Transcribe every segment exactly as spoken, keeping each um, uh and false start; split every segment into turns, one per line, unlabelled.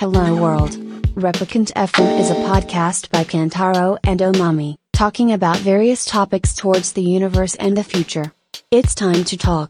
Hello World. Replicant エフエム is a podcast by Kantaro and Omami, talking about various topics towards the universe and the future. It's time to talk.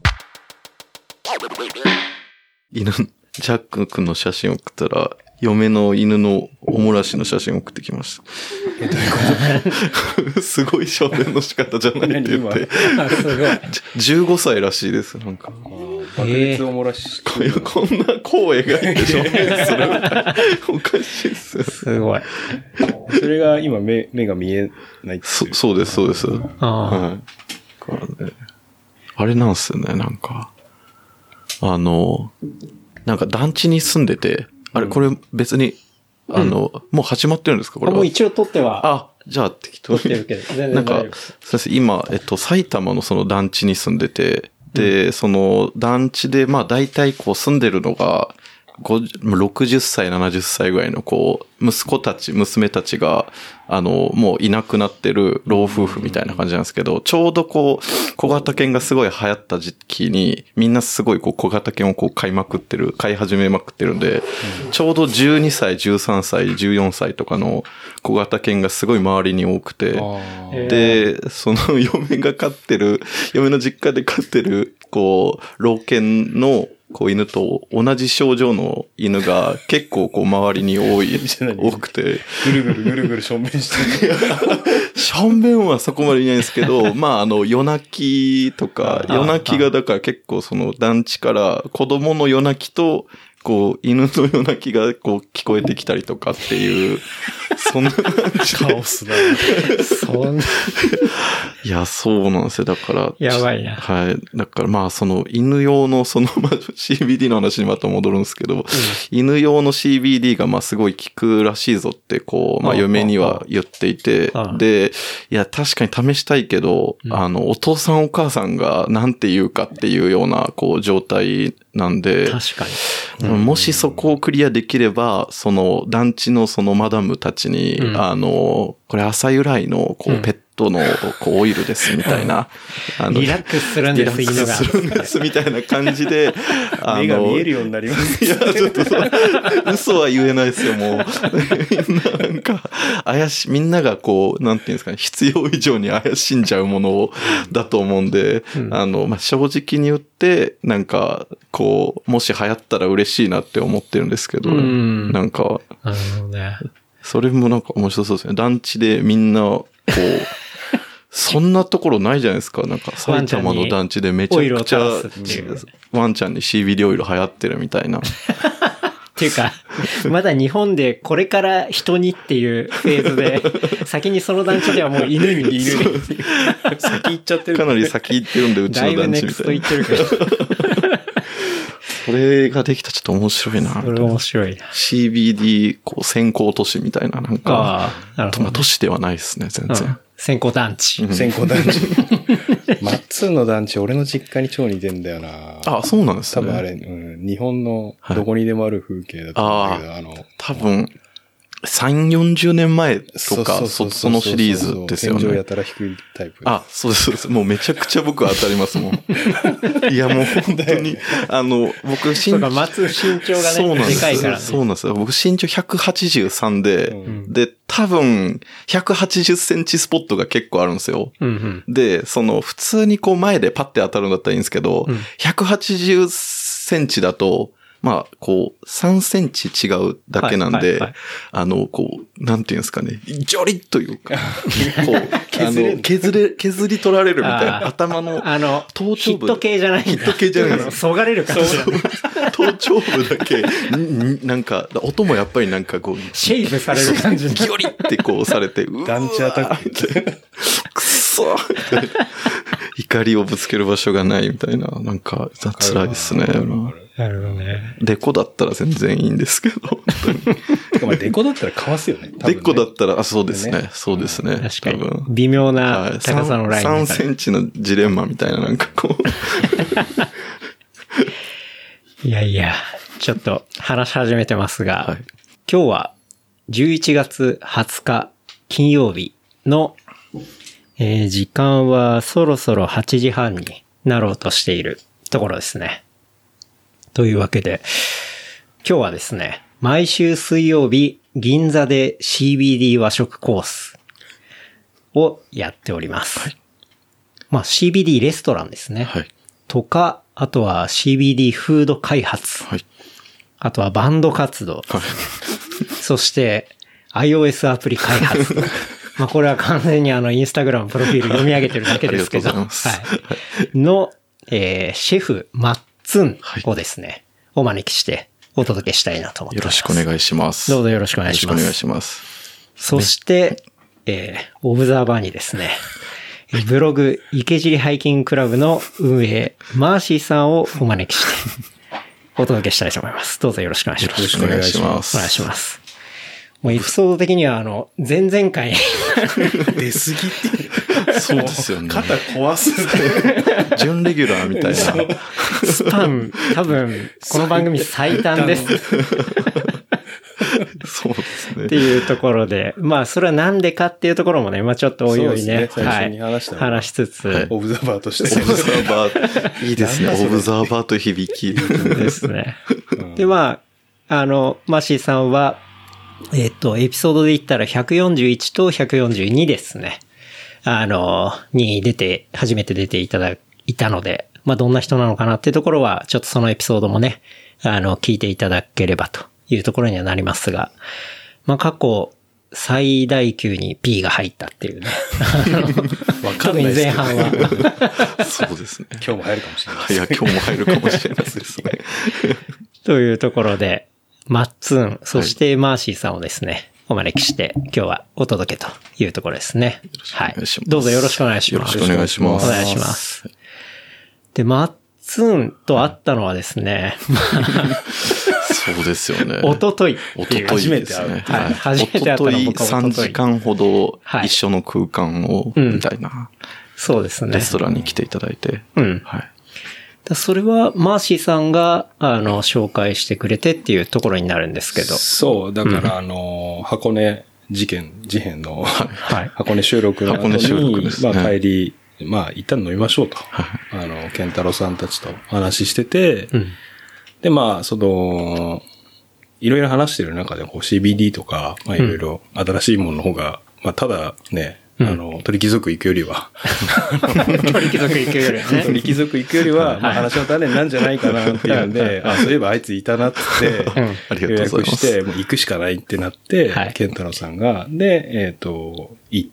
犬、ジャック君の写真送ったら、嫁の犬のおもらしの写真送ってきました。
え、どういうこと
すごい少年の仕方じゃないって言って。
すごい。
じゅうごさいらしいです、なんか。
爆裂おもらし。
こんなこう描いて証明する。おかしいっすよ。
すごい。
それが今目、目が見えないっていう。
そ、そうです、そうです。
ああ、
はい。からね、あれなんすよね、なんか。あの、なんか団地に住んでて、あれ、これ別に、あの、うん、もう始まってるんですかこれは。
もう一応撮っては。
あ、じゃあ適当に。
撮ってるけど、全然
なんか、先生、今、えっと、埼玉のその団地に住んでて、で、うん、その団地で、まあ大体こう住んでるのが、ろくじゅっさい、ななじゅっさいぐらいのこう、息子たち、娘たちが、あの、もういなくなってる老夫婦みたいな感じなんですけど、ちょうどこう、小型犬がすごい流行った時期に、みんなすごいこう小型犬をこう飼いまくってる、飼い始めまくってるんで、うん、ちょうどじゅうにさい、じゅうさんさい、じゅうよんさいとかの小型犬がすごい周りに多くて、で、その嫁が飼ってる、嫁の実家で飼ってる、こう、老犬の、こう犬と同じ症状の犬が結構こう周りに多い、多くて。
ぐるぐるぐるぐるしょんべんしてる。
しょんべんはそこまでいないんですけど、まああの夜泣きとか、夜泣きがだから結構その団地から子供の夜泣きと、こう、犬の夜泣きがこう聞こえてきたりとかっていう、そんな感じで。
カオスだね。
そんな。
いや、そうなんですよ。だから。
やばいな。
はい。だからまあ、その犬用のその、まあ、シービーディー の話にまた戻るんですけど、うん、犬用の シービーディー がまあすごい効くらしいぞってこう、まあ嫁には言っていて、で、いや、確かに試したいけど、うん、あの、お父さんお母さんがなんて言うかっていうような、こう、状態なんで、
確かに。
もしそこをクリアできれば、その団地のそのマダムたちに、うん、あの、これ朝由来のこうペットのこうオイルですみたいな、
うん、あのリラックスするんです、犬が。リラックスするんですみ
たいな感じで、
あの目が見えるようになります。
いや、ちょっと嘘は言えないですよ、もう。みんななんか、怪し、みんながこう、なんていうんですかね、必要以上に怪しんじゃうものを、だと思うんで、うん、あの、まあ、正直に言って、なんか、こう、もし流行ったら嬉しいなって思ってるんですけど、うん、なんか、
なるほどね。
それもなんか面白そうですね。団地でみんな、こう、そんなところないじゃないですか。なんか埼玉の団地でめちゃくちゃワンちゃんに シービーディー オイル流行ってるみたいな。
っていうか、まだ日本でこれから人にっていうフェーズで、先にその団地ではもう犬に犬に。
先行っちゃってる。
かなり先行ってるんで、うちの団地みたいな。だいぶネクスト
行ってるけど。
それができたらちょっと面白いな。
それ面白い。
シービーディー、こう、先行都市みたいな、なんか。ああ、なるほど、ね。まあ、都市ではないですね、全然。うん、
先行団地。
うん、先行団地。マッツーの団地、俺の実家に超似てんだよな。
あ、そうなんですね。
多分あれ、うん、日本のどこにでもある風景だと思うんだけど、はい、あの、
多分、さん、よんじゅうねんまえとか、そのシリーズですよね。
天井やたら低いタイプ。
あ、そうです、そうです。もうめちゃくちゃ僕当たりますもん。いや、もう本当に、あの、僕身長。
そうか、松身長がね、でかいからね。
そうなんですよ。僕身長ひゃくはちじゅうさんで、うん、で、多分、ひゃくはちじゅっセンチスポットが結構あるんですよ。うんうん、で、その、普通にこう前でパッて当たるんだったらいいんですけど、うん、ひゃくはちじゅっセンチだと、まあ、こう、さんセンチ違うだけなんで、はいはいはい、あの、こう、なんていうんですかね、ジョリッというか、こう、削れ、削れ、削り取られるみたいな、頭の、
あの、頭頂部。ヒット系じゃないんだ。
ヒット系じゃないです。
そがれる感じだ、ね。
頭頂部だけ、なんか、音もやっぱりなんかこう、
シェイブされる感じ。
ギョリってこうされて、うわ
団地アタック。
くそ怒りをぶつける場所がないみたいな、なんか、辛いですね。
なるほどね。
デコだったら全然いいんですけど、本当に。
てかまあデコだったらかわすよね。
デコだったら、あ、そうですね。そうですね。
確かに。微妙な高さのライン、
はい、さんセンチのジレンマみたいな、なんかこ
う。いやいや、ちょっと話し始めてますが、はい、今日はじゅういちがつはつか金曜日の、えー、時間はそろそろはちじはんになろうとしているところですね。というわけで、今日はですね、 毎週水曜日、銀座で シービーディー 和食コースをやっております。はい、まあ シービーディー レストランですね。はい、とか、あとは シービーディー フード開発。はい、あとはバンド活動。はい、そして iOS アプリ開発。まあこれは完全にあのインスタグラムプロフィール読み上げてるだけですけど。はい。の、えー、シェフマッツンをですね、はい、お招きしてお届けしたいなと思っています。
よろしくお願いします。
どうぞよろしくお願いします。
よろしくお願いします。
そして、えー、オブザーバーにですね、ブログ池尻ハイキングクラブの運営、マーシーさんをお招きしてお届けしたいと思います。どうぞよろしくお願いします。
よろしくお願いします。
お願いします。もうエピソード的にはあの、前々回
出すぎって。
そうですよね。
肩壊す。
準レギュラーみたいな。
スパン、多分、この番組最短です。
そうですね。
っていうところで、まあ、それはなんでかっていうところもね、まあちょっとおいおいね、
最初に話した、
はい、話しつつ、はい、
オブザーバーとして。
オブザーバー、いいですね。オブザーバーと響き。
ですね。うん、で、まあ、あの、マシーさんは、えっと、エピソードで言ったらひゃくよんじゅういちとひゃくよんじゅうにですね。あの、に出て、初めて出ていただいたので、まあどんな人なのかなっていうところは、ちょっとそのエピソードもね、あの、聞いていただければというところにはなりますが、まあ過去、最大級に P が入ったっていうね。
わかんないですけど、ね、
前半は。
そうですね。
今日も入るかもしれないです。
いや、今日も入るかもしれないですね。
というところで、マッツン、そしてマーシーさんをですね、お招きして、今日はお届けというところですね。はい。どうぞよろしくお願いします。
よろしくお願いします。
お願いします。で、マッツンと会ったのはですね、
そうですよね。
おととい。
おととい
初めて会う。
はい。初めて会ったの僕は
さんじかんほど一緒の空間を、みたいな。
そうですね。
レストランに来ていただいて。
うん。はい。それは、マーシーさんが、あの、紹介してくれてっていうところになるんですけど。
そう、だから、うん、あの、箱根事件、事変の、はい、箱根収録の後に、
箱根収録ですね、
まあ帰り、まあ一旦飲みましょうと。はい、あの、ケンタロウさんたちと話してて、うん、で、まあ、その、いろいろ話してる中で、こう シービーディー とか、まあいろいろ新しいものの方が、まあただね、あの、鳥貴族行くよりは。
鳥貴族行くよりはね。
鳥貴族行くよりは、まあ話の種なんじゃないかなっていうんで、あ、そういえばあいついたなって、予約して、もう行くしかないってなって、ケンタロウさんが、で、えっと、行って、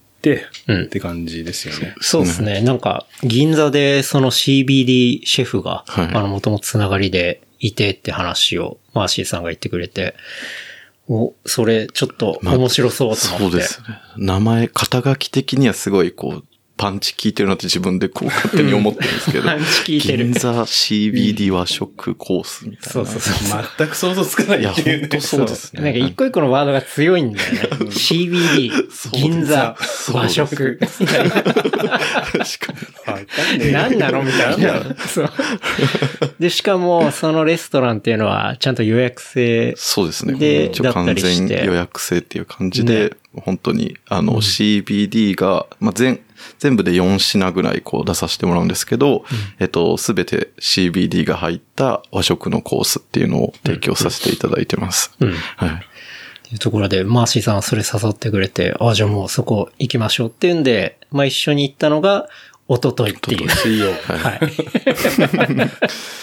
って感じですよね。
そうですね。なんか、銀座でその シービーディー シェフが、あの、もともとつながりでいてって話を、マーシーさんが言ってくれて、お、それ、ちょっと面白そうと思って、まあ。そうですね。
名前、肩書き的にはすごい、こう、パンチ効いてるなって自分でこう勝手に思ってるんですけど。
パンチ効いてる。
銀座 シービーディー 和食コースみたいな。
そうそうそう。
全く想像つかない。い
や、本当そうですね。
なんか一個一個のワードが強いんだよね。シービーディー、銀座、和食。みたいな。確
か
に。何なのみたいな。そう。で、しかも、そのレストランっていうのは、ちゃんと予約制。
そうですね。
で、
一応完全予約制っていう感じで、ね、本当に、あの、うん、シービーディー が、まあ、全、全部でよん品ぐらいこう出させてもらうんですけど、うん、えっと、すべて シービーディー が入った和食のコースっていうのを提供させていただいてます。うん。はい。
っていうところで、マーシーさんはそれ誘ってくれて、ああ、じゃあもうそこ行きましょうっていうんで、まあ一緒に行ったのが、一昨日っていう。
水曜。
はい。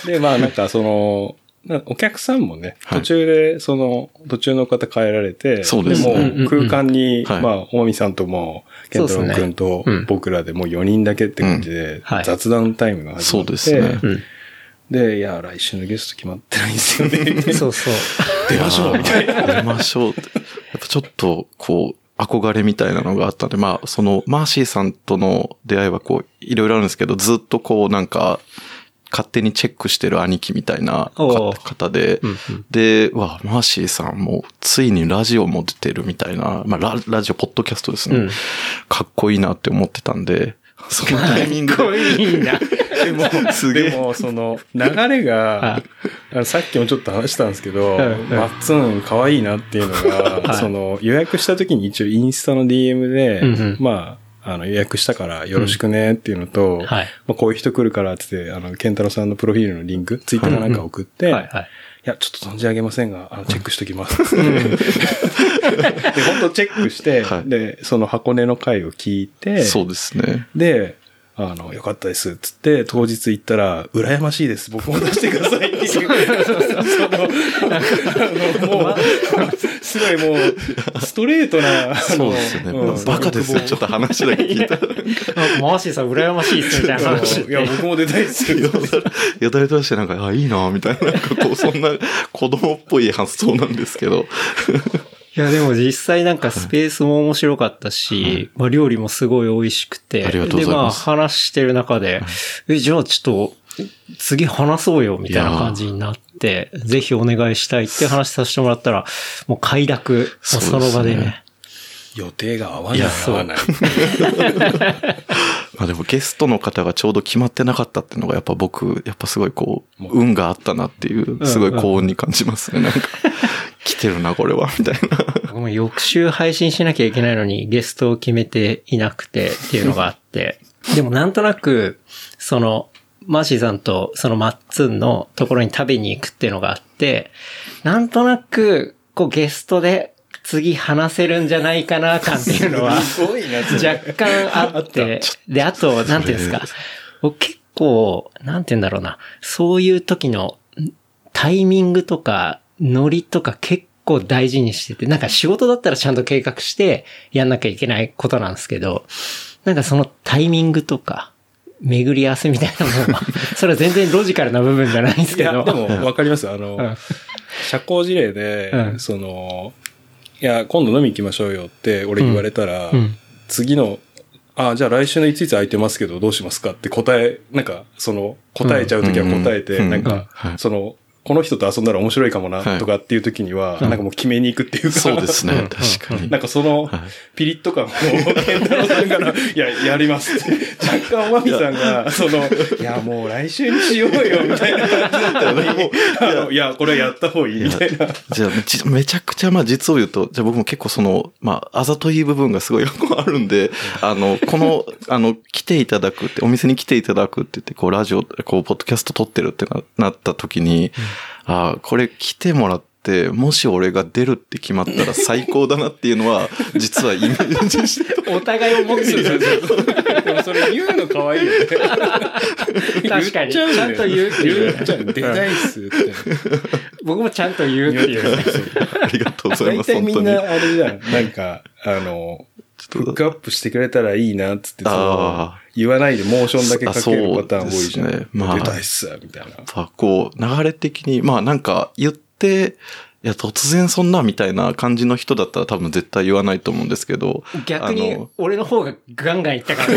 で、まあなんかその、お客さんもね、途中で、その、途中の方帰られて、
そうです
ね。でも、空間に、まあ、おまみさんとも、ケンタロウ君と僕らでもうよにんだけって感じで、雑談タイムが始まって、
そうですね。
で、いや、来週のゲスト決まってないんですよね。
そうそう。
出ましょうみたいな。
出ましょうって。やっぱちょっと、こう、憧れみたいなのがあったんで、まあ、その、マーシーさんとの出会いはこう、いろいろあるんですけど、ずっとこう、なんか、勝手にチェックしてる兄貴みたいな方で、うんうん、で、わ、マーシーさんもついにラジオも出てるみたいな、まあラ、ラジオ、ポッドキャストですね、うん。かっこいいなって思ってたんで、そのタイミングで。
かっこいいな。
でも、すげえ。でも、その、流れが、ああさっきもちょっと話したんですけど、マッツン可愛いなっていうのが、その、予約した時に一応インスタの ディーエム で、うんうん、まあ、 あの予約したからよろしくねっていうのと、
うんはい
まあ、こういう人来るからって言って、あの、ケンタロウさんのプロフィールのリンク、ツイッターかなんか送って、
はいはい。
いや、ちょっと存じ上げませんが、あの、チェックしときます。で、本当チェックして、はい、で、その箱根の回を聞いて、
そうですね。
で、あの、よかったです、つって、当日行ったら、羨ましいです、僕も出してくださいっていう。そうそうそう。その、あの、もう、すごいもう、ストレートな、
そうですよね。うん、バカですよ、ちょっと話だけ聞いたら。
マーシーさん羨ましいっすみたいな話。
いや、僕も出たいっすよ。
よだれ出してなんか、あ、いいなみたいな、なんかこう、そんな子供っぽい発想なんですけど。
いや、でも実際なんかスペースも面白かったし、はい、まあ料理もすごい美味しくて、
ありがとうございます。
で、まあ話してる中で、はい、え、じゃあちょっと、次話そうよ、みたいな感じになって、ぜひお願いしたいって話させてもらったら、もう快諾、もうその場でね。
予定が合わない合わない。
まあでもゲストの方がちょうど決まってなかったっていうのがやっぱ僕、やっぱすごいこう、運があったなっていう、すごい幸運に感じますね、なんか。来てるな、これは、みたいな。
僕も翌週配信しなきゃいけないのにゲストを決めていなくてっていうのがあって、でもなんとなく、その、マーシーさんとそのマッツンのところに食べに行くっていうのがあって、なんとなく、こうゲストで次話せるんじゃないかな感っていうのは、若干あって、で、あと、なんていうんですか、僕結構、なんていうんだろうな、そういう時のタイミングとか、ノリとか結構大事にしてて、なんか仕事だったらちゃんと計画してやんなきゃいけないことなんですけど、なんかそのタイミングとか、巡り合わせみたいなものは、それは全然ロジカルな部分じゃないんですけど。いや、
でもわかります。あの、うん、社交辞令で、うん、その、いや、今度飲み行きましょうよって俺言われたら、うんうん、次の、あ、じゃあ来週のいついつ空いてますけどどうしますかって答え、なんか、その、答えちゃうときは答えて、うんうん、なんか、うん、その、この人と遊んだら面白いかもな、とかっていう時には、はい、なんかもう決めに行くっていうか。
そうですね、確かに。
なんかその、ピリッと感を、ケンタロウさんから、いや、やりますって。若干、マミさんが、その、いや、もう来週にしようよ、みたいな感じだったのに、あの、いや、これはやった方がいい、みたいな。
じゃあ、めちゃくちゃ、まあ実を言うと、じゃあ僕も結構その、まあ、あざとい部分がすごいあるんで、あの、この、あの、来ていただくって、お店に来ていただくって言って、こう、ラジオ、こう、ポッドキャスト撮ってるってな、なった時に、うんああ、これ来てもらって、もし俺が出るって決まったら最高だなっていうのは、実はイメージしてた。
お互い思ってる。
でもそれ言うの可愛いよね。
確かに。ちゃんと言うっていう。
言っちゃう。出たいっすって。
僕もちゃんと言うっていう。
ありがとうございます。
大体みんなあれじゃん。なんか、あの、フックアップしてくれたらいいなっつってさ、言わないでモーションだけかけるパターン多いじゃん。そうですね。まあ、出たいっす、みたいな。
こう、流れ的に、まあなんか言って、いや、突然そんなみたいな感じの人だったら多分絶対言わないと思うんですけど。
逆に、俺の方がガンガン言ったから。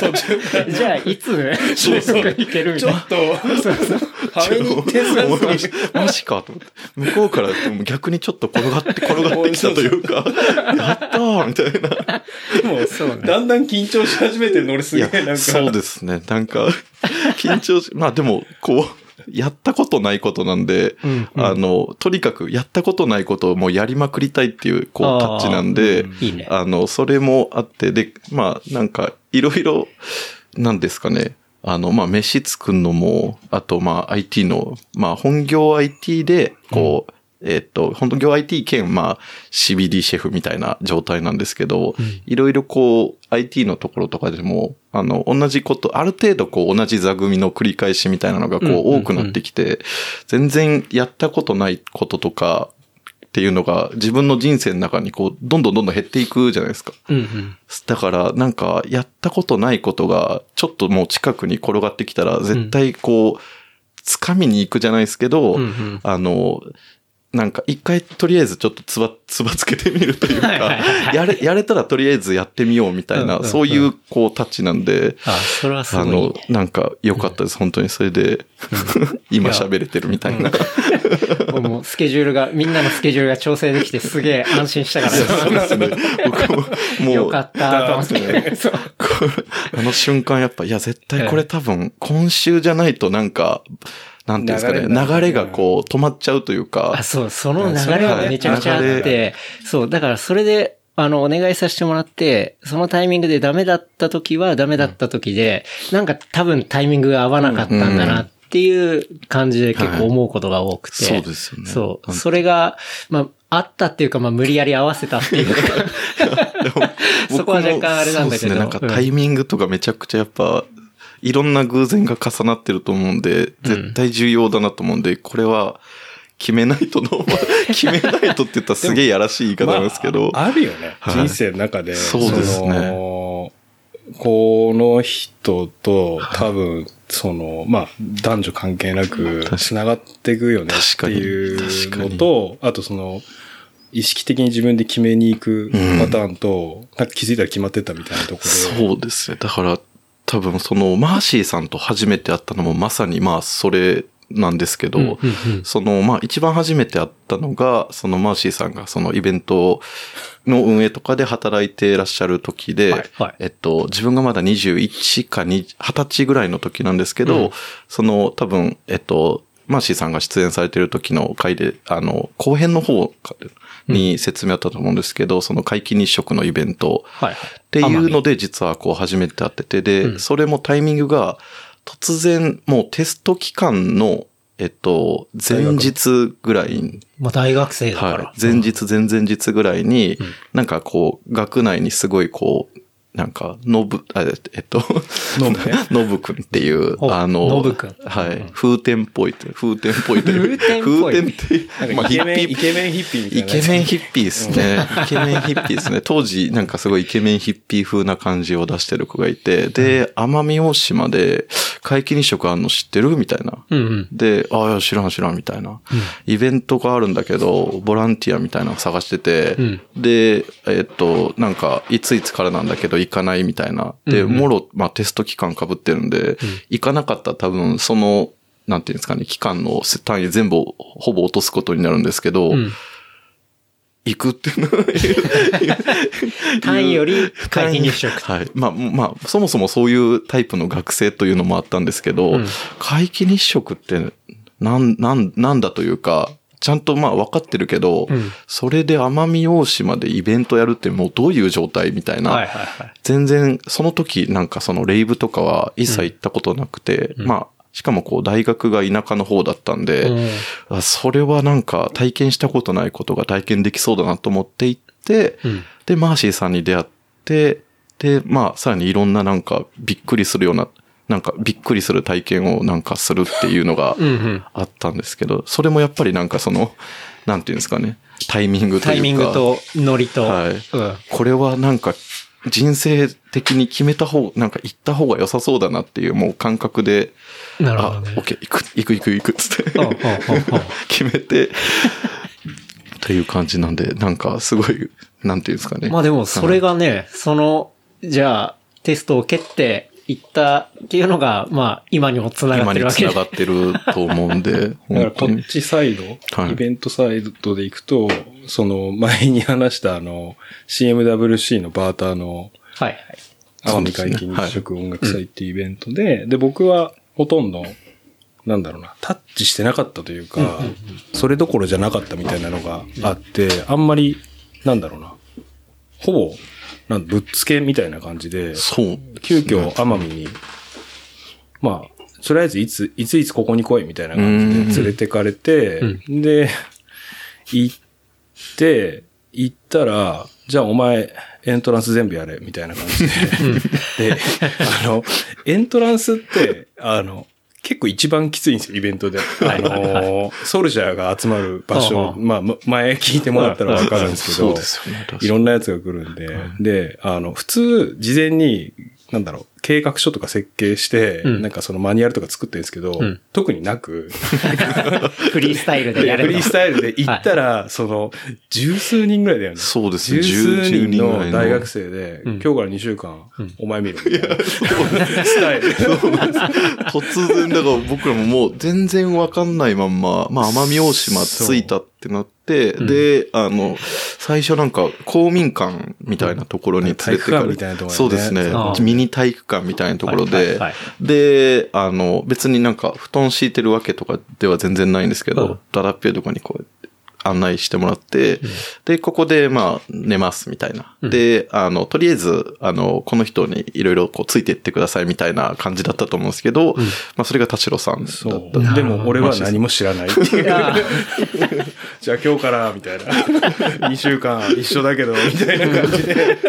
途中から。じゃあ、いつ、収束いけるみたいな。
ちょっと、そうそう。はめに行って
マジかと思って。向こうから逆にちょっと転がって転がってきたというか、やったーみたいな。
でも、そうね。だんだん緊張し始めてるの俺すげえなんか。
そうですね。なんか、緊張し、まあでも、こう、やったことないことなんで、うんうん、あの、とにかくやったことないことをもうやりまくりたいっていう、こう、タッチなんで、
うん、いいね。
あの、それもあって、で、まあ、なんか、いろいろ、なんですかね。あの、まあ、飯作るのも、あと、まあ、アイティー の、まあ、本業 アイティー で、こう、うんえっと、本業 アイティー 兼、まあ、シービーディー シェフみたいな状態なんですけど、いろいろこう、アイティー のところとかでも、あの、同じこと、ある程度こう、同じ座組の繰り返しみたいなのがこう、多くなってきて、全然やったことないこととか、っていうのが自分の人生の中にこう、どんどんどんどん減っていくじゃないですか。
うんうん、
だから、なんか、やったことないことが、ちょっともう近くに転がってきたら、絶対こう、掴みに行くじゃないですけど、
うんうん、
あの、なんか一回とりあえずちょっとつば、つばつけてみるというか、やれ、やれたらとりあえずやってみようみたいな、うんうんうん、そういうこうタッチなんで、
あ、それはすごい、ね。あの、
なんか良かったです、うん、本当に。それで、うん、今喋れてるみたいな。
うん、もうスケジュールが、みんなのスケジュールが調整できてすげえ安心したから、ね。
そうですね。僕も、もう。
よかったと思ってね。そう。
あの瞬間やっぱ、いや絶対これ多分今週じゃないとなんか、なんていうんですかね、流れがこう止まっちゃうというか。
あ、そう、その流れがめちゃくちゃあって、そう、だからそれで、 あの、お願いさせてもらって、そのタイミングでダメだった時はダメだった時で、うん、なんか多分タイミングが合わなかったんだなっていう感じで結構思うことが多くて。
はい、そうですよね。
そう。それが、まあ、あったっていうか、まあ、無理やり合わせたっていうか。そこは若干あれなんだけど。そうですね。
なんかタイミングとかめちゃくちゃやっぱ、いろんな偶然が重なってると思うんで、絶対重要だなと思うんで、これは決めないとの、決めないとって言ったらすげえやらしい言い方なんですけど。
まあ、あるよね。はい、人生の中で。
そうですね。
この人と多分、その、まあ、男女関係なく繋がっていくよねっていうのと、あとその、意識的に自分で決めに行くパターンと、うん、なんか気づいたら決まってたみたいなところで。
そうですね。だから、多分そのマーシーさんと初めて会ったのもまさにまあそれなんですけど、うんうんうん、そのまあ一番初めて会ったのが、そのマーシーさんがそのイベントの運営とかで働いていらっしゃる時で、はいはい、えっと、自分がまだにじゅういちかにじゅう、はたちぐらいの時なんですけど、うん、その多分、えっと、マーシーさんが出演されている時の回で、あの、後編の方に説明あったと思うんですけど、うん、その皆既日食のイベントっていうので実はこう初めて会ってて、で、うん、それもタイミングが突然もうテスト期間のえっと、前日ぐらいに。
まあ大学生だから。
はい。前日、前々日ぐらいに、うん、なんかこう、学内にすごいこう、なんか、のぶ、あえっと、のぶ、ね、のぶくんっていう、あの、
のぶくん。
はい。風天っぽいって、風天っぽいという。
風天っぽい。
風天っていう。
まあ、イケメン、イケメンヒッピーみたいな。
イケメンヒッピーですね。イケメンヒッピーですね。当時、なんかすごいイケメンヒッピー風な感じを出してる子がいて、で、奄美大島で、皆既日食あんの知ってるみたいな。
うんうん、
で、ああ、知らん知らんみたいな、うん。イベントがあるんだけど、ボランティアみたいなのを探してて、うん、で、えっと、なんか、いついつからなんだけど行かないみたいな。で、うんうん、もろ、まあ、テスト期間被ってるんで、うん、行かなかったら多分、その、なんていうんですかね、期間の単位全部ほぼ落とすことになるんですけど、うん、行くっていうの
単位より皆既日食。
はい。まあ、まあ、そもそもそういうタイプの学生というのもあったんですけど、うん、皆既日食ってなん、なん、なんだというか、ちゃんとまあ分かってるけど、うん、それで奄美大島でイベントやるってもうどういう状態みたいな、はいはいはい、全然その時なんかそのレイブとかは一切行ったことなくて、うん、まあしかもこう大学が田舎の方だったんで、うん、それはなんか体験したことないことが体験できそうだなと思って行って、うん、でマーシーさんに出会って、でまあさらにいろんななんかびっくりするようななんかびっくりする体験をなんかするっていうのがあったんですけど、うんうん、それもやっぱりなんかその、なんていうんですかね、タイミングというか。
タイミングとノリと。
はい。
うん、
これはなんか人生的に決めた方、なんか行った方が良さそうだなっていうもう感覚で、
なるほどね、
あ、オッケー、行く、行く行く行くっつって決めて、っていう感じなんで、なんかすごい、なんていうんですかね。
まあでもそれがね、その、じゃあテストを蹴って、行ったっていうのが、まあ、今にも繋がってるわけ
今に繋がってると思うんで。
だからこっちサイド、はい、イベントサイドで行くと、その前に話したあの、シーエムダブリューシー のバーターの、
はい
はい。奄美皆既日食音楽祭っていうイベントで、はいうん、で、僕はほとんど、なんだろうな、タッチしてなかったというか、うんうんうん、それどころじゃなかったみたいなのがあって、あんまり、なんだろうな、ほぼ、なんぶっつけみたいな感じで、
そう、ね。
急遽奄美に、まあ、とりあえずいつ、いついつここに来いみたいな感じで連れてかれて、うん、で、行って、行ったら、じゃあお前、エントランス全部やれ、みたいな感じで。で、あの、エントランスって、あの、結構一番きついんですよ、イベントで。あの、ソルジャーが集まる場所、まあ、前聞いてもらったらわかるんですけど、
そうですよね、
いろんなやつが来るんで、で、あの、普通、事前に、なんだろう、計画書とか設計して、うん、なんかそのマニュアルとか作ってるんですけど、うん、特になく、
フリースタイルでやるの。
フリースタイルで行ったら、はい、その、十数人ぐらいだよね。
そうですね。
十数人の大学生で、うん、今日からにしゅうかん、うん、お前見るみたいな。スタイル。
突然、だから僕らももう全然わかんないまんま、まあ奄美大島着いたってなって、うん、で、あの、最初なんか公民館みたいなところに連れてかれて、ね、そうですね。ミニ体育館みたいなところで、はいはいはい、で、あの、別になんか布団敷いてるわけとかでは全然ないんですけど、だらっぺいとこにこう、 案内してもらって、うん、で、ここで、まあ、寝ますみたいな。うん、で、あの、とりあえず、あの、この人にいろいろこう、ついていってくださいみたいな感じだったと思うんですけど、うん、まあ、それが田代さんだった。
でも、俺は何も知らないっていう。じゃあ今日から、みたいな。にしゅうかん一緒だけど、みたいな感じで。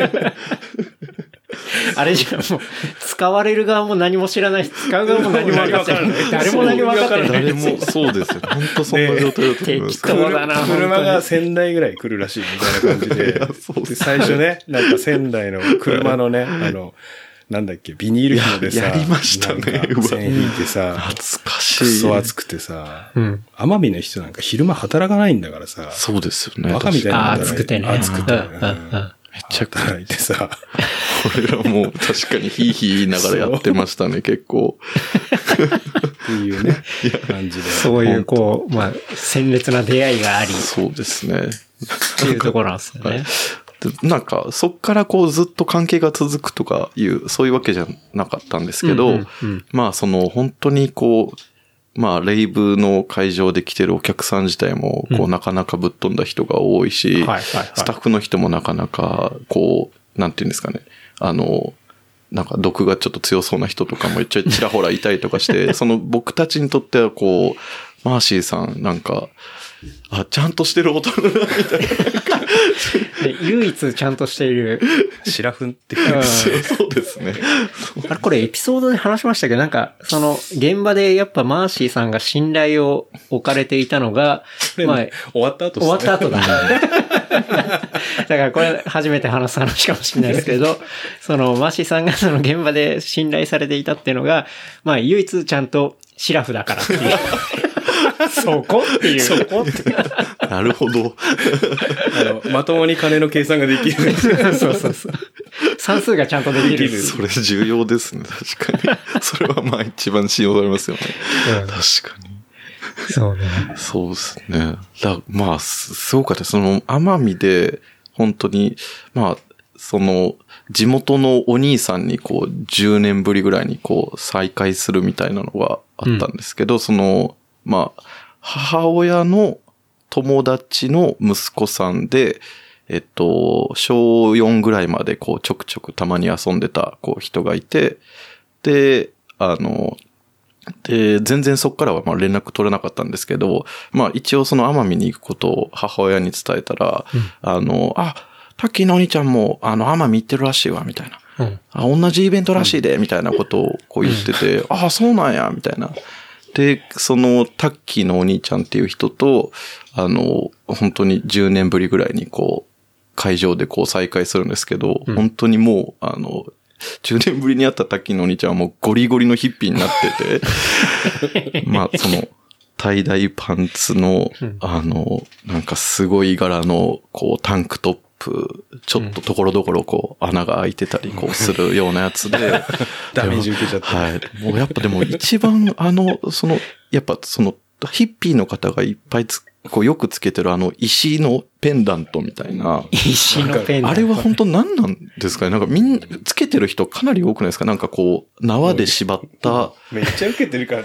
あれじゃもう、使われる側も何も知らないし、使う側も何も分かってない。誰も何も分かってない。
誰も、そうですよ。本当そんな状態だと思います。
適当だな。
車が仙台ぐらい来るらしいみたいな感じで。で最初ね、なんか仙台の車のね、あの、なんだっけ、ビニール紐でさ、
やりましたね。
線引いてさ、
懐かしい。
くそ暑くてさ、うん、奄美の人なんか昼間働かないんだからさ、
そうですよね。
バカみたいな。
暑くてね。
暑くて。
めちゃくちゃ働いてさ、これはもう確かにヒーヒー言いながらやってましたね、結構。
っていうね、感じで。
そういうこう、まあ、鮮烈な出会いがあり。
そうですね。
っていうところなんですよね。
なんか、そっからこうずっと関係が続くとかいう、そういうわけじゃなかったんですけど、うんうんうん、まあその本当にこう、まあレイブの会場で来てるお客さん自体もこう、うん、なかなかぶっ飛んだ人が多いし、はいはいはい、スタッフの人もなかなかこう、なんていうんですかね、あの、なんか毒がちょっと強そうな人とかもちらほらいたりとかして、その僕たちにとってはこう、マーシーさんなんか、あ、ちゃんとしてる大人だみたいな。
で唯一ちゃんとしている。
シラフンって言う。
そうですね。
あれこれエピソードで話しましたけど、なんか、その、現場でやっぱマーシーさんが信頼を置かれていたのが、
まあ、終わった後ですね。
終わった後だ。だからこれ初めて話す話かもしれないですけど、そのマーシーさんがその現場で信頼されていたっていうのが、まあ唯一ちゃんとシラフだからっていう。そこっていう。
そこって。
なるほど。
あの、まともに金の計算ができる。
そうそうそう。算数がちゃんとできる。
それ重要ですね、確かに。それはまあ一番信用されますよね。うん、確かに。
そうね。
そうですね。だまあ、すごかった。その、奄美で、本当に、まあ、その、地元のお兄さんにこう、じゅうねんぶりぐらいにこう、再会するみたいなのがあったんですけど、うん、その、まあ、母親の友達の息子さんで、えっと、しょうよんぐらいまでこう、ちょくちょくたまに遊んでたこう人がいて、で、あの、で、全然そっからはまあ連絡取れなかったんですけど、まあ一応その奄美に行くことを母親に伝えたら、うん、あの、あ、タッキーのお兄ちゃんもあの奄美行ってるらしいわ、みたいな。うん、あ、同じイベントらしいで、みたいなことをこう言ってて、うん、あ、そうなんや、みたいな。で、そのタッキーのお兄ちゃんっていう人と、あの、本当にじゅうねんぶりぐらいにこう、会場でこう再会するんですけど、うん、本当にもう、あの、じゅうねんぶりに会ったタッキーのお兄ちゃんはもうゴリゴリのヒッピーになってて、まあその、タイダイパンツの、あの、なんかすごい柄の、こうタンクトップ、ちょっとところどころこう穴が開いてたりこうするようなやつで、
ダメージ受けちゃった。
はい。もうやっぱでも一番あの、その、やっぱその、ヒッピーの方がいっぱいつ、こうよくつけてるあの石のペンダントみたいな。
石のペンダント。
あれは本当何なんですかね。なんかみんなつけてる人かなり多くないですか。なんかこう縄で縛った。
めっちゃ受けてるから。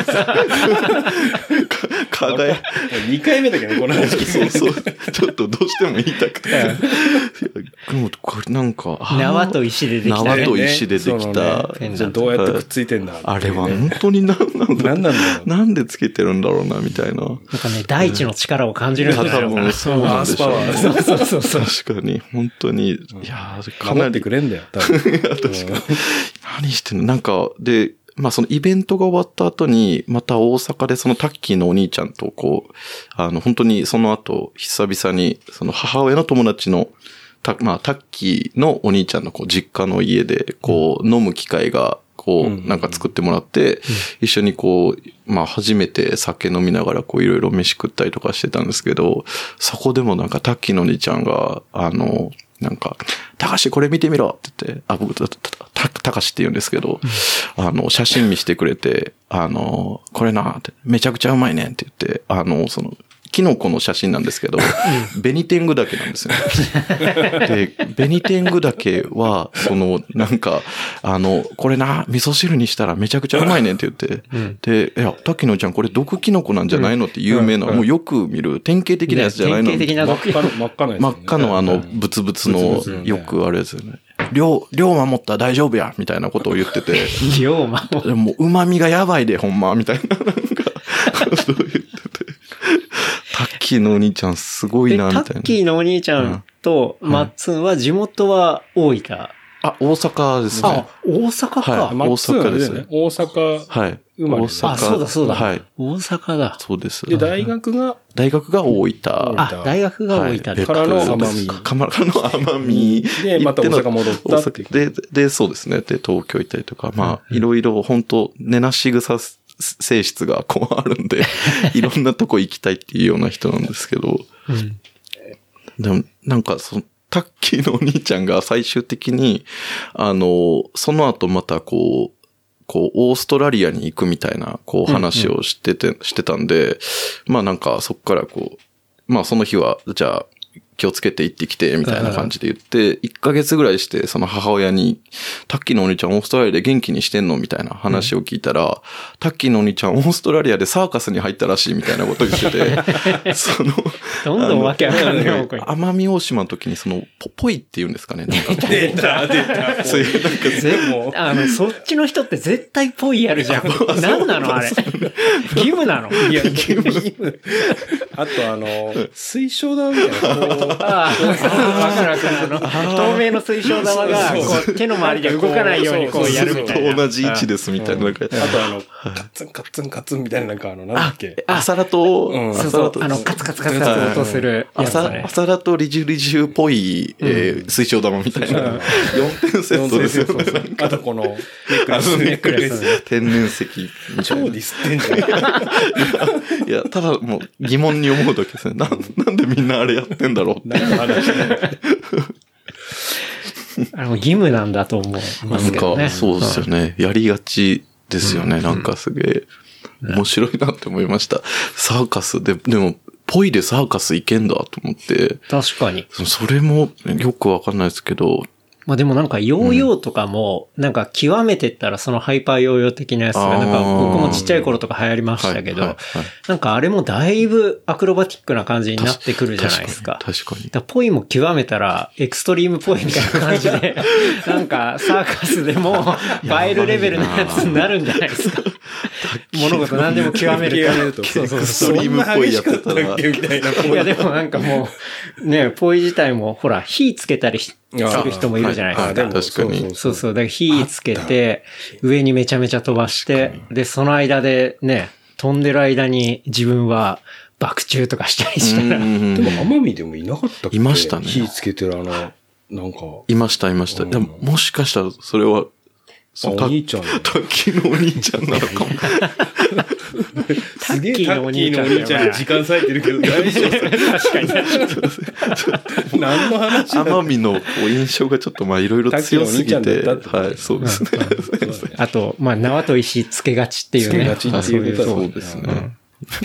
輝
い。にかいめだけど、この話。
そうそう。ちょっとどうしても言いたくて。これなんか。
縄と石でできた。
縄と石でできた。
じゃあどうやってくっついてんだ。
あれは本当に何なんだろう。
何なんだろう。
なんでつけてるんだろうな、みたいな。
なんかね、大地の力を感じるんだ
多分そうなんでしょうね。
そうそうそうそう。
確かに、本当に、いや
かなりくれんだよ、多分。
確かに。何してんのなんか、で、まあそのイベントが終わった後に、また大阪でそのタッキーのお兄ちゃんとこう、あの、本当にその後、久々に、その母親の友達の、たまあタッキーのお兄ちゃんのこう実家の家で、こう、飲む機会が、こう、なんか作ってもらって、一緒にこう、まあ初めて酒飲みながらこういろいろ飯食ったりとかしてたんですけど、そこでもなんかタッキーのお兄ちゃんが、あの、なんか、たかしこれ見てみろって言って、あ、僕、た、た、たかしって言うんですけど、あの、写真見してくれて、あの、これなって、めちゃくちゃうまいねんって言って、あの、その、 キノコの写真なんですけど、ベニテングダケなんですよね。で、ベニテングダケは、その、なんか、あの、これな、味噌汁にしたらめちゃくちゃうまいねんって言って、うん、で、いや、滝野ちゃんこれ毒キノコなんじゃないのって有名な、うん、もうよく見る典型的なやつじゃないの。
典型的な毒キノコ。
真っ赤のやつ、ね。
真っ赤のあの、ブツブツの、よくあるやつよね。量、量守ったら大丈夫やみたいなことを言ってて。
量守った。
でも、旨味がやばいで、ほんまみたいな、なんか、そう言ってて。タッキーのお兄ちゃんすごいな、みたいな。
タッキーのお兄ちゃんとマッツンは地元は大分。
あ、大阪ですね。
あ、大阪か。
はい、大阪ですね。
大阪。
はい。
生まれ。
あ、そうだそうだ。
はい。
大阪だ。
そうです。
で、大学が
大学が大分。
あ、大学が大分で。
からの奄美。
からの奄美。
で、また大阪戻ったって。
で、で、そうですね。で、東京行ったりとか、まあ、いろいろ本当根なし草性質がこうあるんで、いろんなとこ行きたいっていうような人なんですけど。うん、でも、なんか、その、タッキーのお兄ちゃんが最終的に、あの、その後またこう、こう、オーストラリアに行くみたいな、こう話をしてて、うんうん、してたんで、まあなんかそっからこう、まあその日は、じゃあ、気をつけて行ってきて、みたいな感じで言って、いっかげつぐらいして、その母親に、タッキーのお兄ちゃんオーストラリアで元気にしてんのみたいな話を聞いたら、うん、タッキーのお兄ちゃんオーストラリアでサーカスに入ったらしいみたいなことを言ってて、その、
どんどんわけわかんないよ、これ。
奄美大島の時にその、ぽ、ぽいって言うんですかね、なんか。
出た、出た。
そういう、なんか、
全部。あの、そっちの人って絶対ぽいやるじゃん。何なのあれ。義務なの
いや、義務。あとあの、水晶玉みたいな。
ああ、わかるわかる。あの、透明の水晶玉が、こう、手の周りで動かないようにこうやるみたいな。
同じ位置ですみたいな。あと
あの、カッツンカッツンカッツンみたいな、なんかあの、なんだっけ。
アサラと、
そうそう、あの、カツカツカツカツ音するやつね。
アサラとリジュリジュっぽい、え水晶玉みたいな。よんてんセットですよね。
あとこの、ネックレス。
ネックレス。天然石。
超ディスってんじゃん。
いや、ただもう疑問に思うだけですね。なん、なんでみんなあれやってんだろうって。
あの義務なんだと思いますけどね。
なんか、そうですよね。やりがちですよね。なんかすげえ、面白いなって思いました。サーカスで、でも、ぽいでサーカス行けんだと思って。
確かに。
それもよくわかんないですけど、
まあでもなんかヨーヨーとかも、なんか極めてったらそのハイパーヨーヨー的なやつが、なんか僕もちっちゃい頃とか流行りましたけど、なんかあれもだいぶアクロバティックな感じになってくるじゃないですか。
確かに。
だポイも極めたらエクストリームポイみたいな感じで、なんかサーカスでも映えるレベルのやつになるんじゃないですか。物事何でも極めると。
そうそうそう。エクストリームっぽいやってたら。
いやでもなんかもう、ね、ポイ自体もほら火つけたりして、する人もいるじゃないですか。
確かに。
そうそう。だから火つけて、上にめちゃめちゃ飛ばして、で、その間でね、飛んでる間に自分は爆中とかしたりしたら。で
も奄美でもいなかったっけ？
いましたね。
火つけてるあの、なんか。
いました、いました。でも、もしかしたらそれは、
お兄ちゃん。
タッキーのお兄ちゃんなのかも。
タッキーのお兄ちゃん。
タッキーのお兄ちゃんで時間割いてるけど大丈夫？
確かに確
かに。何の話だ？
奄美の印象がちょっとまあいろいろ強すぎて。はい、そうですね。
あと、まあ縄と石つけがちっていうね。
つけがちっていうこと
そうですね。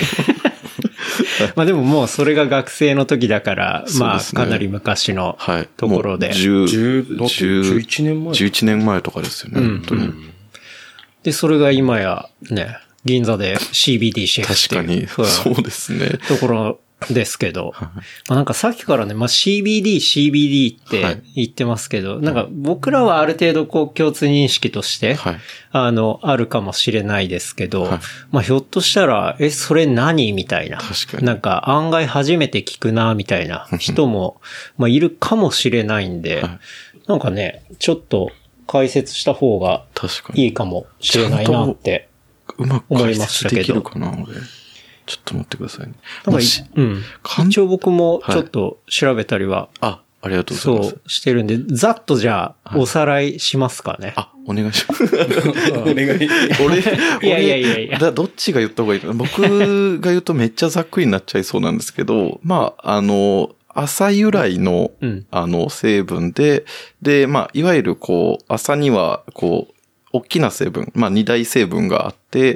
まあでももうそれが学生の時だから、まあかなり昔のところで。
じゅういちねんまえ。じゅういちねんまえとかですよね、本当に。
で、それが今やね、銀座で シービーディー シェフっていう。
確かに。そうですね。
ところですけど。まあなんかさっきからね、まあ シービーディー、シービーディー って言ってますけど、はい、なんか僕らはある程度こう共通認識として、はい、あの、あるかもしれないですけど、はい、まあひょっとしたら、え、それ何みたいな。
確かに。
なんか案外初めて聞くな、みたいな人も、まあいるかもしれないんで、はい、なんかね、ちょっと解説した方がいいかもしれないなって思いましたけど。
うまく解説できるかな、俺。ちょっと待ってくださいね。
なんか、うん。一応僕もちょっと調べたりは、はい、
あ、ありがとうございます。
そう、してるんで、ざっとじゃあ、おさらいしますかね。
あ、お願いします。
お願い。
俺、
いやいやいやいや。
だどっちが言った方がいいかな。僕が言うとめっちゃざっくりになっちゃいそうなんですけど、まあ、あの、朝由来の、うん、あの、成分で、で、まあ、いわゆるこう、朝には、こう、 大きな成分、まあ二大成分があって、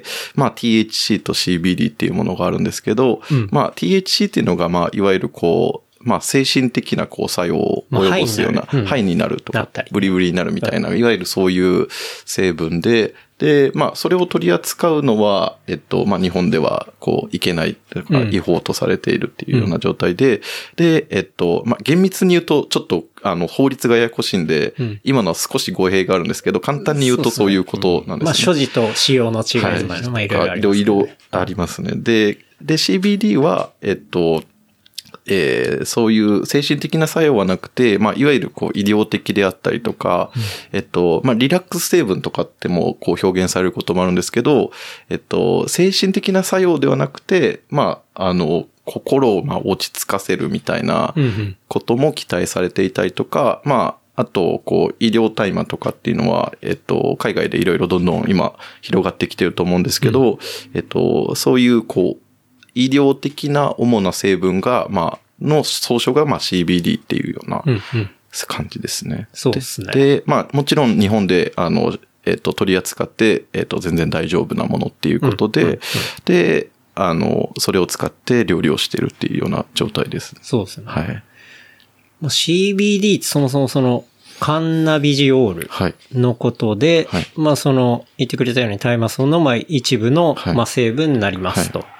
まあ ティーエイチシー と シービーディー っていうものがあるんですけど、うん、まあ ティーエイチシー っていうのがまあいわゆるこう、まあ精神的なこう作用を及ぼすような、ハイになるとか、ブリブリになるみたいな、いわゆるそういう成分で、で、まあそれを取り扱うのは、えっと、まあ日本ではこういけないとか違法とされているっていうような状態で、うん、で、えっと、まあ厳密に言うとちょっとあの法律がややこしいんで、うん、今のは少し語弊があるんですけど、簡単に言うとそういうことなんですね。そうそう、うん、まあ
所持と使用の違いとか、はい、まあいろいろありますね。
いろいろありますね。で、で シービーディー は、えっと、えー、そういう精神的な作用はなくて、まあ、いわゆるこう医療的であったりとか、うん、えっと、まあ、リラックス成分とかってもこう表現されることもあるんですけど、えっと、精神的な作用ではなくて、まあ、あの、心をまあ落ち着かせるみたいなことも期待されていたりとか、うんうん、まあ、あと、こう、医療大麻とかっていうのは、えっと、海外でいろいろどんどん今広がってきてると思うんですけど、うん、えっと、そういう、こう、医療的な主な成分が、まあ、の総称が、まあ シービーディー っていうような感じですね。うんうん、
そうですね。
で、まあ、もちろん日本で、あの、えっと、取り扱って、えっと、全然大丈夫なものっていうことで、うんうんうん、で、あの、それを使って料理をしてるっていうような状態です。
そうですね。
はい。
まあ、シービーディー ってそもそもその、カンナビジオールのことで、はいはい、まあ、その、言ってくれたように大麻草の、まあ、一部の、はい、まあ、成分になりますと。はい、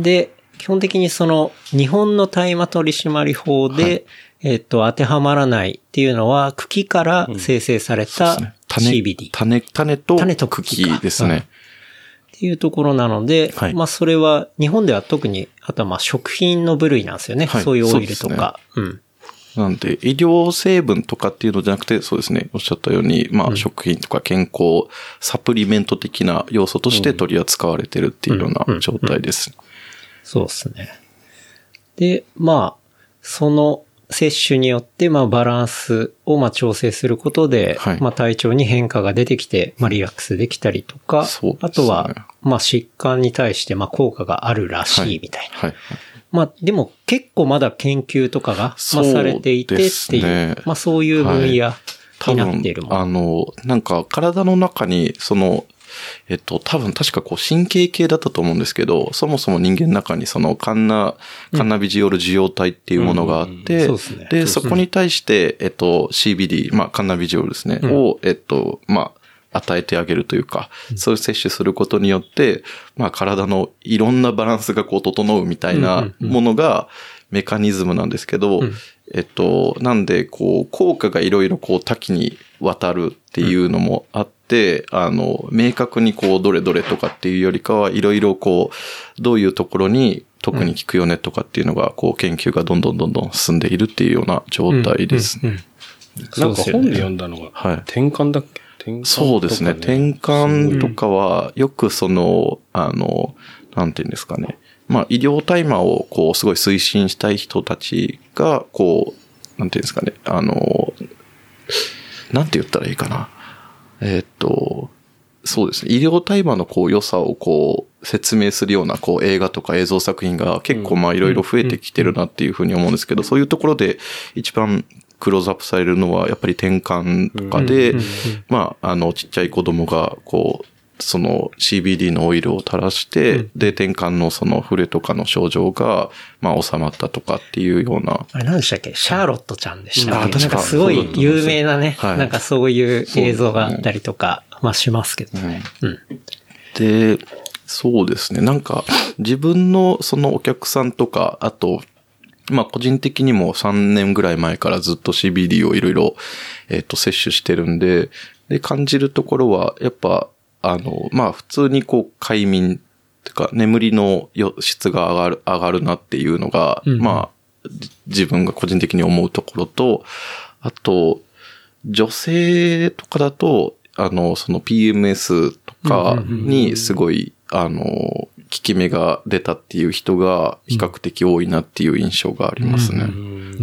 で、基本的にその日本の大麻取締法で、はい、えっと当てはまらないっていうのは茎から生成された シービーディー。
種、種と種と茎ですね。
っていうところなので、はい、まあそれは日本では特にあとはまあ食品の部類なんですよね。はい、そういうオイルとか。うね、うん。
なんで医療成分とかっていうのじゃなくて、そうですね。おっしゃったように、まあ食品とか健康、サプリメント的な要素として取り扱われてるっていうような状態です。うんうんうん、
そうですね。で、まあ、その摂取によって、まあ、バランスをまあ調整することで、はい、まあ、体調に変化が出てきて、まあ、リラックスできたりとか、そうですね、あとは、まあ、疾患に対して、まあ、効果があるらしいみたいな。はいはい、まあ、でも、結構まだ研究とかが、まあ、されていてっていう、ね、まあ、そういう分野になっているもの。
あの、なんか、体の中に、その、えっと、多分確かこう神経系だったと思うんですけど、そもそも人間の中にそのカンナ、カンナビジオール受容体っていうものがあって、で、そこに対して、えっと、シービーディー、まあカンナビジオールですね、うん、を、えっと、まあ、与えてあげるというか、そういう摂取することによって、まあ体のいろんなバランスがこう整うみたいなものがメカニズムなんですけど、えっと、なんでこう効果がいろいろこう多岐にわたるっていうのもあって、で、あの、明確にこう、どれどれとかっていうよりかは、いろいろこう、どういうところに特に効くよねとかっていうのが、こう、研究がどんどんどんどん進んでいるっていうような状態です。うんうんうん、
なんか本で読んだのが、はい、転換だっけ転換、ね、
そうですね。転換とかは、よくその、あの、なんていうんですかね。まあ、医療大麻をこう、すごい推進したい人たちが、こう、なんていうんですかね。あの、なんて言ったらいいかな。えっと、そうですね。医療大麻のこう良さをこう説明するようなこう映画とか映像作品が結構まあいろいろ増えてきてるなっていうふうに思うんですけど、そういうところで一番クローズアップされるのはやっぱり転換とかで、まああのちっちゃい子供がこうその シービーディー のオイルを垂らして、うん、で、転換のその触れとかの症状が、まあ収まったとかっていうような。
あれ何でしたっけ？シャーロットちゃんでしたっけ？うん、なんかすごい有名なね、はい、なんかそういう映像があったりとか、まあしますけどね。うん、
で、そうですね。なんか自分のそのお客さんとか、あと、まあ個人的にもさんねんぐらい前からずっと シービーディー をいろいろ、えっと、摂取してるんで、で、感じるところは、やっぱ、あの、まあ普通にこう快眠っていうか眠りの質が上がる、上がるなっていうのが、うん、まあ自分が個人的に思うところと、あと女性とかだと、あの、その ピーエムエス とかにすごい、あの、効き目が出たっていう人が比較的多いなっていう印象がありますね。
うん、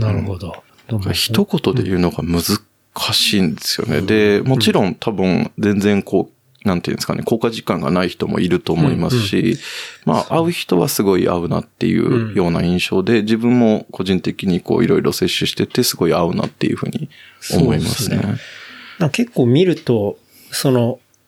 なるほど。
一言で言うのが難しいんですよね。で、もちろん多分全然こう、なんていうんですかね、効果実感がない人もいると思いますし、うんうん、まあ、会う人はすごい合うなっていうような印象で、自分も個人的にこう、いろいろ摂取してて、すごい合うなっていうふうに思いますね。
そうですね。結構見ると、その、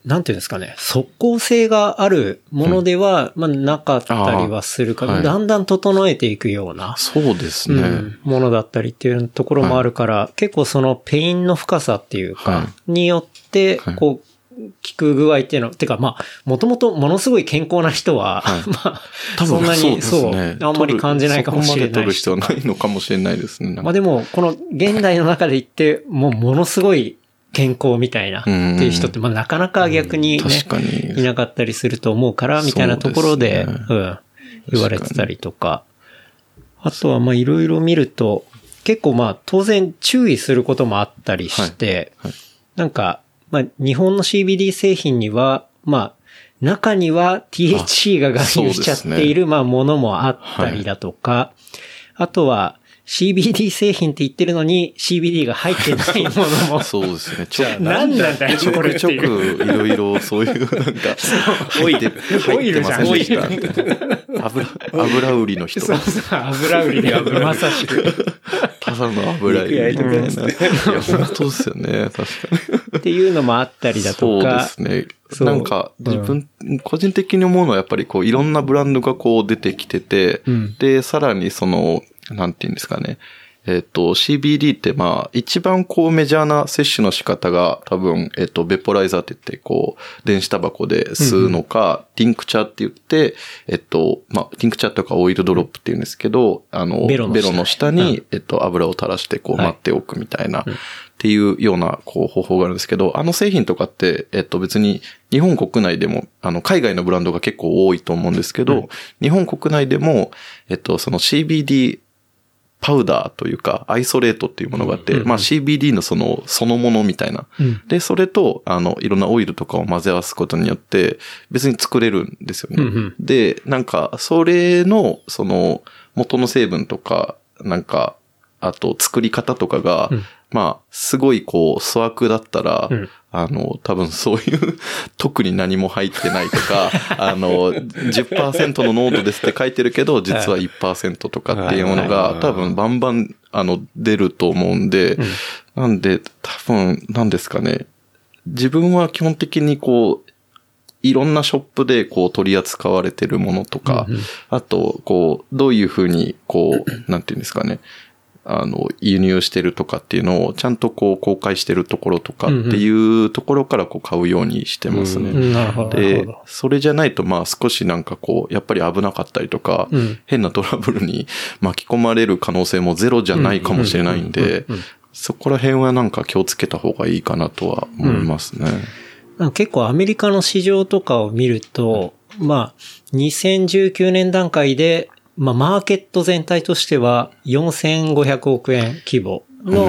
なんていうんですかね、即効性があるものでは、うん、まあなかったりはするから、はい、だんだん整えていくような。
そうですね、うん。
ものだったりっていうところもあるから、はい、結構そのペインの深さっていうか、はい、によって、こう、効く具合っていうのは、てかまあ、もともとものすごい健康な人は、はい、まあ、そんなに、そう、ね、そう、あんまり感じないかもしれない。そこまで取る
必要はないのかもしれないですね。
まあでも、この現代の中で言って、もうものすごい健康みたいなっていう人って、まあなかなか逆にね、確かにいなかったりすると思うから、みたいなところで、うでね、うん、言われてたりとか。あとはまあいろいろ見ると、結構まあ当然注意することもあったりして、はいはい、なんか、まあ、日本の シービーディー 製品には、まあ、中には ティーエイチシー が含有しちゃっている、まあ、ものもあったりだとか、はい、あとは シービーディー 製品って言ってるのに シービーディー が入ってないものも。
そうですね。
じゃあ、何なんだよ、これっていう。
ちょくいろいろそういう、なんか、
オイル、オイルじゃん、オイル。
油、油売りの人。
そうそう、油売りで、まさしく。
ただの油売り。いや、本当ですよね、確かに。
っていうのもあったりだとか。
そうですね。なんか、自分、うん、個人的に思うのはやっぱりこう、いろんなブランドがこう出てきてて、うん、で、さらにその、なんていうんですかね。えっと、シービーディー ってまあ、一番こうメジャーな摂取の仕方が多分、えっと、ベポライザーって言って、こう、電子タバコで吸うのか、うん、ティンクチャーって言って、えっと、まあ、ティンクチャーとかオイルドロップって言うんですけど、あの、ベロの下, ベロの下に、うん、えっと、油を垂らしてこう、待っておくみたいな、はい、っていうような、こう、方法があるんですけど、あの製品とかって、えっと、別に、日本国内でも、あの、海外のブランドが結構多いと思うんですけど、うん、日本国内でも、えっと、その シービーディー、パウダーというか、アイソレートっていうものがあって、うんうんうん、まあ シービーディー のその、そのものみたいな。うん、で、それと、あの、いろんなオイルとかを混ぜ合わすことによって、別に作れるんですよね。うんうん、で、なんか、それの、その、元の成分とか、なんか、あと、作り方とかが、うん、まあ、すごいこう、粗悪だったら、うん、あの、多分そういう、特に何も入ってないとか、あの、じゅっパーセント の濃度ですって書いてるけど、実はいちパーセント とかっていうものが、多分バンバン、あの、出ると思うんで、うん、なんで、多分、なんですかね。自分は基本的にこう、いろんなショップでこう取り扱われてるものとか、うんうん、あと、こう、どういうふうに、こう、なんていうんですかね。あの、輸入してるとかっていうのをちゃんとこう公開してるところとかっていうところからこう買うようにしてますね。
うんうん、なるほど。
で、それじゃないとまあ少しなんかこう、やっぱり危なかったりとか、うん、変なトラブルに巻き込まれる可能性もゼロじゃないかもしれないんで、そこら辺はなんか気をつけた方がいいかなとは思いますね。
うん、結構アメリカの市場とかを見ると、まあ、にせんじゅうきゅうねん段階でまあ、マーケット全体としてはよんせんごひゃくおくえん規模の、うん、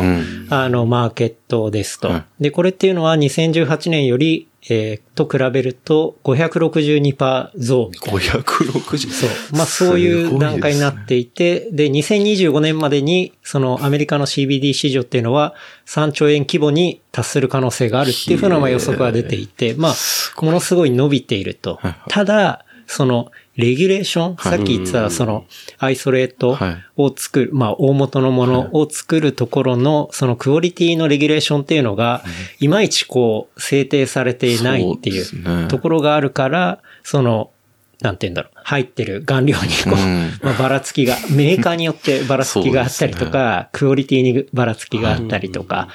あの、マーケットですと。はい、で、これっていうのはにせんじゅうはちねんより、えー、と比べると ごひゃくろくじゅうにパーセント 増みたいな。
ごひゃくろくじゅう?
そう。まあ、そういう段階になっていて、で、にせんにじゅうごねんまでに、そのアメリカの シービーディー 市場っていうのはさんちょうえん規模に達する可能性があるっていうふうなまあ予測が出ていて、まあ、ものすごい伸びていると。ただ、その、レギュレーション、はい、さっき言ってた、その、アイソレートを作る、はい、まあ、大元のものを作るところの、そのクオリティのレギュレーションっていうのが、いまいちこう、制定されていないっていうところがあるから、その、なんて言うんだろう、入ってる顔料にこう、うん、まあ、ばらつきが、メーカーによってばらつきがあったりとか、ね、クオリティにばらつきがあったりとか、はい、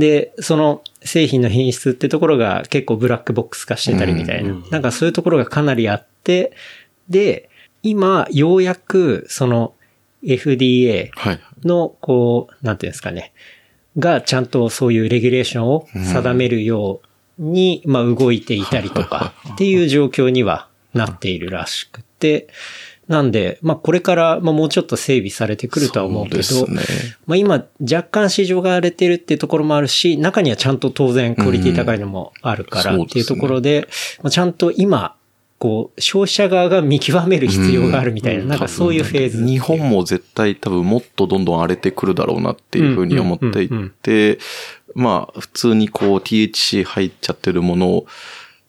で、その製品の品質ってところが結構ブラックボックス化してたりみたいな、うん、なんかそういうところがかなりあって、で、今、ようやく、その、エフディーエー の、こう、なんていうんですかね、が、ちゃんとそういうレギュレーションを定めるように、まあ、動いていたりとか、っていう状況にはなっているらしくて、なんで、まあ、これから、まあ、もうちょっと整備されてくるとは思うけど、そうですね、まあ、今、若干市場が荒れてるっていうところもあるし、中にはちゃんと当然、クオリティ高いのもあるからっていうところで、うん、でね、まあ、ちゃんと今、こう、消費者側が見極める必要があるみたいな、うん、なんかそういうフェーズ。
日本も絶対多分もっとどんどん荒れてくるだろうなっていうふうに思っていて、まあ、普通にこう ティーエイチシー 入っちゃってるもの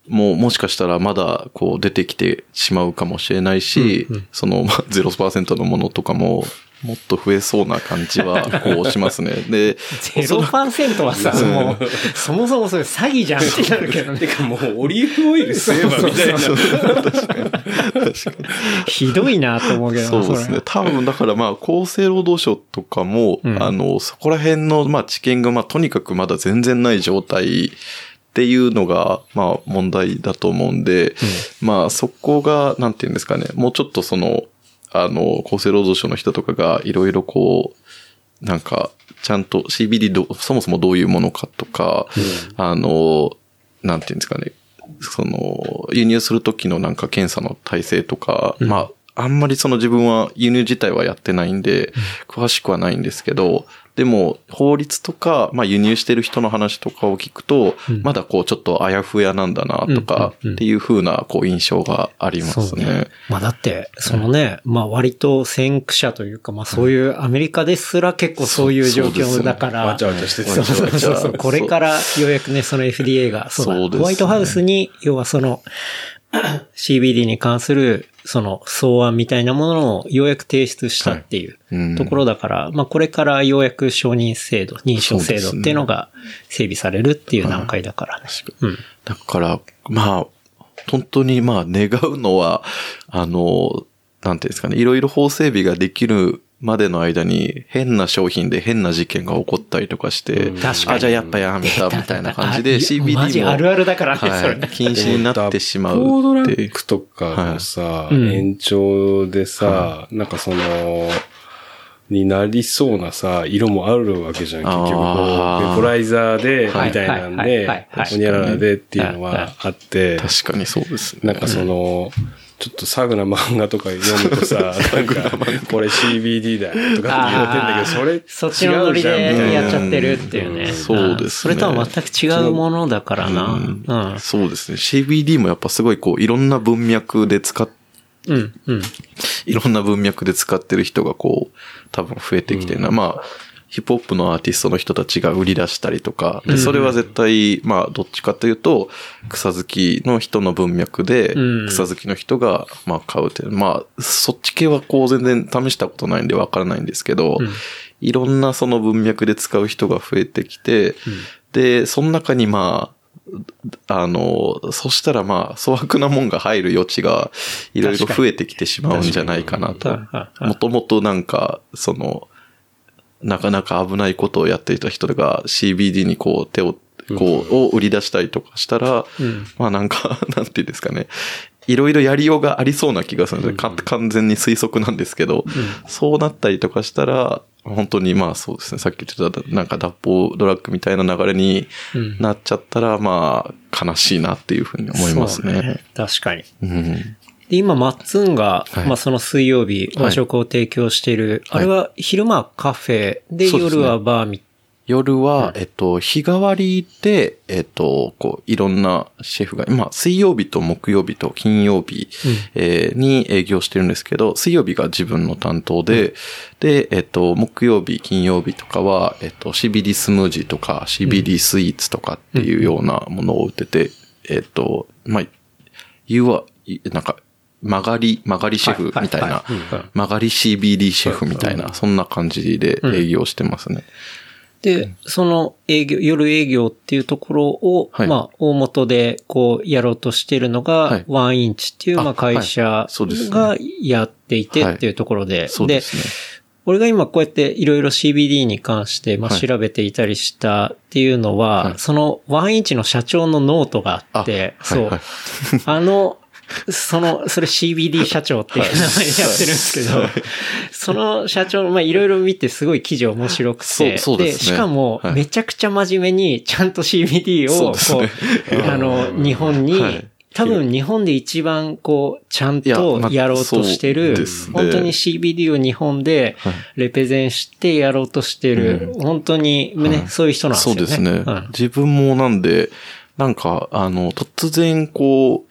もうもしかしたらまだこう出てきてしまうかもしれないし、うんうん、その ゼロパーセント のものとかももっと増えそうな感じはこうしますね。で、
ゼロパーセント はさ、もう、そもそもそれ詐欺じゃんってなるけどね。
てかもうオリーブオイル吸えばみたいな。
確かに。確かに。
ひどいなと思うけど
そうですね。多分だからまあ厚生労働省とかも、うん、あの、そこら辺のまあ知見がまあとにかくまだ全然ない状態っていうのがまあ問題だと思うんで、うん、まあそこがなんていうんですかね、もうちょっとその、あの、厚生労働省の人とかがいろいろこう、なんか、ちゃんと シービーディー ど、そもそもどういうものかとか、うん、あの、なんていうんですかね、その、輸入するときのなんか検査の体制とか、うん、まあ、あんまりその自分は輸入自体はやってないんで、詳しくはないんですけど、でも、法律とか、まあ輸入してる人の話とかを聞くと、うん、まだこうちょっとあやふやなんだなとか、っていう風なこう印象がありますね。ね
まあだって、そのね、うん、まあ割と先駆者というか、まあそういうアメリカですら結構そういう状況だから、
わちゃわちゃして
そうそうそうそう、これからようやくね、その エフディーエー が、そうだ、そうですね、ホワイトハウスに、要はその、シービーディー に関する、その草案みたいなものをようやく提出したっていうところだから、はいうん、まあこれからようやく承認制度、認証制度っていうのが整備されるっていう段階だからね。
うん、だから、まあ、本当にまあ願うのは、あの、なんていうんですかね、いろいろ法整備ができるまでの間に変な商品で変な事件が起こったりとかして、
うん、確かに。
あ、じゃあやっぱやめたみたいな感じで シービーディー も。
マジあるあるだからね、
はい、
それ。
禁止になってしまうって。
コードラックとかのさ、はい、延長でさ、はい、なんかその、になりそうなさ、色もあるわけじゃん、結局こう、ベポライザーで、みたいなんで、ホニャララでっていうのはあって、
確かにそうですね。
なんかその、ちょっとサグな漫画とか読むとさ、なんか、これ シービーディー だよとかって言ってんだけど、それ違うじゃん。
そっちのノリでやっちゃってるっていうね。
うん、そうですね。
それとは全く違うものだからな。うん
うん、そうですね。シービーディー もやっぱすごいこう、いろんな文脈で使って、
うんうん、
いろんな文脈で使ってる人がこう、多分増えてきてるな。うん、まあ、ヒップホップのアーティストの人たちが売り出したりとか、でそれは絶対、まあ、どっちかというと、草好きの人の文脈で、草好きの人が、まあ、買うっていう。まあ、そっち系はこう全然試したことないんでわからないんですけど、うん、いろんなその文脈で使う人が増えてきて、うん、で、その中にまあ、あの、そしたらまあ、粗悪なもんが入る余地がいろいろ増えてきてしまうんじゃないかなと。もともとなんか、その、なかなか危ないことをやっていた人が シービーディー にこう手を、こう、を売り出したりとかしたら、うん、まあなんか、なんていうんですかね。いろいろやりようがありそうな気がするので、うん、完全に推測なんですけど、うん、そうなったりとかしたら、本当にまあそうですね、さっき言ってたなんか脱法ドラッグみたいな流れになっちゃったら、まあ悲しいなっていうふうに思いますね。ね
確かに。
うん
で、今、マッツンが、はい、まあ、その水曜日、和食を提供している、はい、あれは昼間はカフェで、夜はバーみ、
夜は、えっと、日替わりで、えっと、こう、いろんなシェフが、今、水曜日と木曜日と金曜日、うんえー、に営業してるんですけど、水曜日が自分の担当で、うん、で、えっと、木曜日、金曜日とかは、えっと、シービーディー スムージーとか、シービーディー スイーツとかっていうようなものを売ってて、うん、えっと、まあ、言うは、なんか、曲がり、曲がりシェフみたいな、曲がり シービーディー シェフみたいな、そんな感じで営業してますね。
で、その営業、夜営業っていうところを、はい、まあ、大元でこうやろうとしてるのが、はい、ワンインチっていうまあ会社がやっていてっていうところで、
そうですね。
俺が今こうやっていろいろ シービーディー に関してまあ調べていたりしたっていうのは、はい、そのワンインチの社長のノートがあって、あそう、はいはい、あの、その、それ シービーディー 社長っていう名前でやってるんですけど、その社長、まあいろいろ見てすごい記事面白くて、
そうそうですね、
で、しかもめちゃくちゃ真面目にちゃんと シービーディー をこう、うね、あの、日本に、はい多分日本で一番こう、ちゃんとやろうとしてる、まあね、本当に シービーディー を日本でレペゼンしてやろうとしてる、うん、本当にね、はい、そういう人なんですよね。
そうですね。うん、自分もなんで、なんか、あの、突然こう、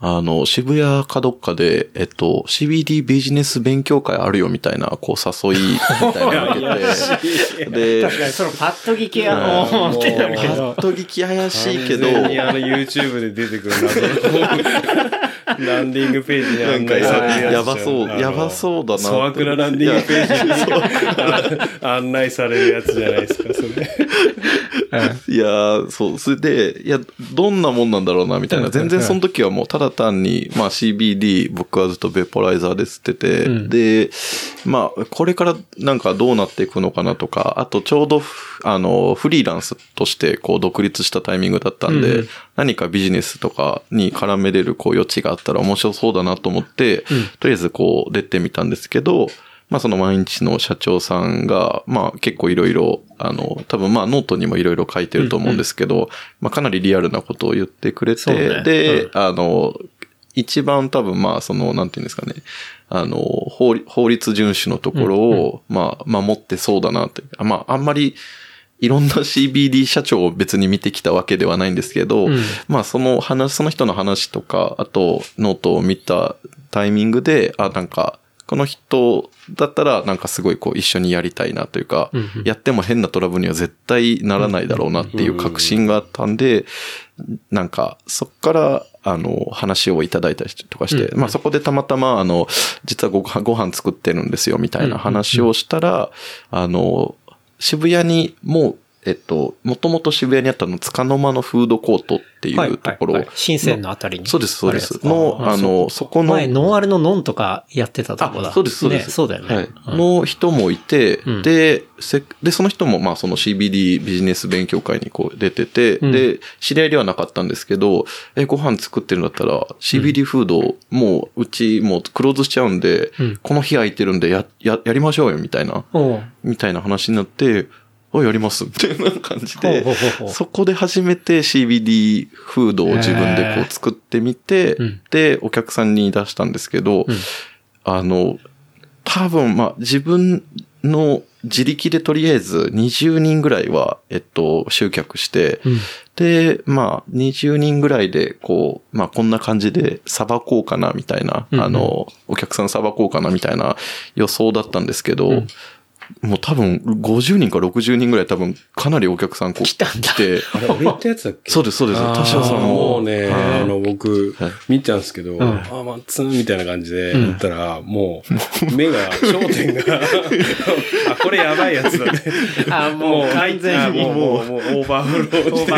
あの、渋谷かどっかで、えっと、シービーディー ビジネス勉強会あるよみたいな、こう、誘いみたいなのを受けて、で、
確かにそのパッと聞きやのーってなるけ
パ
ど。
ッと聞き怪しいけど、
完全にあの YouTube で出てくるな、ランディングページに案内されるやつ。
やばそう、やばそうだな。
粗悪なランディングページに案内されるやつじゃないですか、それ。
いやー、そう、それで、いや、どんなもんなんだろうな、みたいな。全然その時はもう、ただ単に、まあ シービーディー、僕はずっとベポライザーで吸ってて、うん、で、まあ、これからなんかどうなっていくのかなとか、あとちょうど、あの、フリーランスとして、こう、独立したタイミングだったんで、うん、何かビジネスとかに絡めれる、こう、余地があったら面白そうだなと思って、うん、とりあえずこう、出てみたんですけど、まあその毎日の社長さんが、まあ結構いろいろ、あの、多分まあノートにもいろいろ書いてると思うんですけど、うんうん、まあかなりリアルなことを言ってくれて、ね、で、うん、あの、一番多分まあその、なんていうんですかね、あの、法、法律遵守のところを、まあ守ってそうだなって、まああんまり、いろんな シービーディー 社長を別に見てきたわけではないんですけど、うん、まあその話、その人の話とか、あとノートを見たタイミングで、あ、なんか、この人だったらなんかすごいこう一緒にやりたいなというか、うんうん、やっても変なトラブルには絶対ならないだろうなっていう確信があったんで、なんかそっからあの話をいただいたりとかして、うんうん、まあそこでたまたまあの実はご飯、ご飯作ってるんですよみたいな話をしたら、あの渋谷にもうえっと、もともと渋谷にあったの、つかの間のフードコートっていうところ。はいはいはい、新
鮮のあたりに。
そうです、そうです。の、あの、そこの。
前、ノンアルのノンとかやってたとこだ。
そうです、そうです。
ね、そうだよね。
はい。うん、の人もいて、うん、で、せ、で、その人も、まあ、その シービーディー ビジネス勉強会にこう出てて、うん、で、知り合いではなかったんですけど、え、ご飯作ってるんだったら、シービーディー フード、もう、うち、もうクローズしちゃうんで、うん、この日空いてるんで、や、や、やりましょうよ、みたいな、みたいな話になって、あ、やりますみたいな感じで、ほうほうほう、そこで初めて シービーディー フードを自分でこう作ってみて、で、お客さんに出したんですけど、うん、あの、多分、まあ、自分の自力でとりあえずにじゅうにんぐらいは、えっと、集客して、うん、で、まあ、にじゅうにんぐらいで、こう、まあ、こんな感じでさばこうかな、みたいな、うんうん、あの、お客さんさばこうかな、みたいな予想だったんですけど、うんもう多分ごじゅうにんかろくじゅうにんぐらい多分かなりお客さんこう来たん来て。
あれ、俺言ったやつだっけ
そうです、そうです。田代さんも。
もうね、あの、僕、見たんですけど、うん、あ、まあ、つんみたいな感じで言ったら、うん、もう、目が、焦点が、あ、これやばいやつだね。
あ、もう完全に。
もう、もう、もうオーバーフローして、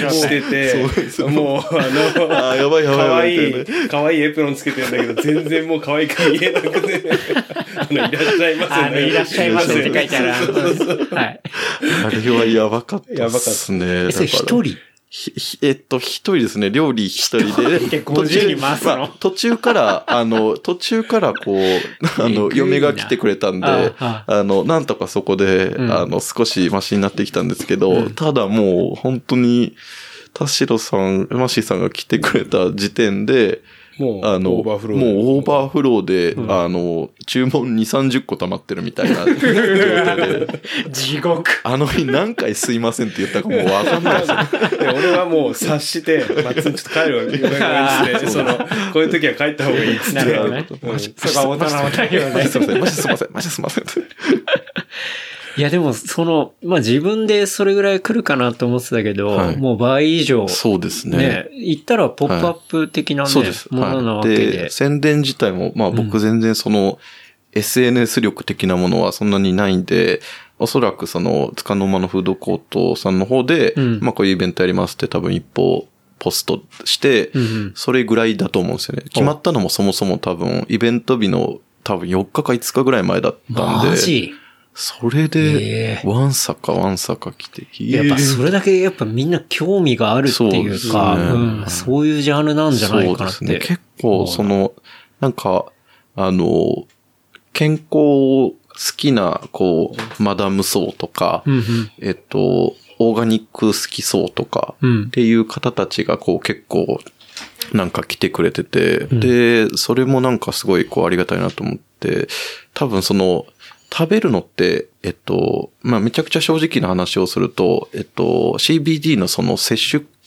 してて、もう、あの、
あ、やばいやばい。
かわいい、かわいいエプロンつけてるんだけど、全然もう可愛く見えなくて、あの、いらっしゃいませね。
あの、いらっしゃいませ。って書いてある。はい。
あれはやばかったですね。
それ一人
えっと、一人ですね。料理一人で。
ごじゅうにん回すの、まあ、
途中から、あの、途中からこう、あの、嫁が来てくれたんで、あ, あの、なんとかそこで、うん、あの、少しマシになってきたんですけど、うん、ただもう、本当に、田代さん、マシーさんが来てくれた時点で、
もう、
あの、
オーバーフロー
もうオーバーフローで、うん、あの、注文に、さんじゅっこ溜まってるみたいな状態で。
地獄。
あの日何回すいませんって言ったかもうわかんないですよ。
俺はもう察して、まあ、ちょっと帰るわけですね。その、こういう時は帰った方がいいっつって。なるほどね。
うん、そこは大人の対応ね。
すいません、マジすいません、マジすいません。
いやでも、その、まあ、自分でそれぐらい来るかなと思ってたけど、はい、もう倍以上。
そうですね。
ね。言ったらポップアップ的なね、はい、そうです。ものなわけで。
で、宣伝自体も、まあ僕全然その、うん、エスエヌエス 力的なものはそんなにないんで、おそらくその、つかの間のフードコートさんの方で、うん、まあこういうイベントやりますって多分一歩、ポストして、うんうん、それぐらいだと思うんですよね。決まったのもそもそも多分、イベント日の多分よっかかいつかぐらい前だったんで。
マジ？
それで、わんさかわんさか来て、
やっぱそれだけやっぱみんな興味があるっていうか、そう、ねうん、そういうジャンルなんじゃないかなって。そうですね。
結構その、なんか、あの、健康好きな、こう、マダム層とか、うんうん、えっと、オーガニック好き層とか、っていう方たちがこう結構、なんか来てくれてて、うん、で、それもなんかすごいこうありがたいなと思って、多分その、食べるのって、えっと、まあ、めちゃくちゃ正直な話をすると、えっと、シービーディー のその摂取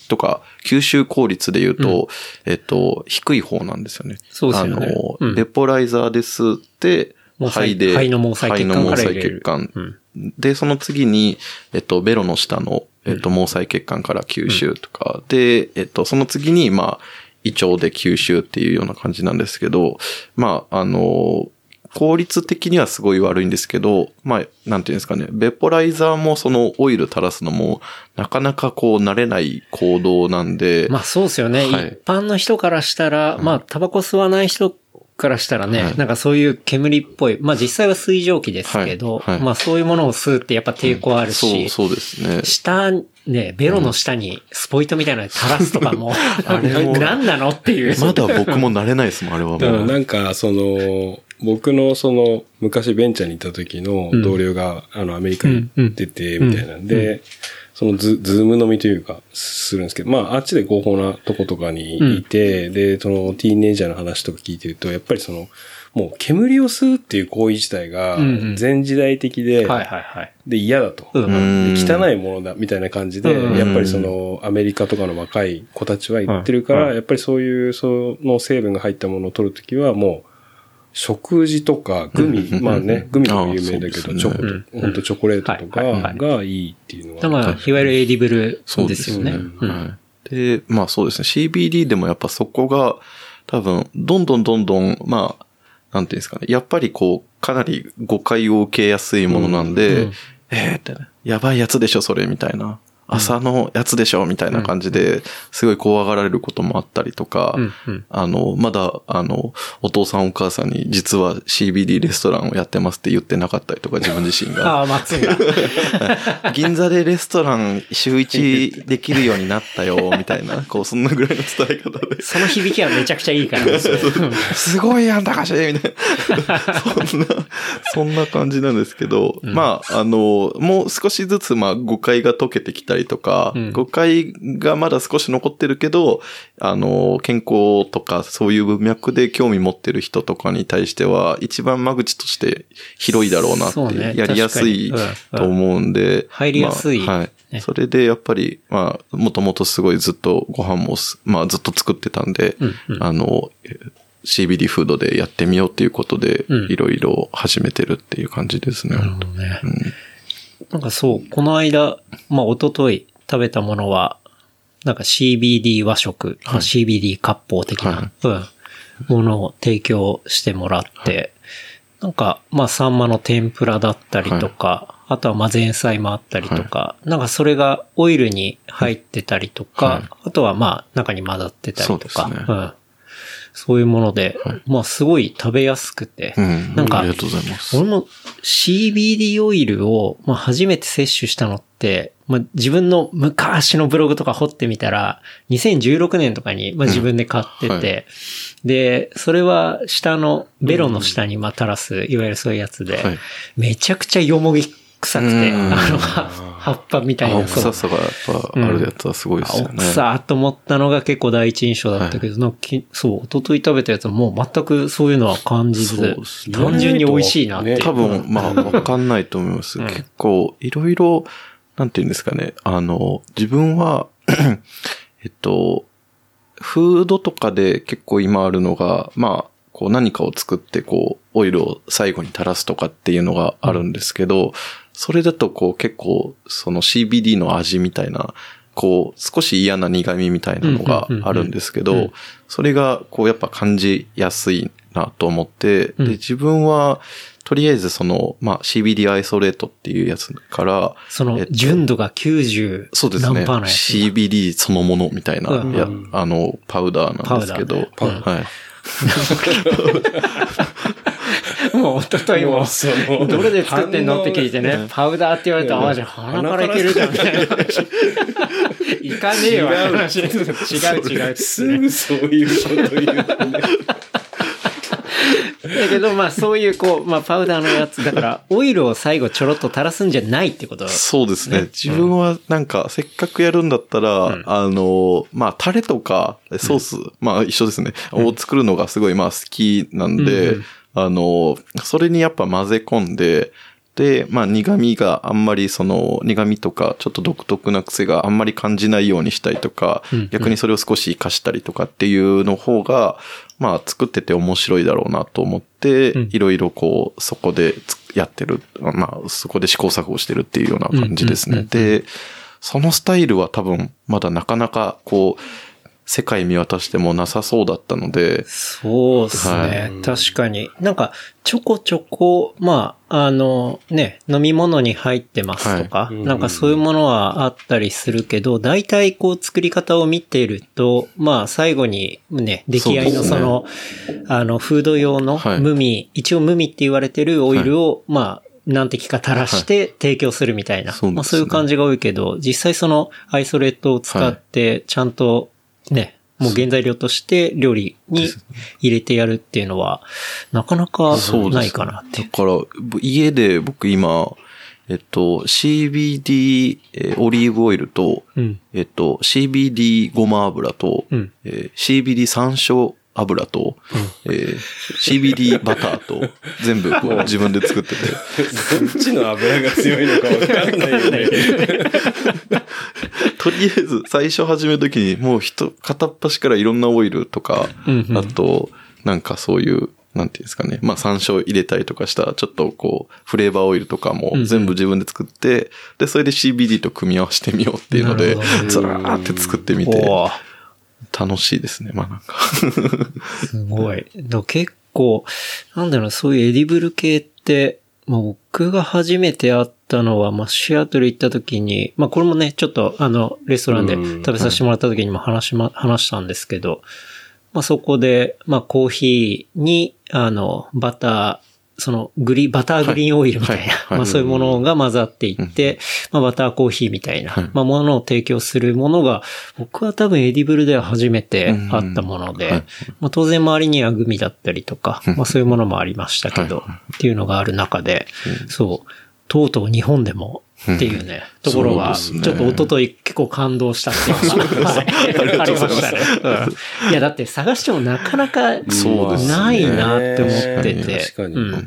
とか吸収効率で言うと、うん、えっと、低い方なんですよね。
そうですよね。
あの、
うん、
ベポライザーで吸って、肺で、
肺の毛細血管から入れる。
肺の毛細血管。うん、で、その次に、えっと、ベロの下の、えっと、毛細血管から吸収とか、うん、で、えっと、その次に、まあ、胃腸で吸収っていうような感じなんですけど、まあ、あの、効率的にはすごい悪いんですけど、まあ、なんていうんですかね、ベポライザーもそのオイル垂らすのも、なかなかこう慣れない行動なんで。
まあそうですよね。はい、一般の人からしたら、まあ、タバコ吸わない人からしたらね、はい、なんかそういう煙っぽい、まあ実際は水蒸気ですけど、はいはい、まあそういうものを吸うってやっぱ抵抗あるし、
うん、そう、そうですね。
下、ね、ベロの下にスポイトみたいなの垂らすとかも、あれも何なのっていう。
まだ僕も慣れないですもん、あれはもう。
なんか、その、僕のその、昔ベンチャーにいた時の同僚が、うん、あの、アメリカに出て、みたいなんで、うんうん、そのズ、ズーム飲みというか、するんですけど、まあ、あっちで合法なとことかにいて、うん、で、その、ティーンエイジャーの話とか聞いてると、やっぱりその、もう煙を吸うっていう行為自体が、全時代的で、で、嫌だと。で、汚いものだ、みたいな感じで、やっぱりその、アメリカとかの若い子たちは言ってるから、やっぱりそういう、その成分が入ったものを取るときは、もう、食事とか、グミ、まあね、グミも有名だけど、チョコと、ほんとチョコレートとかがいいっていうのは。
まあ、いわゆるエディブルですよね。
で、まあそうですね、シービーディー でもやっぱそこが、多分、どんどんどんどん、まあ、なんていうんですかね。やっぱりこう、かなり誤解を受けやすいものなんで、うんうん、えーって、やばいやつでしょ、それ、みたいな。朝のやつでしょ、みたいな感じで、すごい怖がられることもあったりとか、うんうん、あの、まだ、あの、お父さんお母さんに実は シービーディー レストランをやってますって言ってなかったりとか、自分自身が。
ああ、松が。
銀座でレストラン週一できるようになったよ、みたいな、こう、そんなぐらいの伝え方で。
その響きはめちゃくちゃいいからですね。
すごいやん、たかしみたいな。そんな、そんな感じなんですけど、うん、まあ、あの、もう少しずつ、まあ、誤解が解けてきたりとか、うん、誤解がまだ少し残ってるけど、あの、健康とかそういう文脈で興味持ってる人とかに対しては、一番間口として広いだろうなって、ね、やりやすいと思うんで、うんうん、
入りやすい。
まあ、はい。ね、それでやっぱり、まあ、もともとすごいずっとご飯も、まあずっと作ってたんで、うんうん、あの、シービーディー フードでやってみようっていうことで、いろいろ始めてるっていう感じですね。
なるほどね。うん、なんかそう、この間、まあ一昨日食べたものは、なんか シービーディー 和食、はい、シービーディー 割烹的な、はいうん、ものを提供してもらって、はい、なんか、まあサンマの天ぷらだったりとか、はい、あとはまあ前菜もあったりとか、はい、なんかそれがオイルに入ってたりとか、はい、あとはまあ中に混ざってたりとか、そうですね。うんそういうもので、はい、まあすごい食べやすくて、うん、なんか、
ありがとうございます。
俺も シービーディー オイルを、まあ、初めて摂取したのって、まあ、自分の昔のブログとか掘ってみたら、にせんじゅうろくねんとかに、まあ、自分で買ってて、うんはい、で、それは下の、ベロの下にまあ垂らす、いわゆるそういうやつで、はい、めちゃくちゃよもぎ臭くて、あの、葉っぱみたいな。
青臭さがやっぱあるやつはすごいですよね。
青臭と思ったのが結構第一印象だったけど、はい、なんかそう、一昨日食べたやつはもう全くそういうのは感じず、単純に美味しいなって。
多分、まあ、わかんないと思います。うん、結構、いろいろ、なんていうんですかね、あの、自分は、えっと、フードとかで結構今あるのが、まあ、こう何かを作ってこう、オイルを最後に垂らすとかっていうのがあるんですけど、うんそれだとこう結構その シービーディー の味みたいな、こう少し嫌な苦味みたいなのがあるんですけど、それがこうやっぱ感じやすいなと思って、で自分はとりあえずその、まあ シービーディー アイソレートっていうやつから、
その純度がきゅうじゅう
そうですね。
何パーのやつ。
シービーディー そのものみたいな、いや、あの、パウダーなんですけど、ね、はい。
もう一昨日も、どれで作ってんのって聞いてね、パウダーって言われたら、ああ、じゃあ鼻からいけるじゃん、みたいな話。いかねえわ、話。違う違う。
すぐそういうこと言うね。
だけど、まあそういうこう、まあパウダーのやつ、だからオイルを最後ちょろっと垂らすんじゃないってこと、ね、
そうですね。自分はなんかせっかくやるんだったら、うん、あの、まあタレとかソース、うん、まあ一緒ですね、うん、を作るのがすごいまあ好きなんで、うんうん、あの、それにやっぱ混ぜ込んで、 で、まあ苦味があんまりその苦味とかちょっと独特な癖があんまり感じないようにしたりとか、うんうん、逆にそれを少し活かしたりとかっていうの方が、まあ作ってて面白いだろうなと思って、うん、いろいろこうそこでやってる、まあそこで試行錯誤してるっていうような感じですね。うんうんうんうん、で、そのスタイルは多分まだなかなかこう、世界見渡してもなさそうだったので。
そうですね、はい。確かに。なんか、ちょこちょこ、まあ、あの、ね、飲み物に入ってますとか、はい、なんかそういうものはあったりするけど、大体こう作り方を見ていると、まあ最後にね、出来合いのその、ね、あの、フード用の無味、はい、一応無味って言われてるオイルを、はい、まあ、何滴か垂らして提供するみたいな。はい、そうですね。まあそういう感じが多いけど、実際そのアイソレートを使って、ちゃんと、ね、もう原材料として料理に入れてやるっていうのは、なかなかないかなって。
だから、家で僕今、えっと、シービーディー、えー、オリーブオイルと、うん、えっと、シービーディー ごま油と、うん、えー、シービーディー 山椒油と、うん、えー、シービーディー バターと、全部こう自分で作ってて。
そっちの油が強いのかわかんないよね。
とりあえず、最初始めるときに、もう人、片っ端からいろんなオイルとか、うんうん、あと、なんかそういう、なんていうんですかね。まあ山椒入れたりとかした、ちょっとこう、フレーバーオイルとかも全部自分で作って、うんうん、で、それで シービーディー と組み合わせてみようっていうので、ずらーって作ってみて、楽しいですね、まあなんか。
すごい。だ結構、なんだろう、そういうエディブル系って、まあ、僕が初めて会ったのは、まあ、シアトル行った時に、まあ、これもね、ちょっと、あの、レストランで食べさせてもらった時にも話しま、話したんですけど、まあ、そこで、まあ、コーヒーに、あの、バター、その、グリ、バターグリーンオイルみたいな、はいはいはい、まあ、そういうものが混ざっていって、うん、まあ、バターコーヒーみたいな、はい、まあ、ものを提供するものが、僕は多分エディブルでは初めてあったもので、うんはい、まあ、当然周りにはグミだったりとか、まあ、そういうものもありましたけど、はい、っていうのがある中で、うん、そう、とうとう日本でも、っていうね、うん、ところは、ちょっと一昨日結構感動したっていうのが、はい、ありましたね、うん。いや、だって探してもなかなかないなって思ってて。
確かに。
うんうん、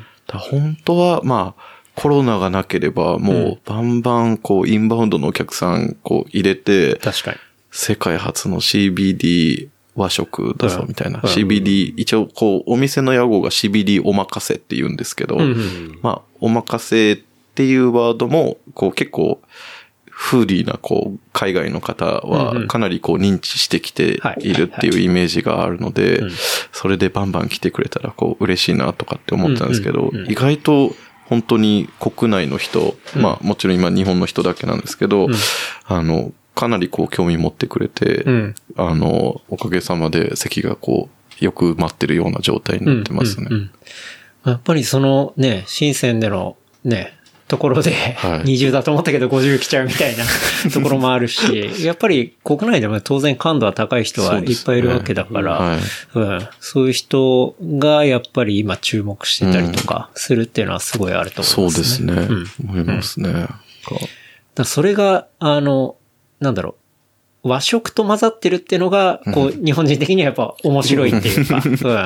本当は、まあ、コロナがなければ、もうバンバン、こう、インバウンドのお客さん、こう、入れて、
確かに。
世界初の シービーディー 和食だぞみたいな。うん、シービーディー、一応、こう、お店の屋号が シービーディー おまかせって言うんですけど、うんうん、まあ、おまかせっていうワードも、こう結構、フーディーな、こう、海外の方はかなりこう認知してきているっていうイメージがあるので、それでバンバン来てくれたらこう嬉しいなとかって思ったんですけど、意外と本当に国内の人、まあもちろん今日本の人だけなんですけど、あの、かなりこう興味持ってくれて、あの、おかげさまで席がこう、よく埋まってるような状態になってますね。
やっぱりそのね、深センでのね、ところで、にじゅうだと思ったけどごじゅう来ちゃうみたいなところもあるし、やっぱり国内でも当然感度は高い人はいっぱいいるわけだから、はいうん、そういう人がやっぱり今注目してたりとかするっていうのはすごいあると思いますね。
そうですね。うん、思いますね。うん、
だそれが、あの、なんだろう。和食と混ざってるっていうのが、こう、日本人的にはやっぱ面白いっていうか、うん。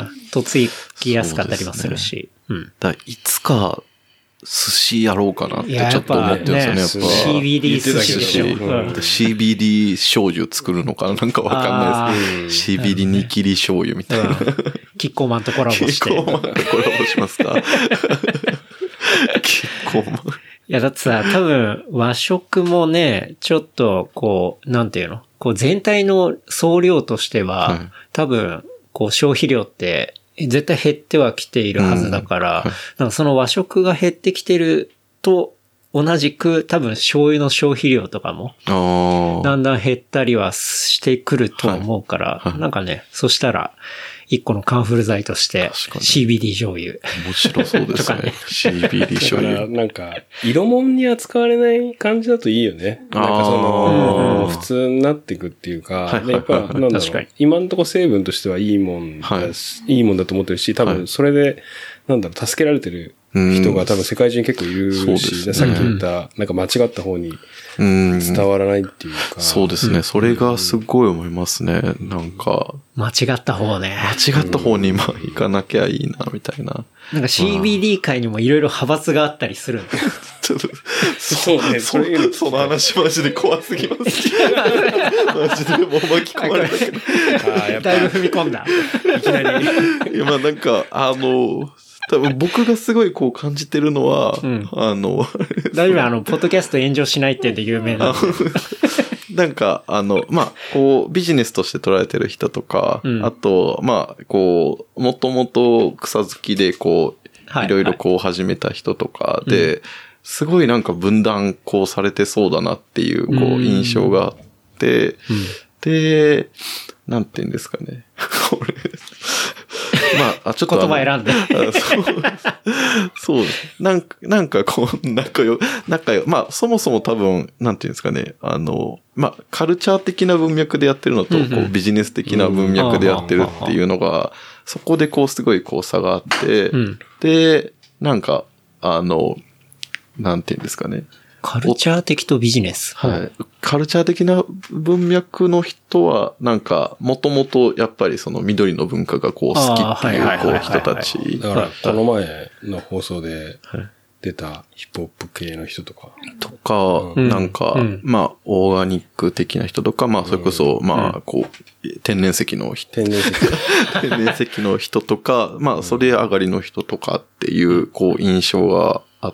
とついきやすかったりもするし。うね、うん。
だいつか、寿司やろうかなってちょっと思ってるんですよね、やっぱ。
シービーディー 寿司でしょ。
うん、シービーディー 醤油作るのかなんかわかんないです。シービーディー 煮切り醤油みたいな。
キッコーマンとコラボして。
キッコーマンとコラボしますか。キッコーマン。
いや、だってさ、多分和食もね、ちょっとこう、なんていうのこう全体の総量としては、はい、多分、こう消費量って絶対減ってはきているはずだから、うんはい、なんかその和食が減ってきてると同じく多分醤油の消費量とかも、だんだん減ったりはしてくると思うから、はいはい、なんかね、そしたら、一個のカンフル剤として シービーディー 醤油。
面白そうですね。ね シービーディー 醤油。
だからなんか、色物に扱われない感じだといいよね。なんかその、普通になっていくっていうか、はい、やっぱなんだろう、今のところ成分としてはいいもんだし、はい、いいもんだと思ってるし、多分それで、なんだろう、助けられてる人が多分世界中に結構いるし、ね、さっき言った、なんか間違った方に伝わらないっていうか。
そうですね。それがすごい思いますね。なんか。
間違った方ね。
間違った方にまあ行かなきゃいいな、みたいな。
なんか シービーディー 界にもいろいろ派閥があったりするんだ。
ちょっと、そうね、それ、その話マジで怖すぎます。マジでもう巻き込まれたけど。
あだいぶ踏み込んだ。いきなり。
いや、まあなんか、あの、多分僕がすごいこう感じてるのは、うん、あの、
大丈夫あの、ポッドキャスト炎上しないって言って有名な。
なんか、あの、まあ、こう、ビジネスとして捉えてる人とか、うん、あと、まあ、こう、もともと草好きで、こう、はい、いろいろこう始めた人とかで、うん、すごいなんか分断こうされてそうだなっていう、こう、印象があって、うん、で、なんて言うんですかね。これまあ、あ、ちょっと。
言葉選んで。
そう。そうです。なんか、なんかこう、仲良、仲良、まあ、そもそも多分、なんていうんですかね。あの、まあ、カルチャー的な文脈でやってるのと、こう、ビジネス的な文脈でやってるっていうのが、そこでこう、すごいこう、差があって、うん、で、なんか、あの、なんていうんですかね。
カルチャー的とビジネス。
はい。カルチャー的な文脈の人は、なんか、もともとやっぱりその緑の文化がこう好きっていう、こう人たち。
だから、この前の放送で出たヒップホップ系の人とか。
とか、うん、なんか、うん、まあ、オーガニック的な人とか、まあ、それこそ、まあ、こう、天然石の人。
天然石。
天然石の人とか、まあ、それ上がりの人とかっていう、こう、印象があって、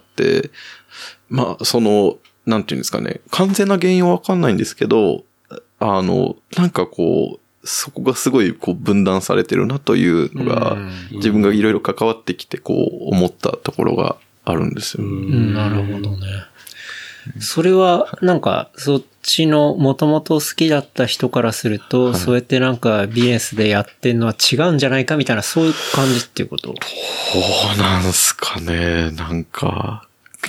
まあ、その、なんていうんですかね。完全な原因はわかんないんですけど、あの、なんかこう、そこがすごいこう分断されてるなというのが、自分がいろいろ関わってきてこう思ったところがあるんですよ。
うん、なるほどね。それは、なんか、そっちの元々好きだった人からすると、はい、そうやってなんかビジネスでやってんのは違うんじゃないかみたいな、そういう感じっていうこと？ど
うなんすかね、なんか。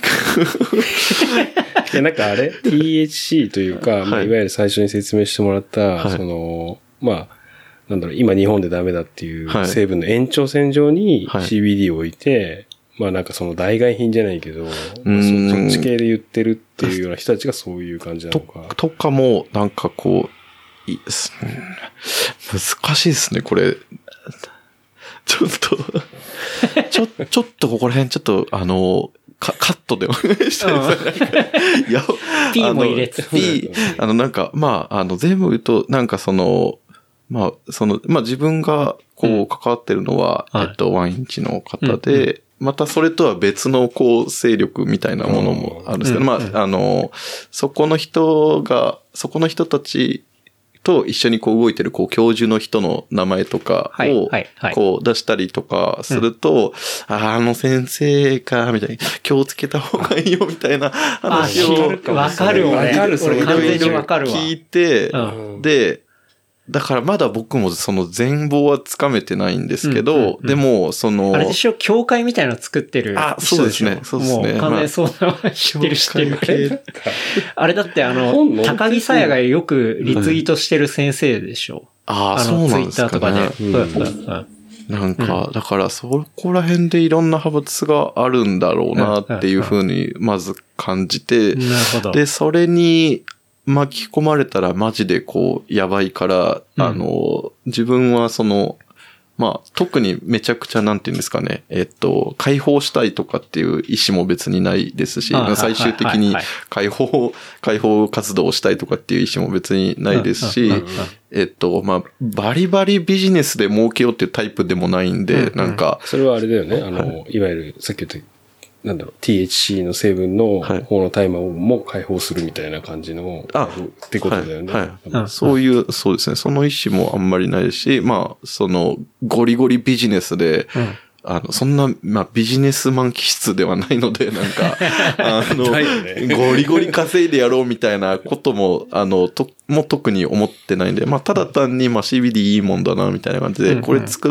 いや、なんかあれ ティーエイチシー というか、はいまあ、いわゆる最初に説明してもらった、はい、その、まあ、なんだろう、今日本でダメだっていう成分の延長線上に シービーディー を置いて、はい、まあなんかその代替品じゃないけど、まあ、そっち系で言ってるっていうような人たちがそういう感じなのか。
と, とかも、なんかこう、い難しいですね、これ。ちょっと、ちょ、ちょっとここら辺ちょっと、あの、カットでお願いしたいですね。
いや、P も入れて。
P、あの、なんか、まあ、あの、全部言うと、なんかその、まあ、その、まあ自分がこう関わってるのは、うん、えっと、ワインチの方で、はい、またそれとは別のこう勢力みたいなものもあるんですけど、うん、まあ、あの、そこの人が、そこの人たち、と一緒にこう動いてるこう教授の人の名前とかをこう出したりとかすると、あの先生か、みたいな、気をつけた方がいいよみたいな話を。
わかるわ。わかる、それ完全にわかるわ。
聞いて、で、だからまだ僕もその全貌はつかめてないんですけど、うんうんうん、でも、その。
あれでしょ、教会みたいなの作ってる。
あ、そうですね。そうですね。
もう完全にそうな、知ってる知ってる。あれだってあの、高木さやがよくリツイートしてる先生でしょ。うん、
ああ、そうなんですかね。ツイッターとかで。うん、なんか、だからそこら辺でいろんな派閥があるんだろうなっていうふうにまず感じて、
なるほど。
で、それに、巻き込まれたらマジでこう、やばいから、うん、あの、自分はその、まあ、特にめちゃくちゃなんていうんですかね、えっと、解放したいとかっていう意思も別にないですし、最終的に解放、解放活動をしたいとかっていう意思も別にないですし、えっと、まあ、バリバリビジネスで儲けようっていうタイプでもないんで、うん、なんか。
それはあれだよね、あの、はい、いわゆる、さっき言った、なんだろう、ティーエイチシー の成分の方の大麻をも解放するみたいな感じの、あ、ってことだよね。
はいはい、そういう、そうですね。その意思もあんまりないし、まあ、その、ゴリゴリビジネスで、うん、あの、そんな、まあ、ビジネスマン気質ではないので、なんか、あの、ね、ゴリゴリ稼いでやろうみたいなことも、あの、と、も特に思ってないんで、まあ、ただ単に、まあ、シービーディー いいもんだな、みたいな感じで、これ作って、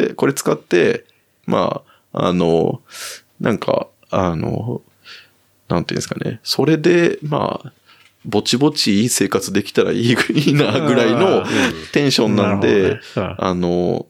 これ使って、まあ、あの、なんか、あの、なんていうんですかね。それで、まあ、ぼちぼちいい生活できたらいい、いいなぐらいのテンションなんで、ね、あの、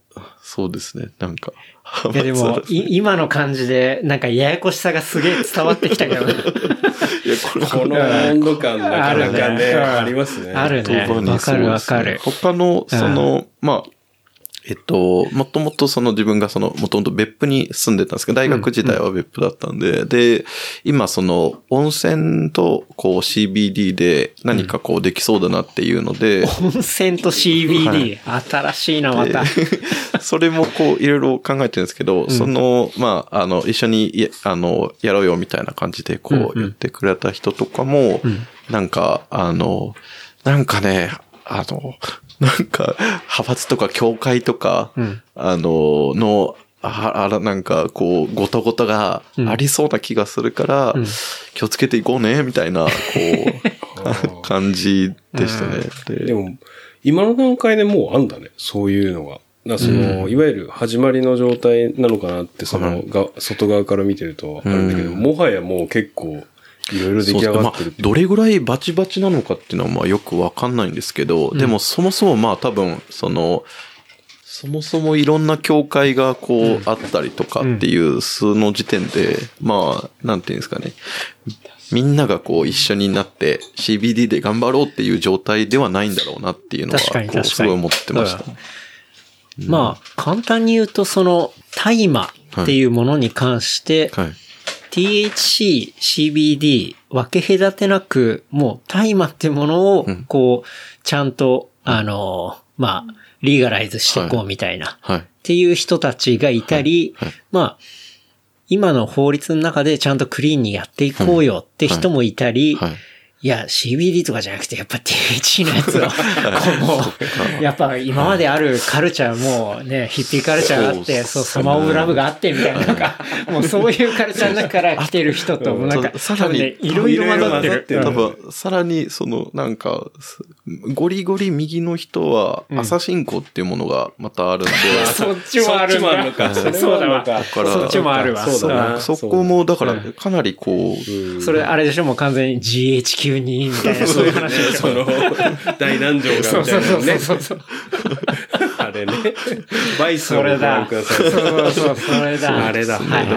そうですね。なんか。
いやでも、今の感じで、なんかややこしさがすげえ伝わってきたけどね。
いや、この、この温度感なかなかね、ありますね。
あるね。わかるわかる。
他の、その、まあ、えっと、もともとその自分がその、もともと別府に住んでたんですけど、大学時代は別府だったんで、うんうん、で、今その、温泉とこう シービーディー で何かこうできそうだなっていうので。
うん、温泉と シービーディー、はい、新しいな、また。
それもこう、いろいろ考えてるんですけど、うん、その、まあ、あの、一緒に、あの、やろうよみたいな感じでこう、言ってくれた人とかも、うんうん、なんか、あの、なんかね、あの、なんか、派閥とか教会とか、うん、あの、の、あ、あら、なんか、こう、ごとごとがありそうな気がするから、うん、気をつけていこうね、みたいな、こう、感じでしたね。
で, でも、今の段階でもうあんだね、そういうのが。だその、うん、いわゆる始まりの状態なのかなって、その、が外側から見てるとあるんだけど、うん、もはやもう結構、いろいろ出来上がってるっていう。
まあ、どれぐらいバチバチなのかっていうのはまあよくわかんないんですけど、うん、でもそもそもまあ多分、その、そもそもいろんな教会がこう、うん、あったりとかっていう数の時点で、うん、まあ、なんていうんですかね。みんながこう一緒になって シービーディー で頑張ろうっていう状態ではないんだろうなっていうのは、こうすごい思ってました。
うん、まあ、簡単に言うとその、大麻っていうものに関して、はいはい、ティーエイチシー、シービーディー 分け隔てなく、もう大麻ってものを、こう、ちゃんと、うん、あの、まあ、リーガライズしていこうみたいな、はいはい、っていう人たちがいたり、はいはい、まあ、今の法律の中でちゃんとクリーンにやっていこうよって人もいたり、はいはいはい、いや、シービーディー とかじゃなくて、やっぱ ティーエイチシー のやつを、こう、やっぱ今まであるカルチャーもね、ヒッピーカルチャーがあって、そう、サマーオブラブがあってみたいな、なんか、もうそういうカルチャーの中から来てる人と、なんか、さらに、いろいろ混ざってる。
多分、さらに、その、なんか、ゴリゴリ右の人は、朝信仰っていうものがまたあるんで。
そっちもあるのか。そうだわ。そっちもあるわ。
そうだ。そこも、だから、かなりこ
う。それ、あれでしょ、もう完全に ジーエイチキュー に、みたいな、そういう話でしょ。
その、大南城がみたいなね。そうそうそうそう。あれね。バイスをご覧ください。
そうそう、それだ。
あれだ。
だから、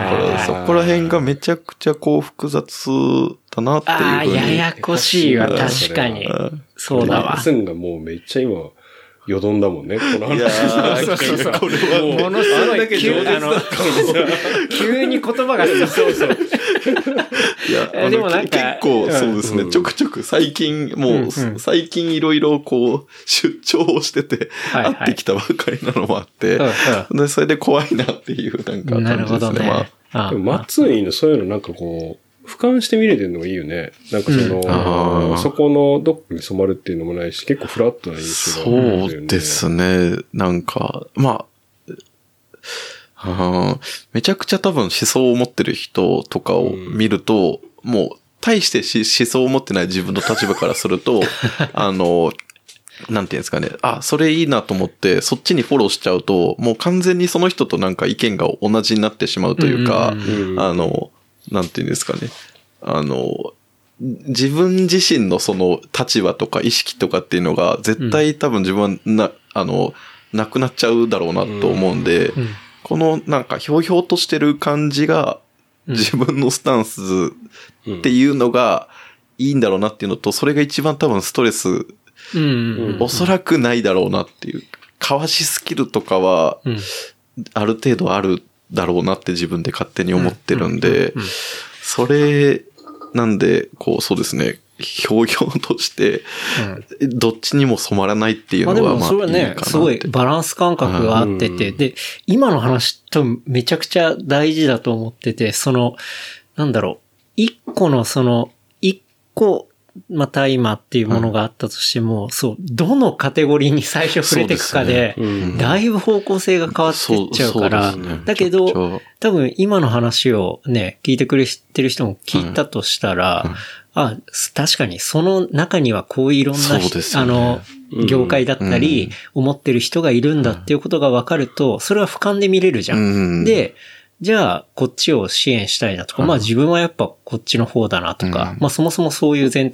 そこら辺がめちゃくちゃこう複雑だなっていうふうに。ああ、
ややこしいわ、確かに。そうだわ。
スンがもうめっちゃ今、よどんだもんね、この話。いや
ー、そうそうそう。これはものすごい急、あの、急に言葉がそうそう。
いや、でもなんか結構そうですね、うん、ちょくちょく最近、もう、うんうん、最近いろいろこう、出張をしてて、はいはい、会ってきたばっかりなのもあって、うんうん、で、それで怖いなっていうなんか感じですね。なるほどね。ま
あ、あでもマッツーイのそういうのなんかこう、俯瞰して見れてるのがいいよね。なんかその、うん、そこのどっかに染まるっていうのもないし、結構フラットな印象があるんだよね。
そうですね。なんか、まあ、あめちゃくちゃ多分思想を持ってる人とかを見ると、うん、もう、大して思想を持ってない自分の立場からすると、あの、なんていうんですかね。あ、それいいなと思って、そっちにフォローしちゃうと、もう完全にその人となんか意見が同じになってしまうというか、うんうん、あの、なんていうんですかね。あの、自分自身のその立場とか意識とかっていうのが絶対多分自分はな、あの、なくなっちゃうだろうなと思うんで、うんうん、このなんかひょうひょうとしてる感じが自分のスタンスっていうのがいいんだろうなっていうのと、それが一番多分ストレス、うんうんうん、おそらくないだろうなっていう。かわしスキルとかはある程度あるだろうなって自分で勝手に思ってるんで、それなんで、こうそうですね、ひょうひょうとして、どっちにも染まらないっていうのはまあ、
まあでもそれはね、すごいバランス感覚があってて、で、今の話とめちゃくちゃ大事だと思ってて、その、なんだろう、一個のその、一個、また今っていうものがあったとしても、うん、そう、どのカテゴリーに最初触れていくかで、でねうん、だいぶ方向性が変わっていっちゃうから、ね、だけど、多分今の話をね、聞いてくれてる人も聞いたとしたら、うんうん、あ、確かにその中にはこういういろんな、ね、あの、業界だったり、うん、思ってる人がいるんだっていうことが分かると、それは俯瞰で見れるじゃん。うん、で、じゃあ、こっちを支援したいなとか、まあ自分はやっぱこっちの方だなとか、まあそもそもそういう全体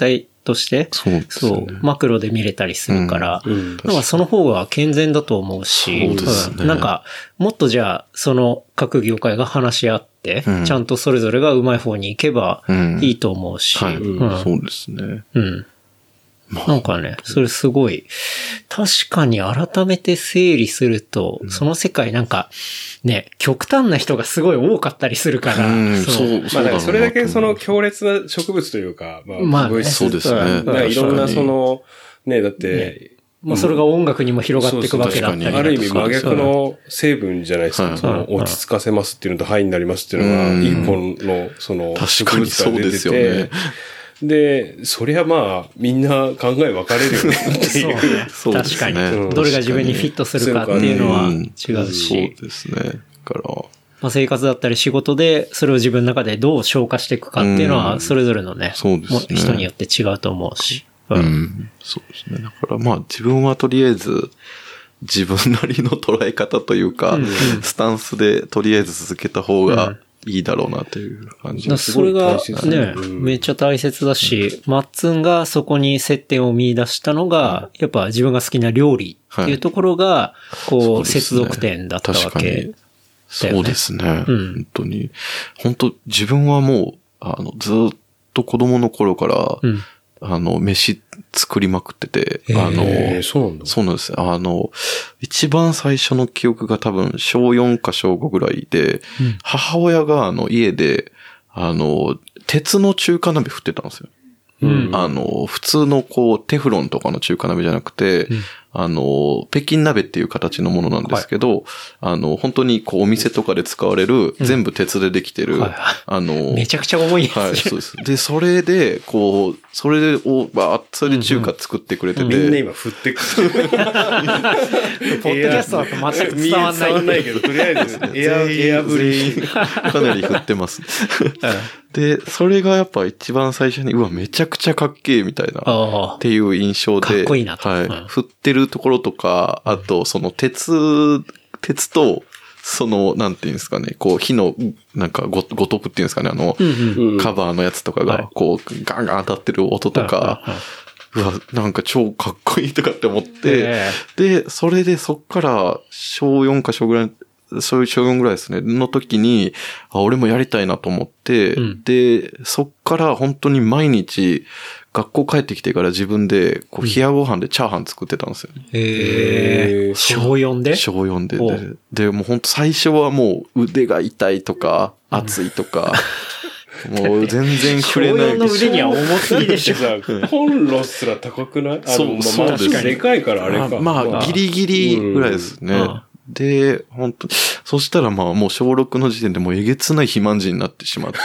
として、
そうですね。
そう、マクロで見れたりするから、
うんうん、
なんかその方が健全だと思うし、
そうですね、
うん、なんか、もっとじゃあ、その各業界が話し合って、うん、ちゃんとそれぞれがうまい方に行けばいいと思うし、
うんはいうん、そうですね。
うん。なんかね、それすごい、確かに改めて整理すると、うん、その世界なんか、ね、極端な人がすごい多かったりするから、
うん、そう、
まあだからそれだけその強烈な植物というか、まあ、まあね、
そうですね。
いろんなその、ね、だって、ね、
まあそれが音楽にも広がっていくわけだったり、
ある意味真逆の成分じゃないですか。その落ち着かせますっていうのとハイになりますっていうのが、一本のその植物から出てて、で、そりゃまあ、みんな考え分かれるよねっていう。
そうね。確かに、うん。どれが自分にフィットするかっていうのは違うし。
そうですね。から、
まあ、生活だったり仕事で、それを自分の中でどう消化していくかっていうのは、それぞれのね、そうですね、人によって違うと思うし。
うん。うん、そうですね。だからまあ、自分はとりあえず、自分なりの捉え方というか、うんうん、スタンスでとりあえず続けた方が、うんいいだろうなという感じです。
それがね、めっちゃ大切だし、マッツンがそこに接点を見出したのが、やっぱ自分が好きな料理っていうところが、こう、接続点だったわけ。
そうですね。本当に。本当自分はもう、あの、ずっと子供の頃から、あの、飯作りまくってて、あの、
そうなんだ。
そうなんです。あの、一番最初の記憶が多分、小よんか小ごぐらいで、うん、母親があの、家で、あの、鉄の中華鍋振ってたんですよ。うん、あの、普通のこう、テフロンとかの中華鍋じゃなくて、うん、あの、北京鍋っていう形のものなんですけど、はい、あの、本当にこう、お店とかで使われる、うん、全部鉄でできてる、はい、あの、
めちゃくちゃ重いやつ。
はい、そうです。で、それで、こう、それで、お、ばーそれで中華作ってくれてて。うんうん、
みんな今振ってくる。ポッドキ
ャストだと全く伝わんない。
伝わんないけど、とりあえず、エア、エアブリ
ー。かなり振ってます。で、それがやっぱ一番最初に、うわ、めちゃくちゃかっけえみたいな、っていう印象で、
かっこいいなと。
はい。うん、振ってるところとか、あと、その鉄、鉄と、その、なんていうんですかね、こう、火の、なんかご、ごとくっていうんですかね、あの、うんうん、カバーのやつとかが、こう、ガンガン当たってる音とか、うわ、なんか超かっこいいとかって思って、で、それでそっから、小よんか小ぐらい、そういう小よんぐらいですね、の時に、あ、俺もやりたいなと思って、うん、で、そっから本当に毎日、学校帰ってきてから自分で、こう、冷やご飯でチャーハン作ってたんですよね。
へ、うん、小よんで
小よんで。で、でもう本当最初はもう腕が痛いとか、熱いとか、うん、もう全然触れない。
小よんの腕には重すぎでしょ。
コンロすら高くない？
そう、そうですね。
でかいからあれか。
まあ、まあ、ギリギリぐらいですね。うんで、本当そしたらまあもう小ろくの時点でもうえげつない肥満児になってしまって。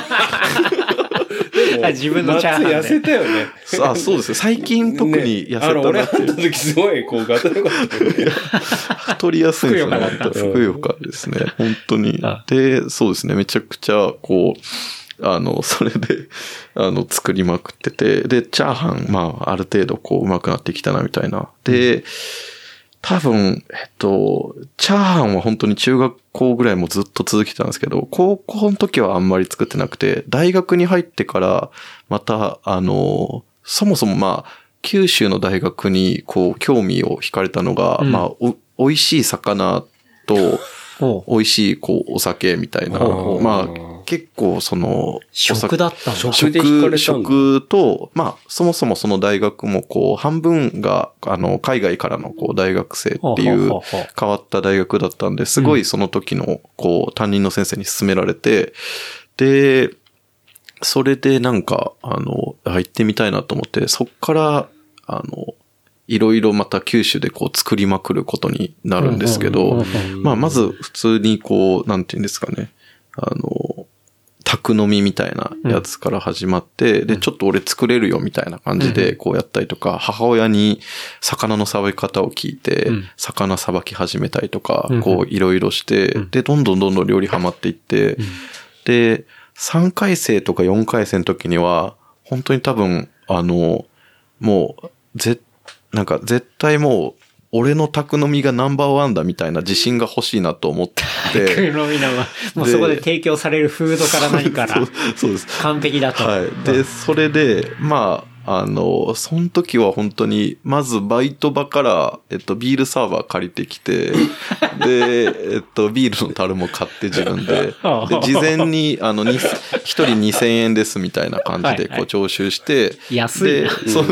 自分のチャーハンで。
痩せたよね。
あ、そうですね。最近特に痩せたなって。ね、あの、
俺会った時すごい、こう、ガタガタってね。
太りやすいですね。ふくよかですね。本当に。で、そうですね。めちゃくちゃ、こう、あの、それで、あの、作りまくってて、で、チャーハン、まあ、ある程度、こう、上手くなってきたな、みたいな。で、うん多分、えっと、チャーハンは本当に中学校ぐらいもずっと続けてたんですけど、高校の時はあんまり作ってなくて、大学に入ってから、また、あの、そもそもまあ、九州の大学にこう、興味を惹かれたのが、うん、まあお、美味しい魚と、美味しいこう、お酒みたいな、まあ、結構その、
食だった
の食で惹かれたんだ。
食と、まあ、そもそもその大学もこう、半分が、あの、海外からのこう、大学生っていう変わった大学だったんで、すごいその時の、こう、担任の先生に勧められて、で、それでなんか、あの、行ってみたいなと思って、そっから、あの、いろいろまた九州でこう作りまくることになるんですけど、まあまず普通にこう、なんていうんですかね、あの、宅飲みみたいなやつから始まって、うん、で、ちょっと俺作れるよみたいな感じでこうやったりとか、うん、母親に魚のさばき方を聞いて、うん、魚さばき始めたりとか、うん、こういろいろして、うん、で、どんどんどんどん料理ハマっていって、うん、で、さんかい生とかよんかい生の時には、本当に多分、あの、もう、絶なんか絶対もう、俺の宅飲みがナンバーワンだみたいな自信が欲しいなと思って。
宅飲みなは、もうそこで提供されるフードから何から。
そう、そうです。
完璧だと。
はい。で、それで、まあ、 あの、その時は本当に、まずバイト場から、えっと、ビールサーバー借りてきて、で、えっと、ビールの樽も買って自分で、で、事前に、あの、に一人にせんえんですみたいな感じで、こう、徴収して、
安いな。
で、そう、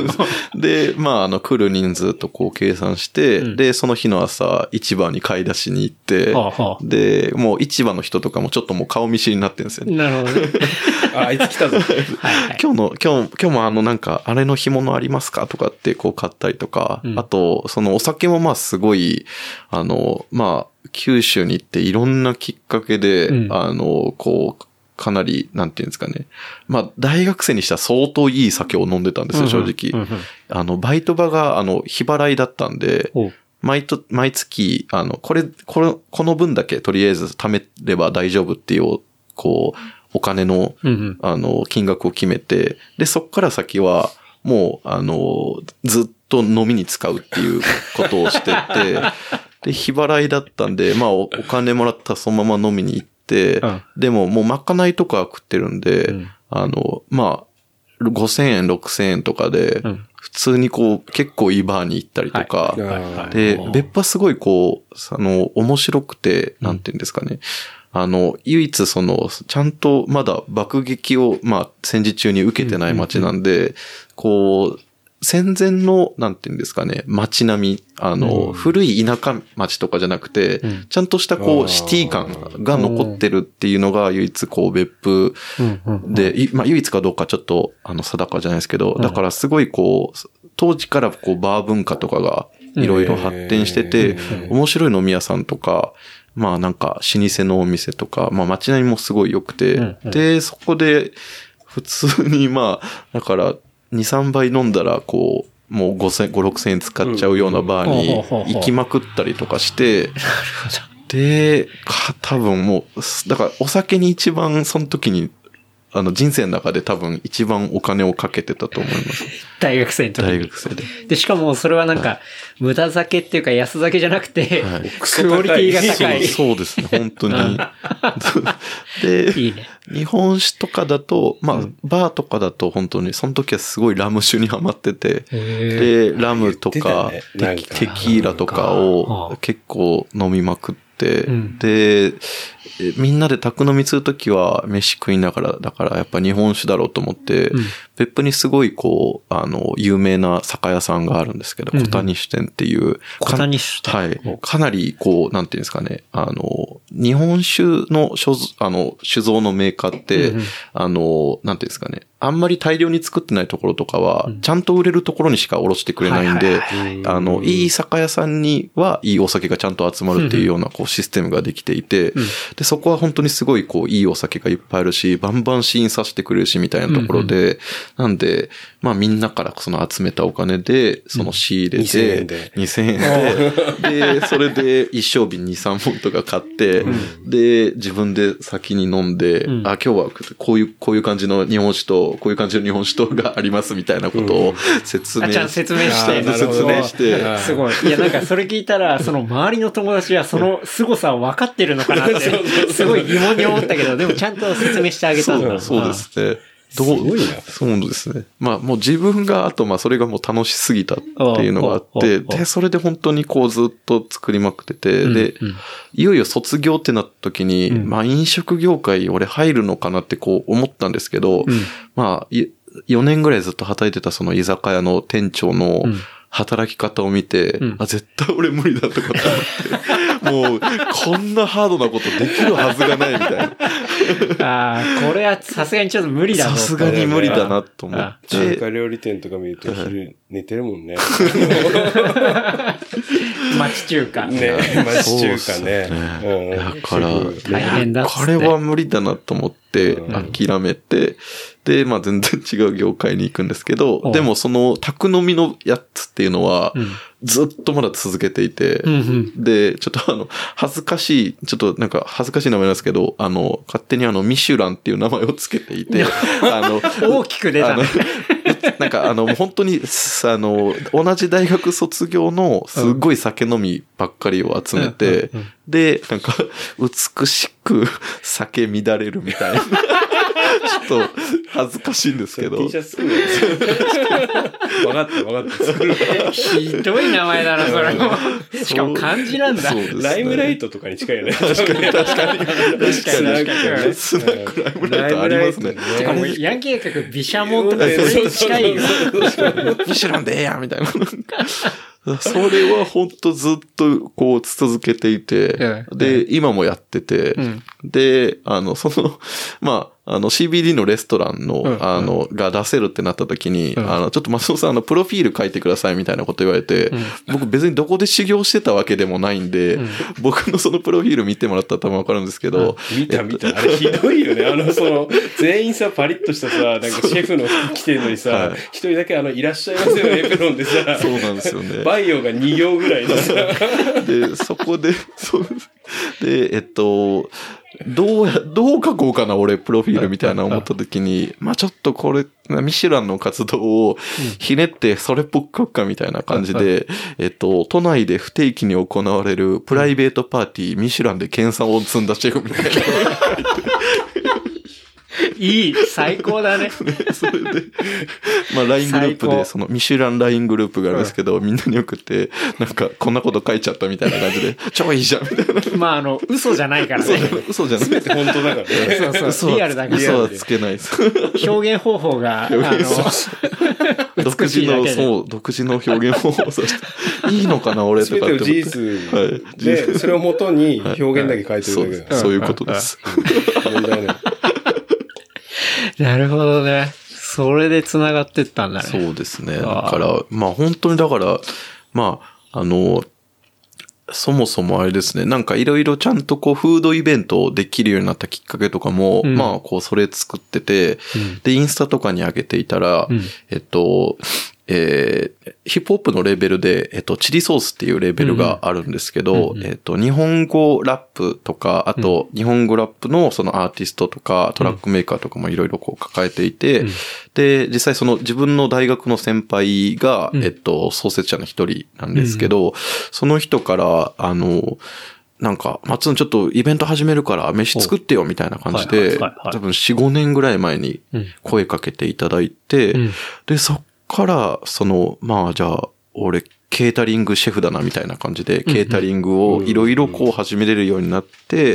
で、まあ、あの、来る人数とこう計算して、うん、で、その日の朝、市場に買い出しに行って、はあはあ、で、もう市場の人とかもちょっともう顔見知りになってるんですよね。
なるほどね。
あ、あいつ来たぞ。はい
はい、今日の、今日、今日もあの、なんか、あれの干物ありますかとかってこう買ったりとか、うん、あと、そのお酒もまあすごい、あの、まあ、九州に行っていろんなきっかけで、うん、あの、こう、かなり、なんていうんですかね。まあ、大学生にしたら相当いい酒を飲んでたんですよ、正直。うんうん、あの、バイト場が、あの、日払いだったんで、毎と、毎月、あの、これ、これ、この分だけとりあえず貯めれば大丈夫っていう、こう、お金の、うんうん、あの、金額を決めて、で、そっから先は、もう、あの、ずっと飲みに使うっていうことをしてて、で、日払いだったんで、まあお、お金もらったらそのまま飲みに行って、うん、でももうまかないとか食ってるんで、うん、あの、まあ、ごせんえん、ろくせんえんとかで、うん、普通にこう、結構いいバーに行ったりとか、はい、で、別府すごいこう、あの、面白くて、なんていうんですかね。あの、唯一その、ちゃんとまだ爆撃を、まあ、戦時中に受けてない街なんで、うんうんうん、こう、戦前の、なんていうんですかね、街並み、あの、うん、古い田舎町とかじゃなくて、うん、ちゃんとしたこう、シティ感が残ってるっていうのが唯一こう、別府で、うん、まあ、唯一かどうかちょっと、あの、定かじゃないですけど、だからすごいこう、当時からこう、バー文化とかがいろいろ発展してて、面白い飲み屋さんとか、まあなんか、老舗のお店とか、まあ街並みもすごい良くて、うんうん、で、そこで、普通にまあ、だから、に、さんばい飲んだら、こう、もうごせん、ご、ろくせんえん使っちゃうようなバーに行きまくったりとかして、で、多分もう、だからお酒に一番その時に、あの人生の中で多分一番お金をかけてたと思います。
大学生の時に。
大学生で。
で、しかもそれはなんか、はい、無駄酒っていうか安酒じゃなくて、はい、クオリティが高い。
そう、そうですね、本当に。で、いいね、日本酒とかだと、まあ、うん、バーとかだと本当に、その時はすごいラム酒にハマってて、で、ラムとか、ね、テ, テキーラとかを結構飲みまくって、うん、で、みんなで宅飲みするときは飯食いながら、だからやっぱ日本酒だろうと思って、うん、別府にすごいこう、あの、有名な酒屋さんがあるんですけど、うんうん、小谷酒店っていう。
小谷酒
店はい。かなりこう、なんていうんですかね、あの、日本酒の所、あの、酒造のメーカーって、うんうん、あの、なんていうんですかね、あんまり大量に作ってないところとかは、うん、ちゃんと売れるところにしか卸してくれないんで、あの、いい酒屋さんにはいいお酒がちゃんと集まるっていうようなこうシステムができていて、うん、で、そこは本当にすごいこういいお酒がいっぱいあるし、バンバン試飲させてくれるしみたいなところで、うんうん、なんで、まあみんなからその集めたお金で、その仕入れて、にせんえんで、で、それで一升瓶に、さんぼんとか買って、うん、で、自分で先に飲んで、うん、あ、今日はこういう、こういう感じの日本酒と、こういう感じの日本酒とがありますみたいなことを説明して、うん、
ちゃんと説明して、
説明して。
すごい。いや、なんかそれ聞いたら、その周りの友達はその凄さを分かってるのかなって、すごい疑問に思ったけど、でもちゃんと説明してあげたんだ。
そう、そうですね。どう、すごいな。そうですね。まあもう自分が、あとまあそれがもう楽しすぎたっていうのがあって、で、それで本当にこうずっと作りまくってて、うん、で、うん、いよいよ卒業ってなった時に、うん、まあ飲食業界俺入るのかなってこう思ったんですけど、うん、まあよねんぐらいずっと働いてたその居酒屋の店長の働き方を見て、うん、あ、絶対俺無理だとかって思って、もうこんなハードなことできるはずがないみたいな。
ああ、これはさすがにちょっと無理だ
さすがに無理だなと思って。
中華料理店とか見ると昼寝てるもんね。
町中華。
ね、町中華ね。
ね、うん、だから、
大変だっつって。
これは無理だなと思って諦めて、うん、で、まあ全然違う業界に行くんですけど、でもその宅飲みのやつっていうのは、ずっとまだ続けていて、うんうん、で、ちょっとあの、恥ずかしい、ちょっとなんか恥ずかしい名前なんですけど、あの、勝手にあの、ミシュランっていう名前をつけていて、あの、
大きく出たね。
なんかあの、本当に、あの、同じ大学卒業のすっごい酒飲みばっかりを集めて、 で、なんか、美しく酒乱れるみたいな。ちょっと恥ずかしいんですけど。
T シャツ作るんですよ。分かった分かった。作る。
ひどい名前だな、それも。しかも漢字なんだ。
そうですね。
ライムライトとかに近いよね。
確かに確かに。確かに
確かに。
スナックライムライトありますね。
しかもヤンキーが書くビシャモンとかそれに近いよ。
ミシュランでええやんみたいな。それは本当ずっとこう続けていて、で、今もやってて、で、あの、その、まあ、あの シービーディー のレストランの、あの、が出せるってなった時に、あの、ちょっと松尾さん、あの、プロフィール書いてくださいみたいなこと言われて、僕別にどこで修行してたわけでもないんで、僕のそのプロフィール見てもらったら多分わかるんですけど、
見た見た。あれひどいよね。あの、その、全員さ、パリッとしたさ、なんかシェフの服着てるのにさ、一人だけあの、いらっしゃいますよね、エプロンでさ、
そうなんですよね。
バイオがに行ぐらいのさ。
で、そこで、そう、で、えっと、どうや、どう書こうかな、俺、プロフィールみたいな思った時に、まあちょっとこれ、ミシュランの活動をひねってそれっぽく書くかみたいな感じで、えっと、都内で不定期に行われるプライベートパーティー、ミシュランで研鑽を積んだシェフみたいな。
いい、最高だね。
それで、まあ ライン グループで、そのミシュラン ライン グループがあるんですけど、みんなに送って、なんかこんなこと書いちゃったみたいな感じで、超いいじゃんみたいな。
まああの、嘘じゃないからね。
嘘じゃない。
全て本当だからね。
そうそう、リアルだから。
嘘はつけないです。
表現方法が、あの、
独自の、そう、独自の表現方法をさして、いいのかな、俺とかって。
全てを事実で、それをもとに表現だけ書いてるだけだ。
そういうことです。
問題ない。
なるほどね。それで繋がってったんだね。
そうですね。だから、まあ本当にだから、まあ、あの、そもそもあれですね、なんかいろいろちゃんとこうフードイベントをできるようになったきっかけとかも、うん、まあこうそれ作ってて、うん、で、インスタとかに上げていたら、うん、えっと、えー、ヒップホップのレベルで、えっと、チリソースっていうレベルがあるんですけど、うんうん、えっと、日本語ラップとか、あと、日本語ラップのそのアーティストとか、トラックメーカーとかもいろいろこう抱えていて、うん、で、実際その自分の大学の先輩が、うん、えっと、創設者の一人なんですけど、うん、その人から、あの、なんか、松野ちょっとイベント始めるから飯作ってよみたいな感じで、多分よん、ごねんぐらい前に声かけていただいて、うん、で、そから、その、まあじゃあ、俺、ケータリングシェフだなみたいな感じで、ケータリングをいろいろこう始めれるようになって、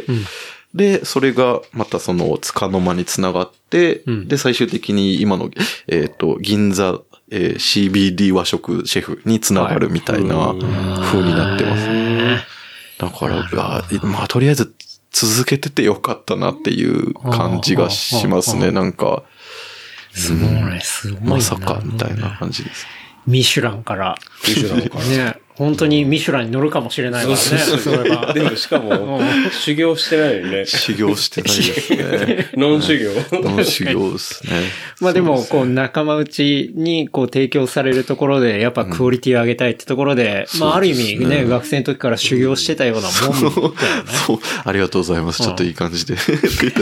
うん、で、それがまたその、つかの間につながって、うん、で、最終的に今の、えっと、銀座、えー、シービーディー 和食シェフにつながるみたいな風になってますね。だから、まあ、とりあえず続けててよかったなっていう感じがしますね、なんか。
すごい、すごい。
まさか、みたいな感じです。
ミシュランから。
ミシュランから。
ね。本当にミシュランに乗るかもしれないからね。そういえば。
でもしかも、修行してないよね。
修行してないですね。
ノン修行。
ノン修行ですね。
まあでも、こう仲間内にこう提供されるところで、やっぱクオリティを上げたいってところで、まあある意味ね、学生の時から修行してたようなもんだよね。
そう、ありがとうございます。ちょっといい感じで。そう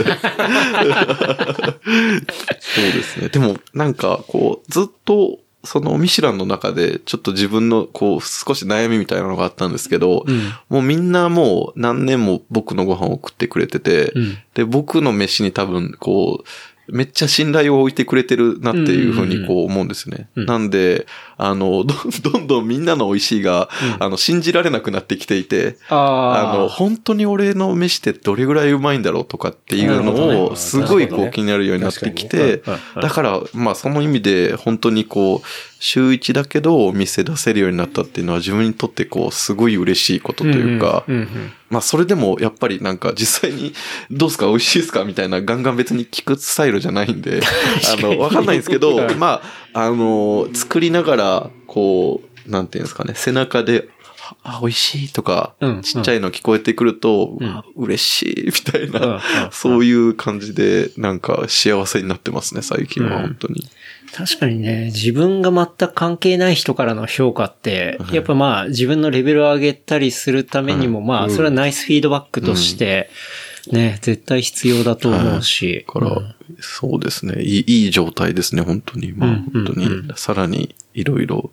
ですね。でも、なんか、こう、ずっと、そのミシュランの中でちょっと自分のこう少し悩みみたいなのがあったんですけど、うん、もうみんなもう何年も僕のご飯を食ってくれてて、うん、で、僕の飯に多分こう、めっちゃ信頼を置いてくれてるなっていうふうにこう思うんですね。うんうんうん、なんで、あの、ど、どんどんみんなの美味しいが、うん、あの、信じられなくなってきていて、あの、本当に俺の飯ってどれぐらいうまいんだろうとかっていうのを、すごいこう気になるようになってきて、だから、まあその意味で本当にこう、週一だけどお店出せるようになったっていうのは自分にとってこう、すごい嬉しいことというか、うんうんうんうん、まあそれでもやっぱりなんか実際にどうすか美味しいですかみたいなガンガン別に聞くスタイルじゃないんで、あの、わかんないんですけど、まあ、あの、作りながら、こう、なんていうんですかね、背中で、あ、美味しいとか、うん、ちっちゃいの聞こえてくると、うん、嬉しいみたいな、うん、そういう感じで、なんか幸せになってますね、最近は、本当に。
確かにね、自分が全く関係ない人からの評価って、はい、やっぱまあ自分のレベルを上げたりするためにも、はい、まあそれはナイスフィードバックとして、ね、絶対必要だと思うし。
はい、だから、うん、そうですねいい、いい状態ですね、本当に。まあ、うん、本当に、さらにいろいろ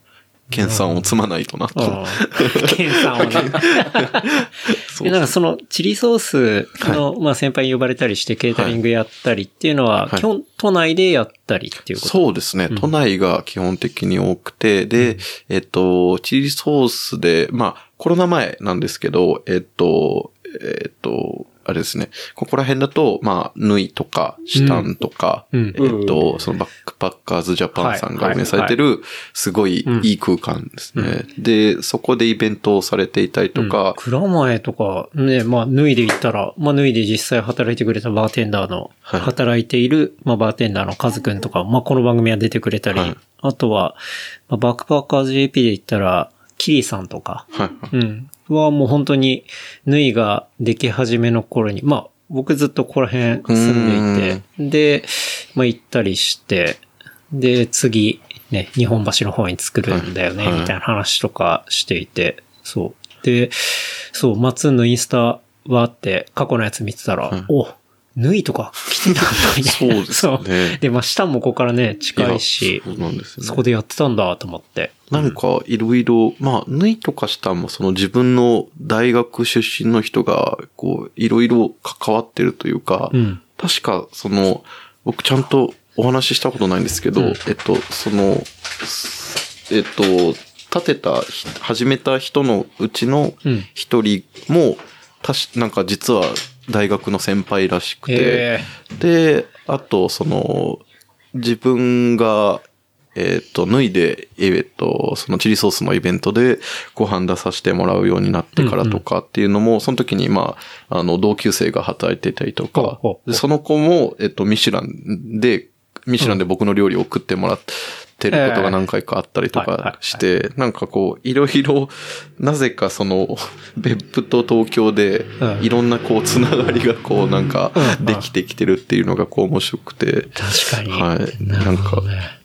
研鑽を積まないとなと。
研鑽をね。で、なんかそのチリソースの、はい、まあ先輩に呼ばれたりしてケータリングやったりっていうのは、はい、基本都内でやったりっていうこと？
そうですね。都内が基本的に多くて、うん、で、えっと、チリソースで、まあコロナ前なんですけど、えっと、えっと、あれですね。ここら辺だと、まあ、縫いとか、シタンとか、うん、えっと、うん、そのバックパッカーズジャパンさんが運営されてる、すごいいい空間ですね、うん。で、そこでイベントをされていたりとか。
うん、蔵前とか、ね、まあ、縫いで言ったら、まあ、縫いで実際働いてくれたバーテンダーの、はい、働いている、まあ、バーテンダーのカズくんとか、まあ、この番組は出てくれたり、はい、あとは、まあ、バックパッカーズ ジェーピー で言ったら、キリさんとか、はい、うん。はもう本当に、縫いができ始めの頃に、まあ、僕ずっとここら辺住んでいて、で、まあ行ったりして、で、次、ね、日本橋の方に作るんだよね、みたいな話とかしていて、そう。で、そう、マッツンのインスタはあって、過去のやつ見てたら、うん、お、縫いとか来てたんだ、みたいな。
そうですね。そう。
で、まあ下もここからね、近いし、
そうなんですね。
そこでやってたんだと思って。
なんか、いろいろ、まあ、縫いとかしたもその自分の大学出身の人が、こう、いろいろ関わってるというか、うん、確か、その、僕ちゃんとお話ししたことないんですけど、うん、えっと、その、えっと、建てた、始めた人のうちの一人も、たし、なんか実は大学の先輩らしくて、で、あと、その、自分が、えっと、脱いで、えっと、そのチリソースのイベントでご飯出させてもらうようになってからとかっていうのも、うんうん、その時に、まあ、あの、同級生が働いてたりとか、でその子も、えっと、ミシュランで、ミシュランで僕の料理を送ってもらってることが何回かあったりとかして、なんかこう、いろいろ、なぜかその、別府と東京で、いろんなこう、つながりがこう、なんか、できてきてるっていうのがこう、面白くて。
確かに。
はい。なんか、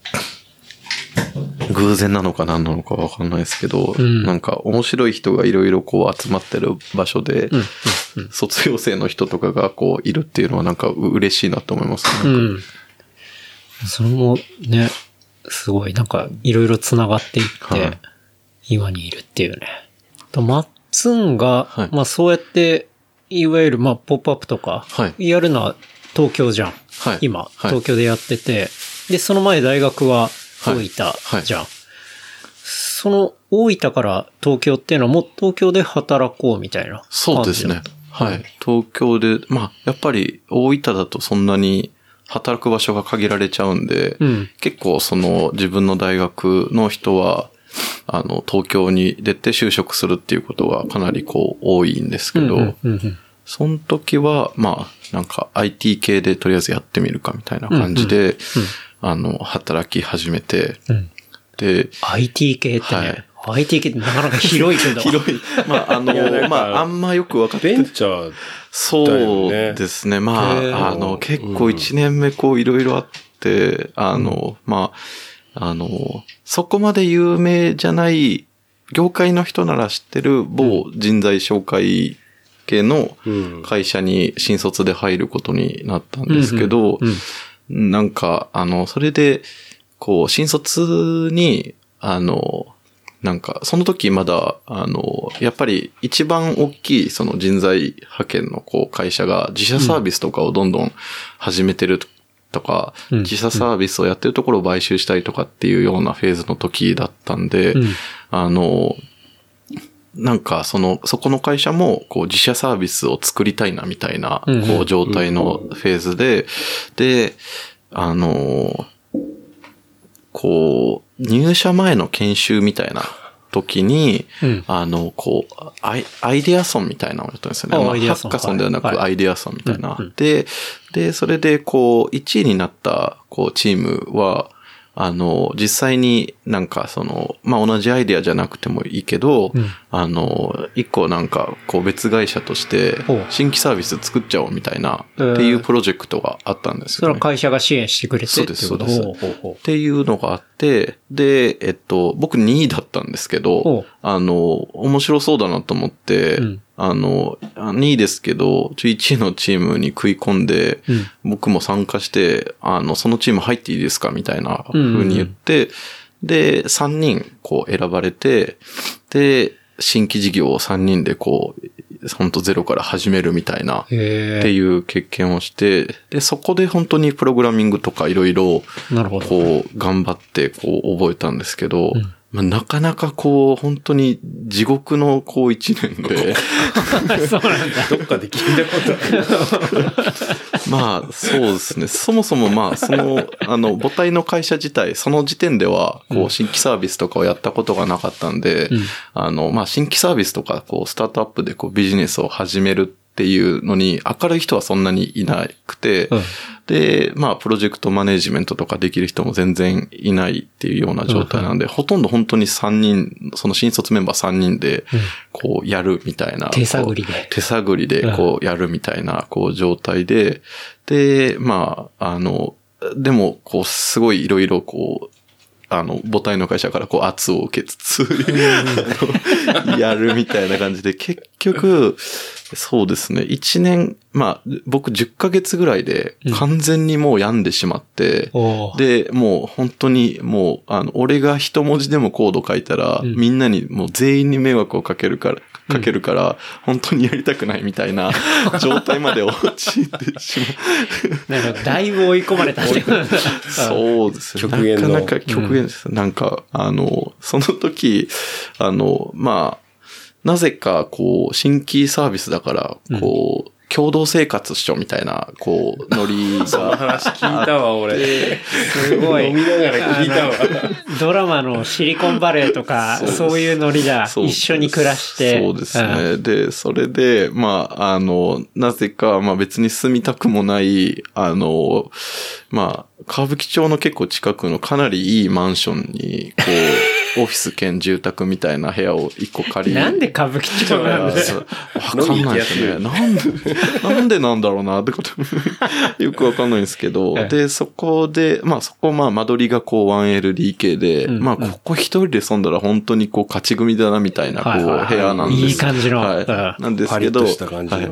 偶然なのか何なのかわかんないですけど、うん、なんか面白い人がいろいろこう集まってる場所で、うんうんうん、卒業生の人とかがこういるっていうのはなんか嬉しいなと思いますね。うん、
それもね、すごいなんかいろいろ繋がっていって、はい、今にいるっていうね。とマッツンが、はい、まあそうやって、いわゆるまあポップアップとか、やるのは東京じゃん。はい、今、東京でやってて、で、その前大学は、大分じゃん、はいはい。その大分から東京っていうのはもう東京で働こうみたいな感じ。
そうですね。はい。東京で、まあ、やっぱり大分だとそんなに働く場所が限られちゃうんで、うん、結構その自分の大学の人は、あの、東京に出て就職するっていうことがかなりこう多いんですけど、うんうんうんうん、その時は、まあ、なんか アイティー 系でとりあえずやってみるかみたいな感じで、うんうんうん、あの、働き始めて、うん、で、
アイティー 系ってね、はい、アイティー 系ってなかなか広いけど。
広い。まあ、あの、まあ、あんまよくわかって。
ベンチャー、ね、
そうですね。まあ、あの、結構一年目こういろいろあって、あの、うん、まあ、あの、そこまで有名じゃない、業界の人なら知ってる某人材紹介系の会社に新卒で入ることになったんですけど、うんうんうん、なんか、あの、それで、こう、新卒に、あの、なんか、その時まだ、あの、やっぱり一番大きいその人材派遣のこう会社が自社サービスとかをどんどん始めてるとか、うん、自社サービスをやってるところを買収したりとかっていうようなフェーズの時だったんで、うん、あの、なんかその、そこの会社もこう自社サービスを作りたいなみたいな、こう状態のフェーズで、で、あの、こう、入社前の研修みたいな時に、うん、あの、こう、アイ、アイデアソンみたいなのをやったんですよね。まあ、ハッカソンではなくアイデアソンみたいな。はいはい、で、で、それでこう、いちいになった、こう、チームは、あの、実際になんかその、まあ、同じアイデアじゃなくてもいいけど、うん、あの、一個なんか、こう別会社として、新規サービス作っちゃおうみたいな、っていうプロジェクトがあったんですよね。
それは会社が支援してくれて
そうです、そうです。っていうのがあって、で、えっと、僕にいだったんですけど、あの、面白そうだなと思って、うん、あの、にいですけど、いちいのチームに食い込んで、うん、僕も参加して、あの、そのチーム入っていいですかみたいな風に言って、うんうんで、さんにんこう選ばれて、で、新規事業をさんにんでこう、本当ゼロから始めるみたいな、っていう経験をして、で、そこで本当にプログラミングとかいろいろ、こう、頑張ってこう覚えたんですけど、うんまあ、なかなかこう、本当に地獄のこう一年で。
そうなんだ。
どっかで聞いたことある。
まあ、そうですね。そもそもまあ、その、あの、母体の会社自体、その時点では、こう、新規サービスとかをやったことがなかったんで、うん、あの、まあ、新規サービスとか、こう、スタートアップでこう、ビジネスを始めるっていうのに、明るい人はそんなにいなくて、うんで、まあ、プロジェクトマネジメントとかできる人も全然いないっていうような状態なんで、うん、ほとんど本当にさんにん、その新卒メンバーさんにんで、こう、やるみたいな。
手探りで。
手探りで、こう、やるみたいな、こう、状態で、で、まあ、あの、でも、こう、すごいいろいろこう、あの、母体の会社からこう圧を受けつつ、やるみたいな感じで、結局、そうですね、一年、まあ、僕じゅっかげつぐらいで完全にもう病んでしまって、うん、で、もう本当にもう、あの、俺が一文字でもコード書いたら、うん、みんなにもう全員に迷惑をかけるから、かけるから、うん、本当にやりたくないみたいな状態まで陥ってし
まう。なるほど、だいぶ追い込まれた。
そうですね。なかなか極限です。うん、なんか、あの、その時、あの、まあ、なぜか、こう、新規サービスだから、こう、うん、共同生活しようみたいな、こう、ノリが。
その話聞いたわ、俺。
すごい。
飲みながら聞いたわ。
ドラマのシリコンバレーとか、そう、そういうノリが一緒に暮らして。
そうですね。うん、で、それで、まあ、あの、なぜか、まあ別に住みたくもない、あの、まあ、歌舞伎町の結構近くのかなりいいマンションに、こう、オフィス兼住宅みたいな部屋を一個借り。
なんで歌舞伎町なんですか？
わかんないですね。なんで、なんでなんだろうなってことよくわかんないんですけど、で、そこで、まあそこまあ間取りがこう ワンエルディーケー で、うん、まあここ一人で住んだら本当にこう勝ち組だなみたいなこう部屋なんです。
いい感じの。
はい。なんですけど、
はい、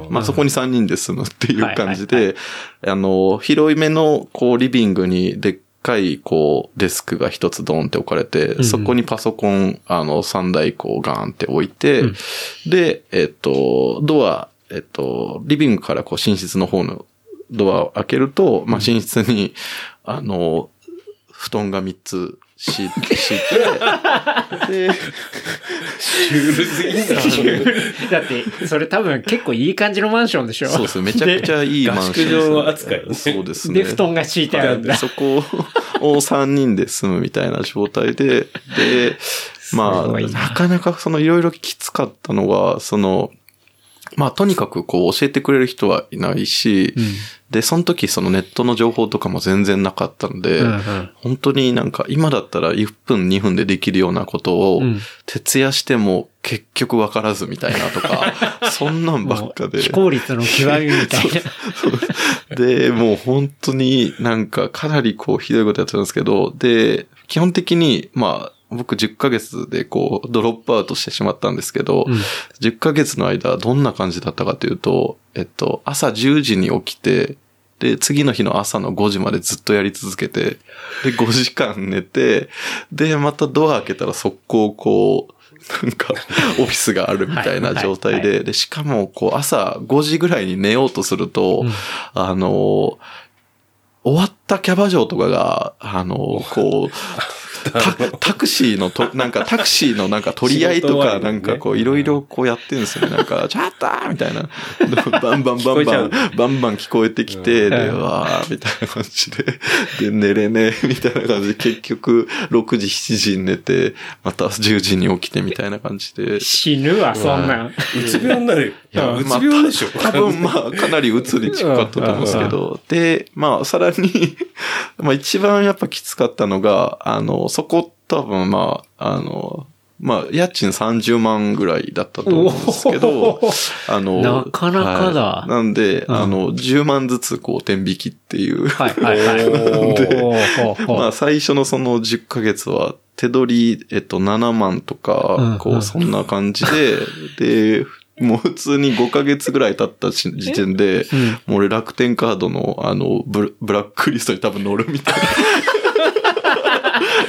まあそこにさんにんで住むっていう感じで、あの、広いめのこうリビングにでっかい、こう、デスクが一つドーンって置かれて、うん、そこにパソコン、あの、さんだいこうガーンって置いて、うん、で、えっと、ドア、えっと、リビングからこう寝室の方のドアを開けると、まあ、寝室に、あの、布団がみっつ敷いて、敷いて、で、
シュールすぎん
だ。だって、それ多分結構いい感じのマンションでしょ？
そうですね。めちゃくちゃいいマンションです、ね。
合宿場扱い、ね。
そうですね。
で、布団が敷いてあるんだ。
そこをさんにんで住むみたいな状態で、で、まあ、な, なかなかそのいろいろきつかったのは、その、まあとにかくこう教えてくれる人はいないし、うん、で、その時そのネットの情報とかも全然なかったんで、うんうん、本当になんか今だったらいっぷんにふんでできるようなことを、徹夜しても結局わからずみたいなとか、そんなんばっかで。
非効率の極みみたい
な。で、もう本当になんかかなりこうひどいことやってたんですけど、で、基本的にまあ、僕じゅっかげつでこうドロップアウトしてしまったんですけど、うん、じゅっかげつの間どんな感じだったかというと、えっと、朝じゅうじに起きて、で、次の日の朝のごじまでずっとやり続けて、で、ごじかん寝て、で、またドア開けたら速攻こう、なんか、オフィスがあるみたいな状態で、はいはいはい、で、しかもこう朝ごじぐらいに寝ようとすると、うん、あの、終わったキャバ嬢とかが、あの、こう、タ, タクシーのと、なんかタクシーのなんか取り合いとか、なんかこういろいろこうやってるんですよね。なんか、チャッターみたいな。バンバンバンバン、バンバン聞こえてきて、で、わーみたいな感じで、で、寝れねえみたいな感じで、結局ろくじ、しちじに寝て、またじゅうじに起きてみたいな感じで。
死ぬわ、そんなん。
うつ病になるよ。いや、うつ病でしょ。
多分まあ、かなりうつに近かったと思うんですけど、で、まあ、さらに、まあ一番やっぱきつかったのが、あの、そこ多分まあ、あの、まあ、家賃さんじゅうまんぐらいだったと思うんですけど、あの、
なかなかだ。
はい、なんで、うん、あの、じゅうまんずつこう、天引きっていう。
はいはいはい。
なんで、まあ、最初のそのじゅっかげつは、手取り、えっと、ななまんとか、うん、こう、そんな感じで、で、もう普通にごかげつぐらい経った時点で、うん、もう俺楽天カードのあのブ、ブラックリストに多分乗るみたいな。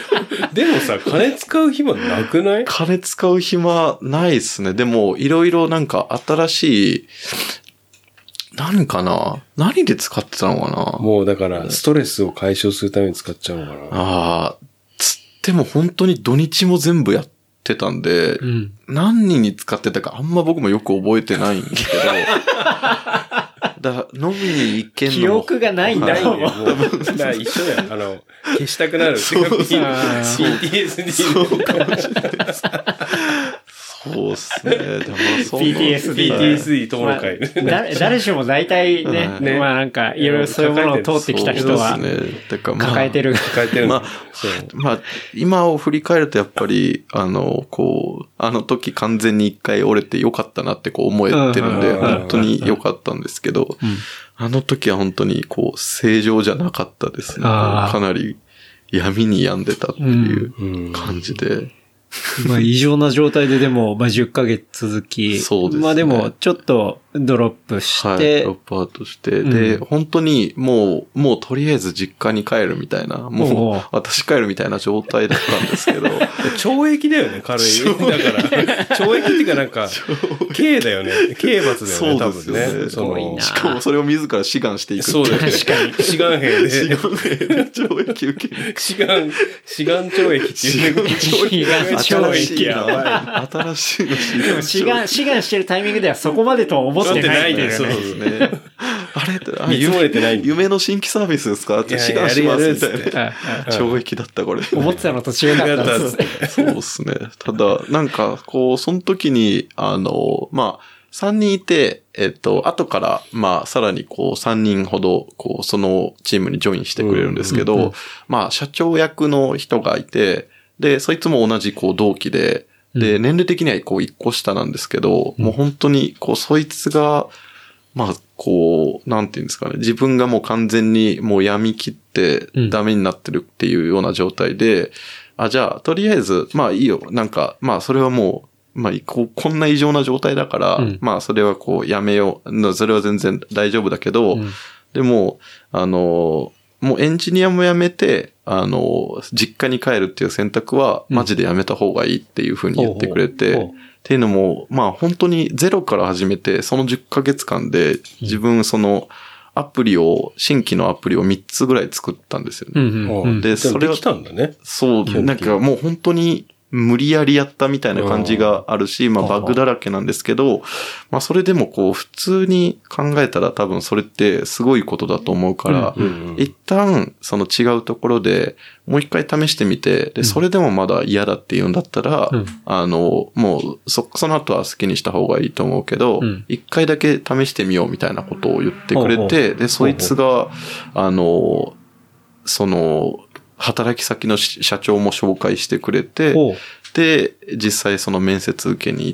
でもさ、金使う暇なくない？
金使う暇ないっすね。でも、いろいろなんか新しい、何かな何で使ってたのかな
もうだから、ストレスを解消するために使っちゃうのかな。
ああ、つっても本当に土日も全部やってたんで、うん、何人に使ってたかあんま僕もよく覚えてないんですけど、だ飲みに行けんの
記憶がないんだよ。
もうだから一緒だよ。あの、消したくなるっていうか、ピーティーエスディー
そうかもしれないです。そうっすね。でもそ
ピーティーエスディー。
ピーティーエスディー 登録会、
まあ。誰しも大体ね、はい、ねまあなんか、いろいろそういうものを通ってきた人は、抱えてる。
抱えてる。
まあ、まあ、今を振り返るとやっぱり、あの、こう、あの時完全に一回折れてよかったなってこう思えてるんで、本当によかったんですけど、うん、あの時は本当にこう、正常じゃなかったですね。かなり闇に病んでたっていう感じで。うんうん
まあ異常な状態ででも、まあじゅっかげつ続き。
そうですね。
まあでも、ちょっとドロップして。はい、
ドロップアウトして。うん、で、本当にもう、もうとりあえず実家に帰るみたいな、もう私帰るみたいな状態だったんですけど。
懲役だよね、軽い。だから、懲役っていうかなんか、刑だよね。刑罰だよね、多分ね。
そうですね。しかもそれを自ら志願していく。
そうだよね。確かに。志願兵で。
志願兵で懲役受ける。
志願、志願懲役っていうね。
志願
新しいやばい。新しいの
でも志願、志願してるタイミングではそこまでとは思ってないんだよね。
そうですね。あれあ
見積もれてない。
夢の新規サービスですかって志願しますみたいな。懲役だったこれ。
思ってたのと違かったですね。
そうですね。ただ、なんか、こう、その時に、あの、まあ、さんにんいて、えっと、後から、まあ、さらにこう、さんにんほど、こう、そのチームにジョインしてくれるんですけど、うんうんうん、まあ、社長役の人がいて、で、そいつも同じこう同期で、で、年齢的にはこう一個下なんですけど、うん、もう本当にこうそいつが、まあこう、なんていうんですかね、自分がもう完全にもう病み切ってダメになってるっていうような状態で、うん、あ、じゃあとりあえず、まあいいよ、なんか、まあそれはもう、まあこう、こんな異常な状態だから、うん、まあそれはこうやめよう、それは全然大丈夫だけど、うん、でも、あの、もうエンジニアも辞めて、あの、実家に帰るっていう選択は、マジでやめた方がいいっていうふうに言ってくれて、うん、っていうのも、まあ本当にゼロから始めて、そのじゅっかげつかんで、自分その、アプリを、新規のアプリをみっつぐらい作ったんですよね。
うんうん、で、それは。できたんだね。
そう、なんかもう本当に、無理やりやったみたいな感じがあるし、まあバグだらけなんですけど、まあそれでもこう普通に考えたら多分それってすごいことだと思うから、一旦その違うところでもう一回試してみて、で、それでもまだ嫌だって言うんだったら、あの、もうそ、その後は好きにした方がいいと思うけど、一回だけ試してみようみたいなことを言ってくれて、で、そいつが、あの、その、働き先の社長も紹介してくれて、で、実際その面接受けに行って、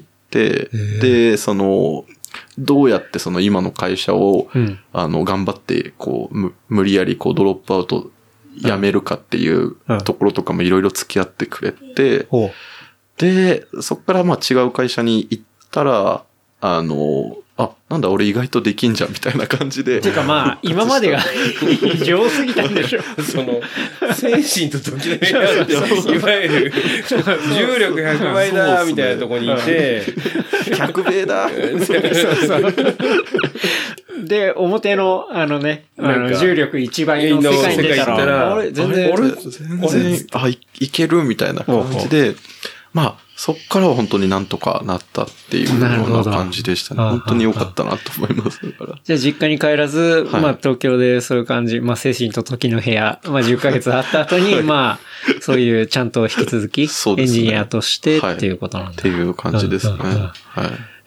で、その、どうやってその今の会社を、うん、あの、頑張って、こう、無理やりこうドロップアウトやめるかっていうところとかもいろいろ付き合ってくれて、うん、で、そこからまあ違う会社に行ったら、あの、あ、なんだ俺意外とできんじゃんみたいな感じで。
てかまあ、今までが異常すぎたんでしょ。
その、精神と時の部屋って、いわゆる、重力ひゃくばいだみたいなとこにいて、
ひゃくべいだそう
そうで、表の、あのね、あの重力いちばいの世界に出たら、
あれ全然、あれ全然、あ、い、いけるみたいな感じで、まあ、そっからは本当になんとかなったっていうような感じでしたね。本当に良かったなと思いますから。
じゃあ実家に帰らず、はい、まあ東京でそういう感じ、まあ精神と時の部屋、まあじゅっかげつあった後に、はい、まあそういうちゃんと引き続き、ね、エンジニアとしてっていうことなんだ、はい、
っていう感じですね。はい。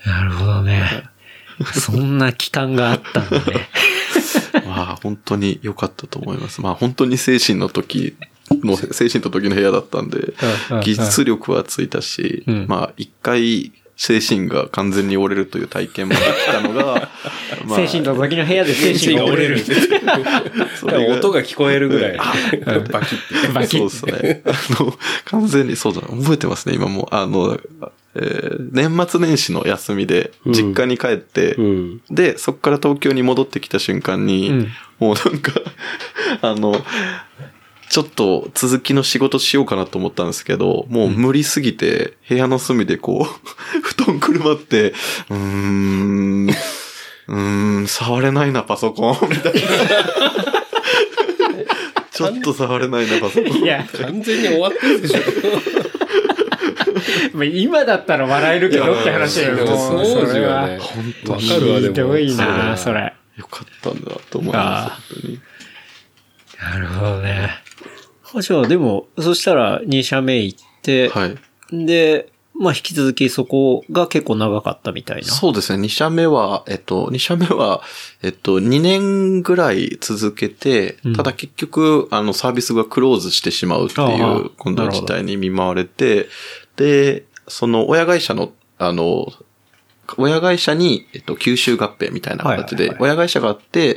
なるほどね。はい、そんな期間があったんだね。
まあ本当に良かったと思います。まあ本当に精神の時、の精神と時の部屋だったんで、技術力はついたし、うん、まあ一回精神が完全に折れるという体験もできたのが、
まあ、精神と時の部屋で精神が折れる。
音が聞こえるぐらい。バキッて。
バキッて。
そうですね。あの、完全にそうだな。覚えてますね、今も。あの、えー、年末年始の休みで実家に帰って、うん、で、そこから東京に戻ってきた瞬間に、うん、もうなんか、あの、 ちょっと続きの仕事しようかなと思ったんですけど、もう無理すぎて、部屋の隅でこう、布団くるまって、うーん、うーん、触れないな、パソコン、みたいな。ちょっと触れないな、パソコン。
いや、
完全に終わってるでしょ。
まあ今だったら笑えるけどって話だよ。もう
そう
それは。
ね。
本当に
わかるわ、でも。
ひどいな、それ。
よかったんだと思います。本当に。
なるほどね。じゃあ、でも、そしたらに社目行って、
はい。
で、まあ引き続きそこが結構長かったみたいな。
そうですね。に社目は、えっと、に社目は、えっと、にねんぐらい続けて、うん、ただ結局、あの、サービスがクローズしてしまうっていう、今度事態に見舞われて、で、その親会社の、あの、親会社に、えっと、吸収合併みたいな形で、親会社があって、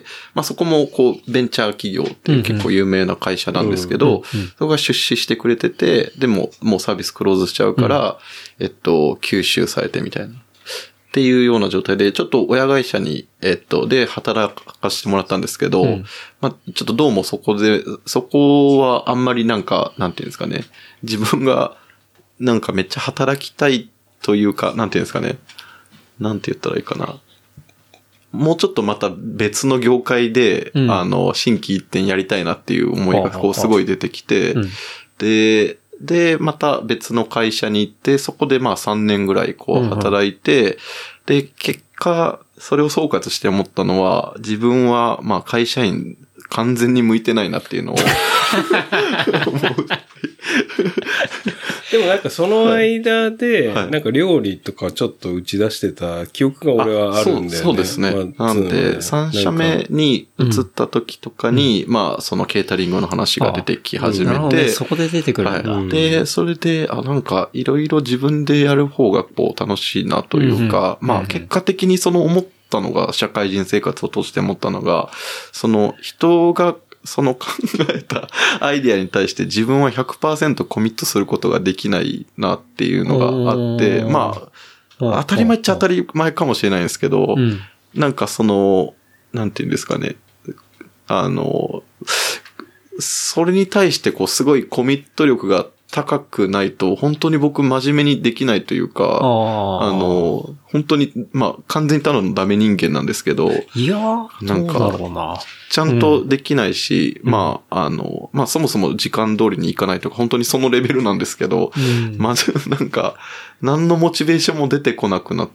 まあ、そこも、こう、ベンチャー企業っていう結構有名な会社なんですけど、そこが出資してくれてて、でも、もうサービスクローズしちゃうから、うん、えっと、吸収されてみたいな。っていうような状態で、ちょっと親会社に、えっと、で、働かせてもらったんですけど、うん、まあ、ちょっとどうもそこで、そこはあんまりなんか、なんていうんですかね、自分が、なんかめっちゃ働きたいというか、なんていうんですかね、なんて言ったらいいかな。もうちょっとまた別の業界で、うん、あの、新規一点やりたいなっていう思いがこうすごい出てきて、うん、で、で、また別の会社に行って、そこでまあさんねんぐらいこう働いて、うんうん、で、結果、それを総括して思ったのは、自分はまあ会社員完全に向いてないなっていうのを思う。
でもなんかその間で、なんか料理とかちょっと打ち出してた記憶が俺はあるんで、ね。
そうですね。まあ、なんで、さん社目に移った時とかに、うん、まあそのケータリングの話が出てき始めて、
うんね、そこで出てくるんだ。
はい、で、それで、あ、なんかいろいろ自分でやる方がこう楽しいなというか、うんうん、まあ結果的にその思ったのが、社会人生活を通して思ったのが、その人がその考えたアイディアに対して自分は ひゃくパーセント コミットすることができないなっていうのがあって、まあ、当たり前っちゃ当たり前かもしれないんですけど、うん、なんかその、なんていうんですかね、あの、それに対してこうすごいコミット力が高くないと本当に僕真面目にできないというか、あ, あの、本当に、まあ完全にただのダメ人間なんですけど、
いやー、なんか、そうだろうな。
ちゃんとできないし、うん、まあ、あの、まあそもそも時間通りに行かないとか本当にそのレベルなんですけど、うん、まずなんか、何のモチベーションも出てこなくなって、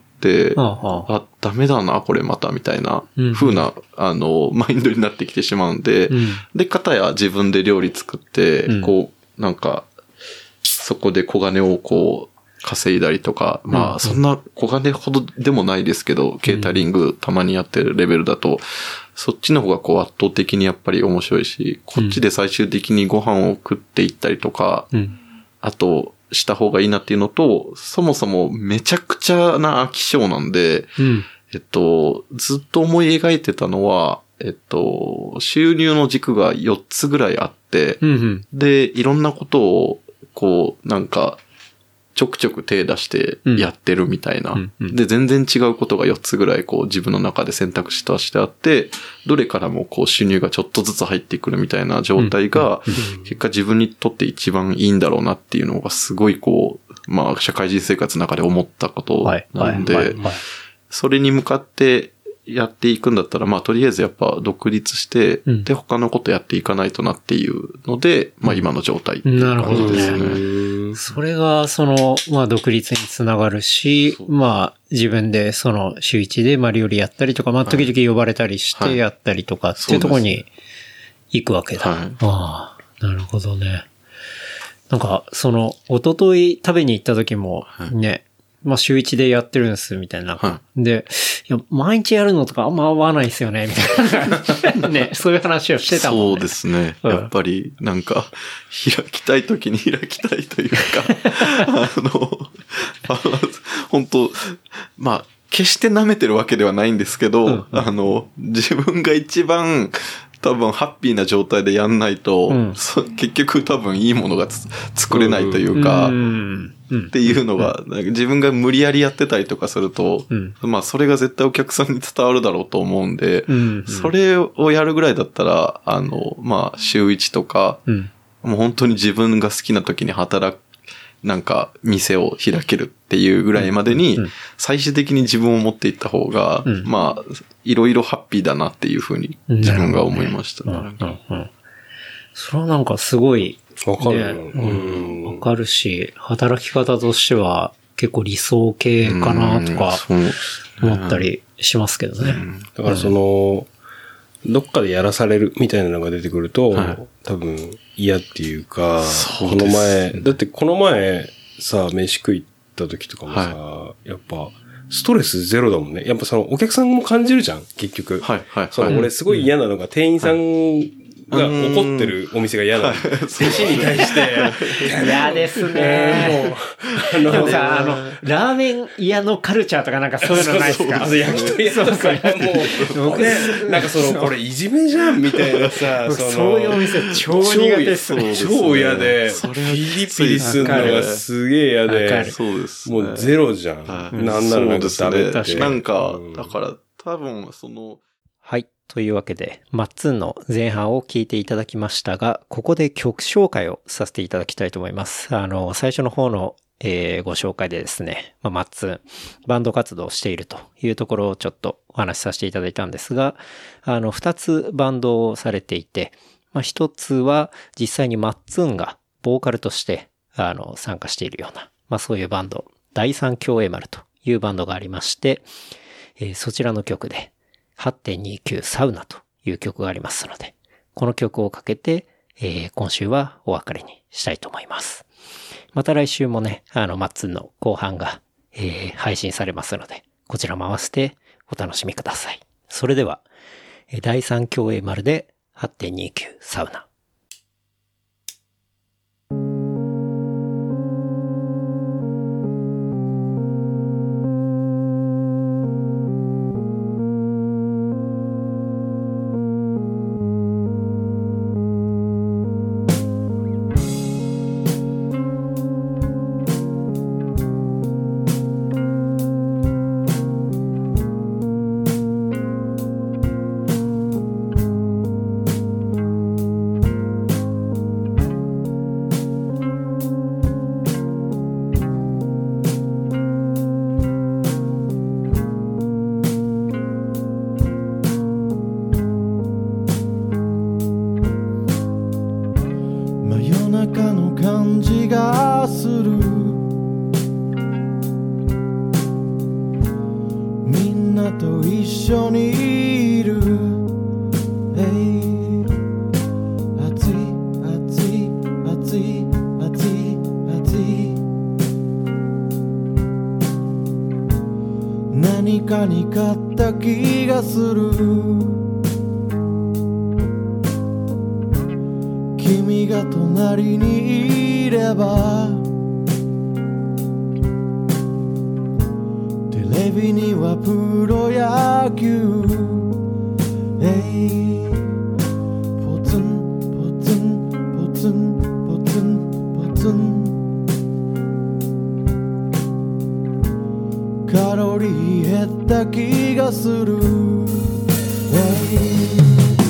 あ, あダメだな、これまたみたいな風な、うん、あの、マインドになってきてしまうんで、うん、で、かたや自分で料理作って、うん、こう、なんか、そこで小金をこう稼いだりとか、まあそんな小金ほどでもないですけど、ケータリングたまにやってるレベルだと、そっちの方がこう圧倒的にやっぱり面白いし、こっちで最終的にご飯を食っていったりとか、あとした方がいいなっていうのと、そもそもめちゃくちゃな飽き性なんで、えっと、ずっと思い描いてたのは、えっと、収入の軸がよっつぐらいあって、で、いろんなことをこう、なんか、ちょくちょく手出してやってるみたいな。うんうんうん、で、全然違うことがよっつぐらいこう自分の中で選択肢としてあって、どれからもこう収入がちょっとずつ入ってくるみたいな状態が、結果自分にとって一番いいんだろうなっていうのがすごいこう、まあ社会人生活の中で思ったことなんで、それに向かってやっていくんだったら、まあとりあえずやっぱ独立して、うん、で他のことやっていかないとなっていうので、まあ今の状態っていう感じですね。なるほどね。
それがその、まあ独立につながるし、まあ自分でその週一でまあ料理やったりとか、まあ時々呼ばれたりしてやったりとかっていうところに行くわけだ。はい、ああ、なるほどね。なんかその一昨日食べに行った時もね、はいまあ週一でやってるんですみたいな。はい、で、いや、毎日やるのとかあんま合わないですよね、みたいな。ね、そういう話をしてたもんね。
そうですね。うん、やっぱり、なんか、開きたい時に開きたいというか、あの、本当まあ、決して舐めてるわけではないんですけど、うん、あの、自分が一番、多分ハッピーな状態でやんないと、うん、結局多分いいものが作れないというか、うんうん、っていうのが、なんか自分が無理やりやってたりとかすると、うん、まあそれが絶対お客さんに伝わるだろうと思うんで、うんうん、それをやるぐらいだったら、あの、まあ週一とか、うん、 もう本当に自分が好きな時に働く、なんか店を開けるっていうぐらいまでに、最終的に自分を持っていった方が、うん、まあ、いろいろハッピーだなっていうふうに自分が思いました。
うんうんうん、それはなんかすごごい、
わかる、
ね、うん。わかるし、働き方としては結構理想系かなとか思ったりしますけどね。
だからその、どっかでやらされるみたいなのが出てくると、はい、多分嫌っていうか、この前、だってこの前さ、飯食い行った時とかもさ、はい、やっぱストレスゼロだもんね。やっぱそのお客さんも感じるじゃん、結局。はいはい、その俺すごい嫌なのが店員さんが怒ってるお店が嫌なの。弟子に対して。
嫌ですね。もう、あのさ、あの、ラーメン屋のカルチャーとかなんかそういうのないですか？
あの焼き鳥屋とかもう、僕ね、なんかその、これいじめじゃんみたいなさ、
その、そういうお店超苦手ですね。
超嫌で、ピリピリするのがすげえ嫌で、
そうです
もうゼロじゃん。なんならなんかダメだし。
なんか、だから多分その、
はい。というわけで、マッツンの前半を聞いていただきましたが、ここで曲紹介をさせていただきたいと思います。あの、最初の方の、えー、ご紹介でですね、まあ、マッツン、バンド活動をしているというところをちょっとお話しさせていただいたんですが、あの、二つバンドをされていて、まあ、一つは実際にマッツンがボーカルとして、あの、参加しているような、まあ、そういうバンド、第三共栄丸というバンドがありまして、えー、そちらの曲で、はちてんにじゅうきゅう サウナという曲がありますので、この曲をかけて、えー、今週はお別れにしたいと思います。また来週もね、あの、マッツンの後半が、えー、配信されますので、こちらも合わせてお楽しみください。それでは、第三共栄丸で はちてんにじゅうきゅう サウナ。
何かに勝った気がする。君が隣にいればテレビにはプロ野球、えいポツンポツンポツンポツンポツンカロリー減った気がする、えい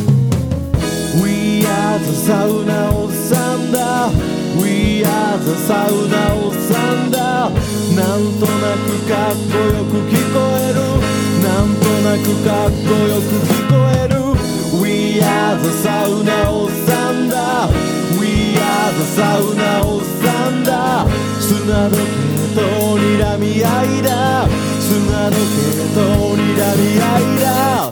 We are the サウナおっさんだ We are the サウナおっさんだ。なんとなくかっこよく聞こえる、なんとなくかっこよく聞こえる。 We are the サウナおっさんだ We are the サウナおっさんだ。砂時計と睨み合いだ、砂時計と睨み合いだ。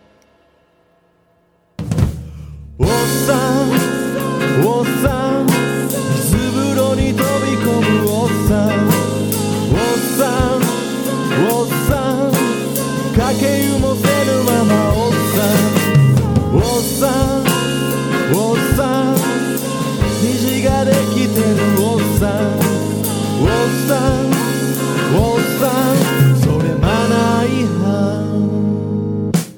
おっさんおっさん水風呂に飛び込むおっさん、おっさんおっさんかけ湯もせぬままおっさん、おっさんおっさん虹ができてるおっさん、おっさんおっさんそれマナー違反。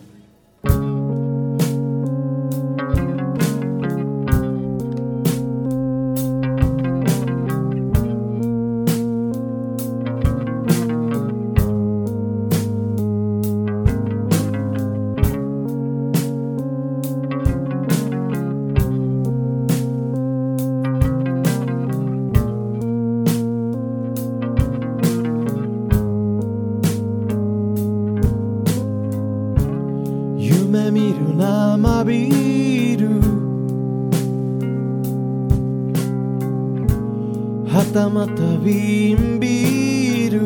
はたまた瓶ビール、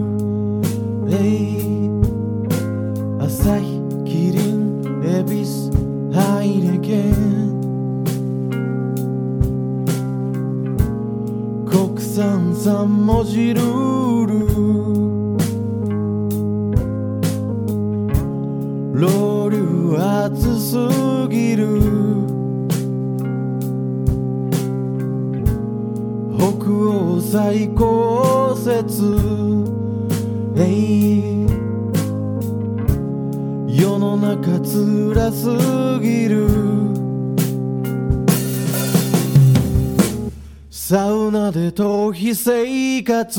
アサヒキリン恵比寿ハイネケン、国産さん文字ルール、ロウリュ熱すぎる、北欧最高説、えい世の中辛すぎる、サウナで逃避生活、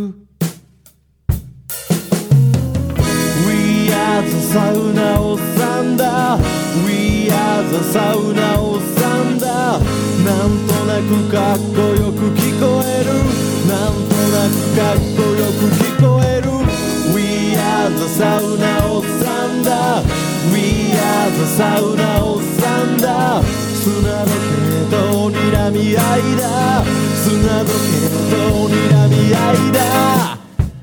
We are the サウナおっさんだ、 We are the サウナおっさんだ、なんとなくかっこよく聞こえる、なんとなくかっこよく聞こえる、 We are the サウナおっさんだ、 We are the サウナおっさんだ、砂時計と睨み合いだ、砂時計と睨み合いだ、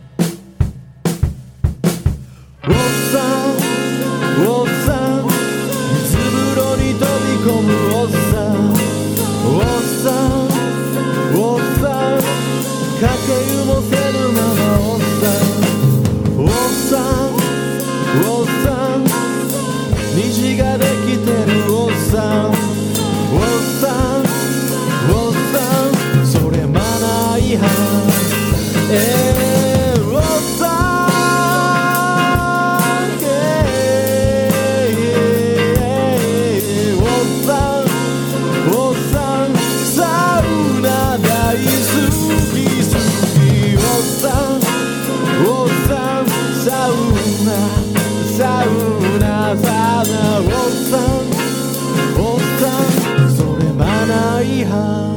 おっさんおっさん水風呂に飛び込むおっさん、おっさんおっさんかけ湯もせぬままおっさん、おっさんおっさん虹ができてるおっさん、おっさんおっさんそれマナー違反、えー、おっさんサウナサウナおっさんおっさんそれマナー違反、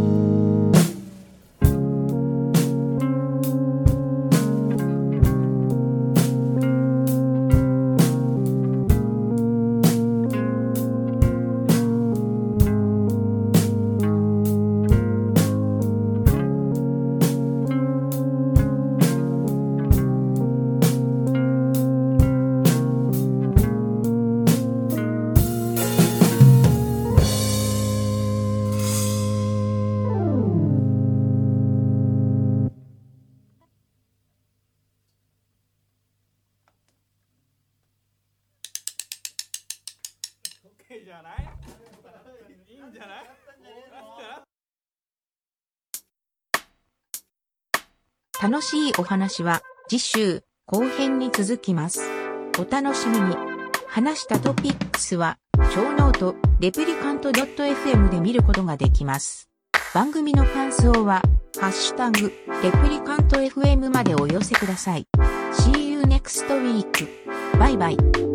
楽しいお話は次週後編に続きます。お楽しみに。話したトピックスは小ノートレプリカント .fm で見ることができます。番組の感想はハッシュタグレプリカント エフエム までお寄せください。See you next week. バイバイ。